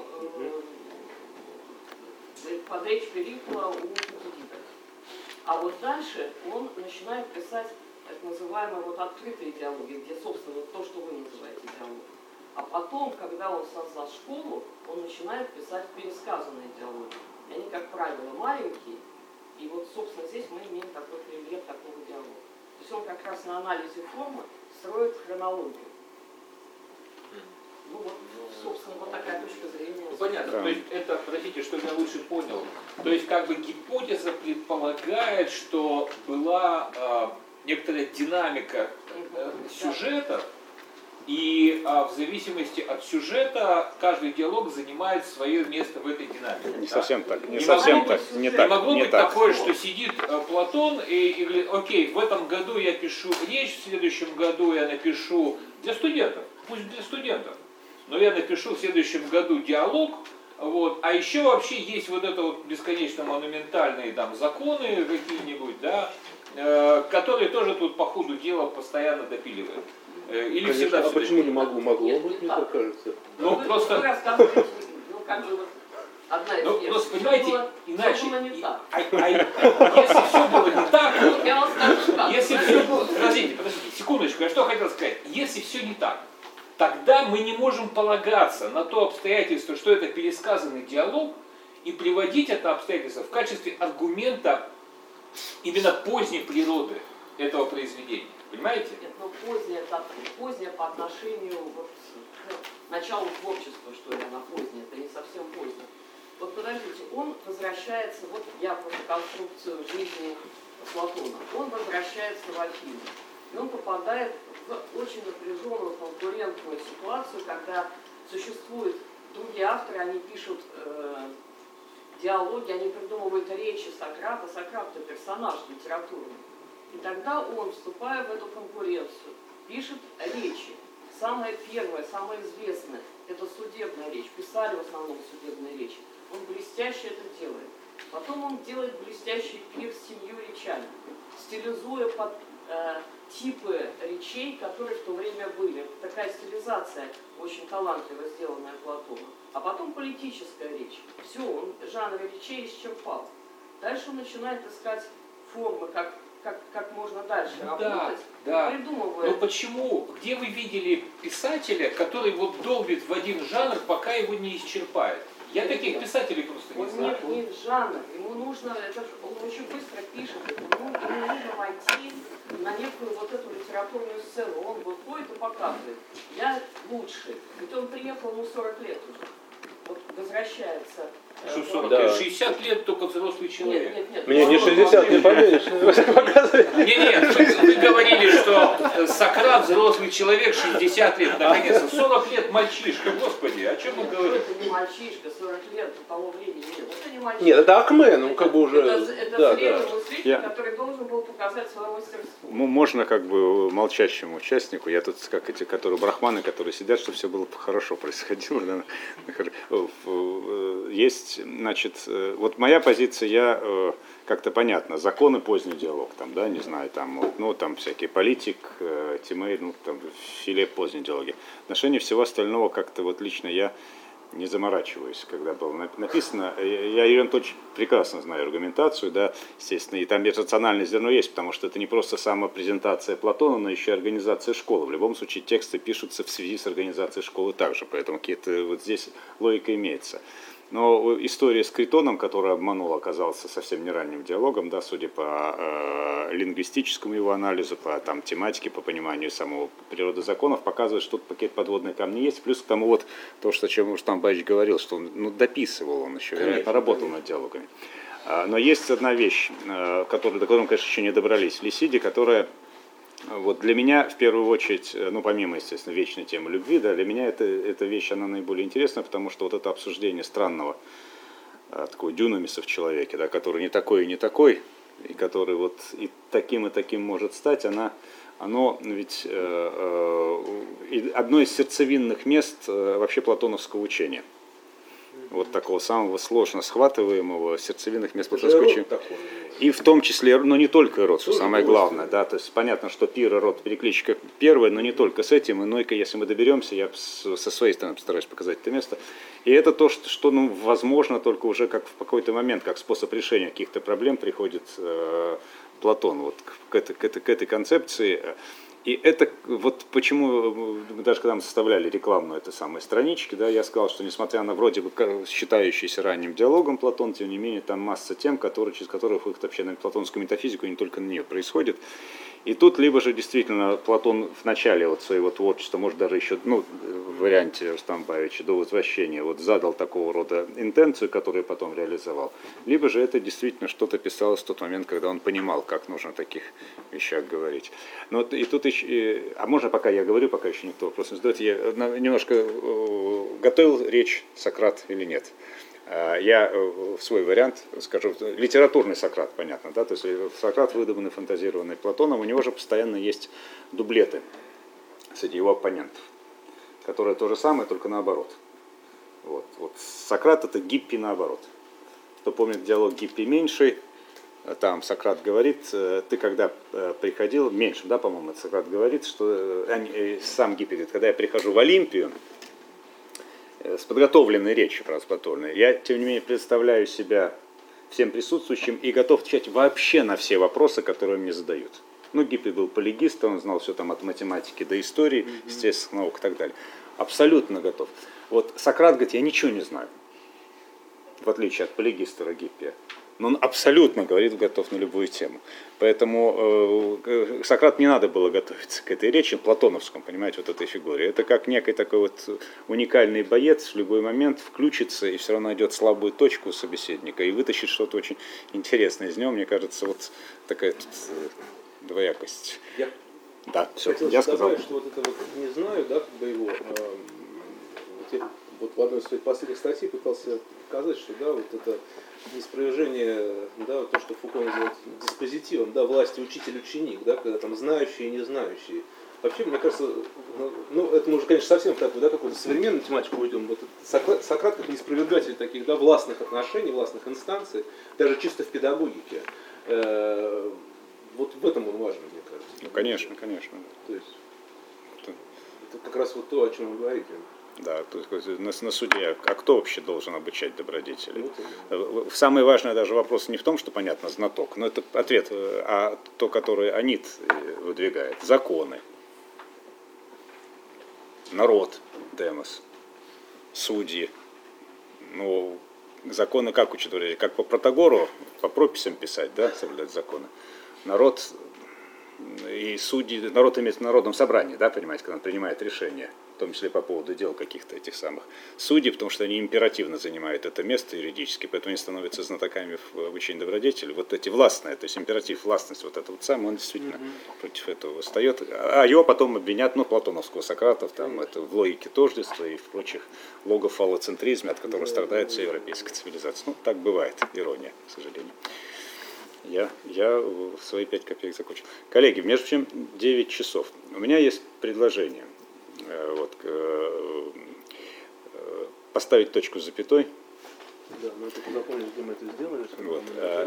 под речь Перикла у Тукидида. А вот дальше он начинает писать так называемые вот открытые диалоги, где, собственно, то, что вы называете диалогом. А потом, когда он создал школу, он начинает писать пересказанные диалоги. И они, как правило, маленькие. И вот, собственно, здесь мы имеем такой пример такого диалога. То есть он как раз на анализе формы строит хронологию. Ну вот, собственно, вот такая точка зрения.
Ну, понятно. Да. То есть это, простите, что я лучше понял. То есть как бы гипотеза предполагает, что была некоторая динамика сюжета, и в зависимости от сюжета каждый диалог занимает свое место в этой динамике.
Не совсем так.
Не могло быть такое, что сидит Платон и говорит, окей, в этом году я пишу речь, в следующем году я напишу для студентов, пусть для студентов, но я напишу в следующем году диалог, вот, а еще вообще есть вот это вот бесконечно монументальные там законы какие-нибудь, да, которые тоже тут по ходу дела постоянно допиливают. Или
конечно,
всегда
а почему не могу? Могло быть, мне так кажется.
Ну, просто...
Ну, как бы вот одна из
версий. Просто, понимаете, иначе...
Все было не так.
Если все было не так...
Я вам скажу, как.
Если все было... Подождите, секундочку, я что хотел сказать. Если все не так, тогда мы не можем полагаться на то обстоятельство, что это пересказанный диалог, и приводить это обстоятельство в качестве аргумента именно поздней природы этого произведения. Понимаете?
Нет, но позднее по отношению вот к началу творчества, что это на позднее, это не совсем поздно. Вот подождите, он возвращается, вот я про конструкцию жизни Платона, он возвращается в Афины. И он попадает в очень напряженную конкурентную ситуацию, когда существуют другие авторы, они пишут диалоги, они придумывают речи Сократа. Сократ — это персонаж литературный. И тогда он, вступая в эту конкуренцию, пишет речи. Самая первая, самая известная – это судебная речь. Писали в основном судебные речи. Он блестяще это делает. Потом он делает блестящий пир с 7 речами, стилизуя под типы речей, которые в то время были. Это такая стилизация, очень талантливо сделанная Платоном. А потом политическая речь. Все, он жанр речей исчерпал. Дальше он начинает искать формы, как можно дальше работать, придумывая.
Но почему, где вы видели писателя, который вот долбит в один жанр, пока его не исчерпает? Я таких писателей просто не знаю.
Он не жанр, ему нужно, он очень быстро пишет, ему нужно войти на некую вот эту литературную сцену. Он выходит и показывает, я лучший. Ведь он приехал, ему 40 лет уже. Вот возвращается.
Что 40 лет? 60 лет только взрослый человек.
Нет.
Мне не 60, не поверишь.
Нет, вы говорили, что Сократ взрослый человек 60 лет, наконец-то. 40 лет мальчишка, господи, о чем мы говорим?
Это не мальчишка, 40 лет по тому времени. Нет, это не мальчишка.
Нет, это Акмен, он как бы уже...
Это зрелый мыслитель, который должен был показать свое мастерство.
Можно как бы молчащему участнику, я тут как эти, которые брахманы, которые сидят, чтобы все было хорошо происходило. Есть, значит, вот моя позиция, я как-то понятно, законы поздний диалог, там, да, не знаю, там, ну, там всякие политик, Тимей, ну, там, Филипп поздние диалоги. В отношении всего остального как-то вот лично я не заморачиваюсь, когда было написано. Я Ирина Анатольевич прекрасно знаю аргументацию, да, естественно, и там рациональное зерно есть, потому что это не просто самопрезентация Платона, но еще и организация школы. В любом случае тексты пишутся в связи с организацией школы также, поэтому какие-то вот здесь логика имеется. Но история с Критоном, который обманул, оказался совсем не ранним диалогом, да, судя по лингвистическому его анализу, по там, тематике, по пониманию самого природы законов, показывает, что тут пакет подводные камни есть. Плюс к тому вот то, что, о чем Рустам Баевич говорил, что он дописывал, он еще, вероятно, работал над диалогами. Но есть одна вещь, до которой, конечно, еще не добрались в Лисиде, которая вот для меня, в первую очередь, ну, помимо, естественно, вечной темы любви, да, для меня эта вещь, она наиболее интересна, потому что вот это обсуждение странного такого дюнамиса в человеке, да, который не такой и не такой, и который вот и таким может стать, оно ведь одно из сердцевинных мест вообще платоновского учения. Вот такого самого сложно схватываемого сердцевинных мест платонского учения. И в том числе, но не только Ирод, что самое главное, да, то есть понятно, что Пир, Ирод, перекличка первая, но не только с этим, и Нойка, если мы доберемся, я со своей стороны постараюсь показать это место. И это то, что ну, возможно, только уже как в какой-то момент, как способ решения каких-то проблем приходит Платон вот к этой концепции. И это вот почему, даже когда мы составляли рекламную этой самой странички, да, я сказал, что несмотря на вроде бы считающийся ранним диалогом Платон, тем не менее там масса тем, через которые выход вообще на платонскую метафизику, не только на нее происходит. И тут либо же действительно Платон в начале вот своего творчества, может даже еще в варианте Рустама Баевича до возвращения, вот задал такого рода интенцию, которую потом реализовал, либо же это действительно что-то писалось в тот момент, когда он понимал, как нужно о таких вещах говорить. Но и тут еще, а можно пока я говорю, пока еще никто вопрос не задает, я немножко готовил речь Сократ или нет. Я свой вариант скажу, литературный Сократ, понятно, да, то есть Сократ, выдуманный, фантазированный Платоном, у него же постоянно есть дублеты среди его оппонентов, которые то же самое, только наоборот. Вот Сократ это Гиппий наоборот. Кто помнит диалог Гиппий меньший, там Сократ говорит, ты когда приходил, меньшим, да, по-моему, Сократ говорит, что сам Гиппий говорит, когда я прихожу в Олимпию, с подготовленной речью подготовленной, я, тем не менее, представляю себя всем присутствующим и готов отвечать вообще на все вопросы, которые мне задают. Ну, Гиппий был полигистом, он знал все там от математики до истории, естественных наук и так далее. Абсолютно готов. Вот Сократ говорит, я ничего не знаю, в отличие от полигистера Гиппия. Но он абсолютно, говорит, готов на любую тему. Поэтому Сократ не надо было готовиться к этой речи, платоновском, понимаете, вот этой фигуре. Это как некий такой вот уникальный боец, в любой момент включится и все равно найдет слабую точку у собеседника и вытащит что-то очень интересное из него. Мне кажется, вот такая тут двоякость. Да, все, я сказал.
Добавить, что вот это вот не знаю, да, как бы его, вот в одной из своих последних статей пытался показать, что да, вот это неспровержение, да, вот то, что Фуко называет диспозитивом, да, власти учитель-ученик, да, когда там знающие и не знающие. Вообще, мне кажется, ну, это мы уже, конечно, совсем в такую, да, какую-то современную тематику уйдем. Вот Сократ как неспровергатель таких, да, властных отношений, властных инстанций, даже чисто в педагогике. Вот в этом он важен, мне кажется.
Ну, конечно, конечно.
То есть, это как раз вот то, о чем вы говорите.
Да, то есть на суде, а кто вообще должен обучать добродетели? Самый важный даже вопрос не в том, что, понятно, знаток, но это ответ, а то, который Анит выдвигает. Законы, народ, демос, судьи. Ну, законы как учат? Как по Протагору, по прописям писать, да, соблюдать законы. Народ и судьи, народ имеется в народном собрании, да, понимаете, когда он принимает решения, в том числе по поводу дел каких-то этих самых судей, потому что они императивно занимают это место юридически, поэтому они становятся знатоками в обучении добродетели. Вот эти властные, то есть императив, властность, вот это вот самое, он действительно против этого восстает. А его потом обвинят, ну, платоновского Сократа, там, это в логике тождества и в прочих логофалоцентризме, от которого страдает вся европейская цивилизация. Ну, так бывает, ирония, к сожалению. Я свои 5 копеек закончил. Коллеги, между чем 9 часов. У меня есть предложение. Вот, поставить точку с запятой
Да, мы только запомнили, где мы это сделали.
Вот.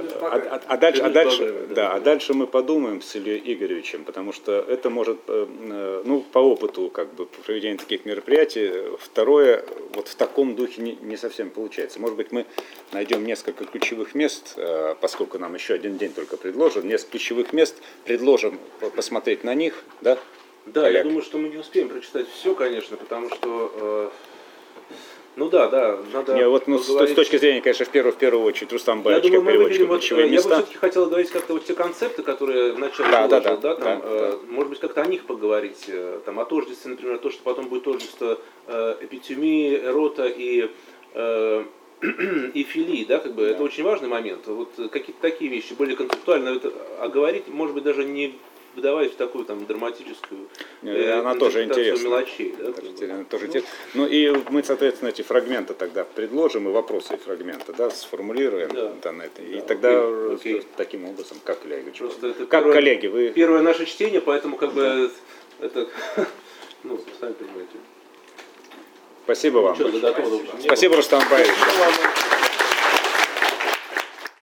Да.
А дальше мы подумаем с Ильей Игоревичем, потому что это может, ну, по опыту как бы проведения таких мероприятий, второе, вот в таком духе не совсем получается. Может быть, мы найдем несколько ключевых мест, поскольку нам еще один день только предложен, несколько ключевых мест, предложим посмотреть на них, да?
Да,
коллег?
я думаю, что мы не успеем прочитать все, конечно, потому что, ну да, надо.
Не, вот, ну, с точки зрения, конечно, в первую очередь Рустам Баевич, как переводчик, ключевые
я бы
места.
все-таки хотел говорить как-то вот те концепты, которые вначале выложил, может быть, как-то о них поговорить, там, о тождестве, например, то, что потом будет тождество эпитемии, эрота и филии, да, как бы, это очень важный момент. Вот какие-то такие вещи, более концептуально это оговорить, может быть, даже не выдаваясь в такую там драматическую
она тоже интересна.
Мелочей, да,
она тоже интересна. Ну и мы, соответственно, эти фрагменты тогда предложим, и вопросы и фрагменты, да, сформулируем. Да. На это. И тогда таким образом, как Илья Игоревич, как первое, коллеги, вы...
Первое наше чтение, поэтому как бы это, ну, сами понимаете.
Спасибо вам.
Спасибо,
Рустам Баевич.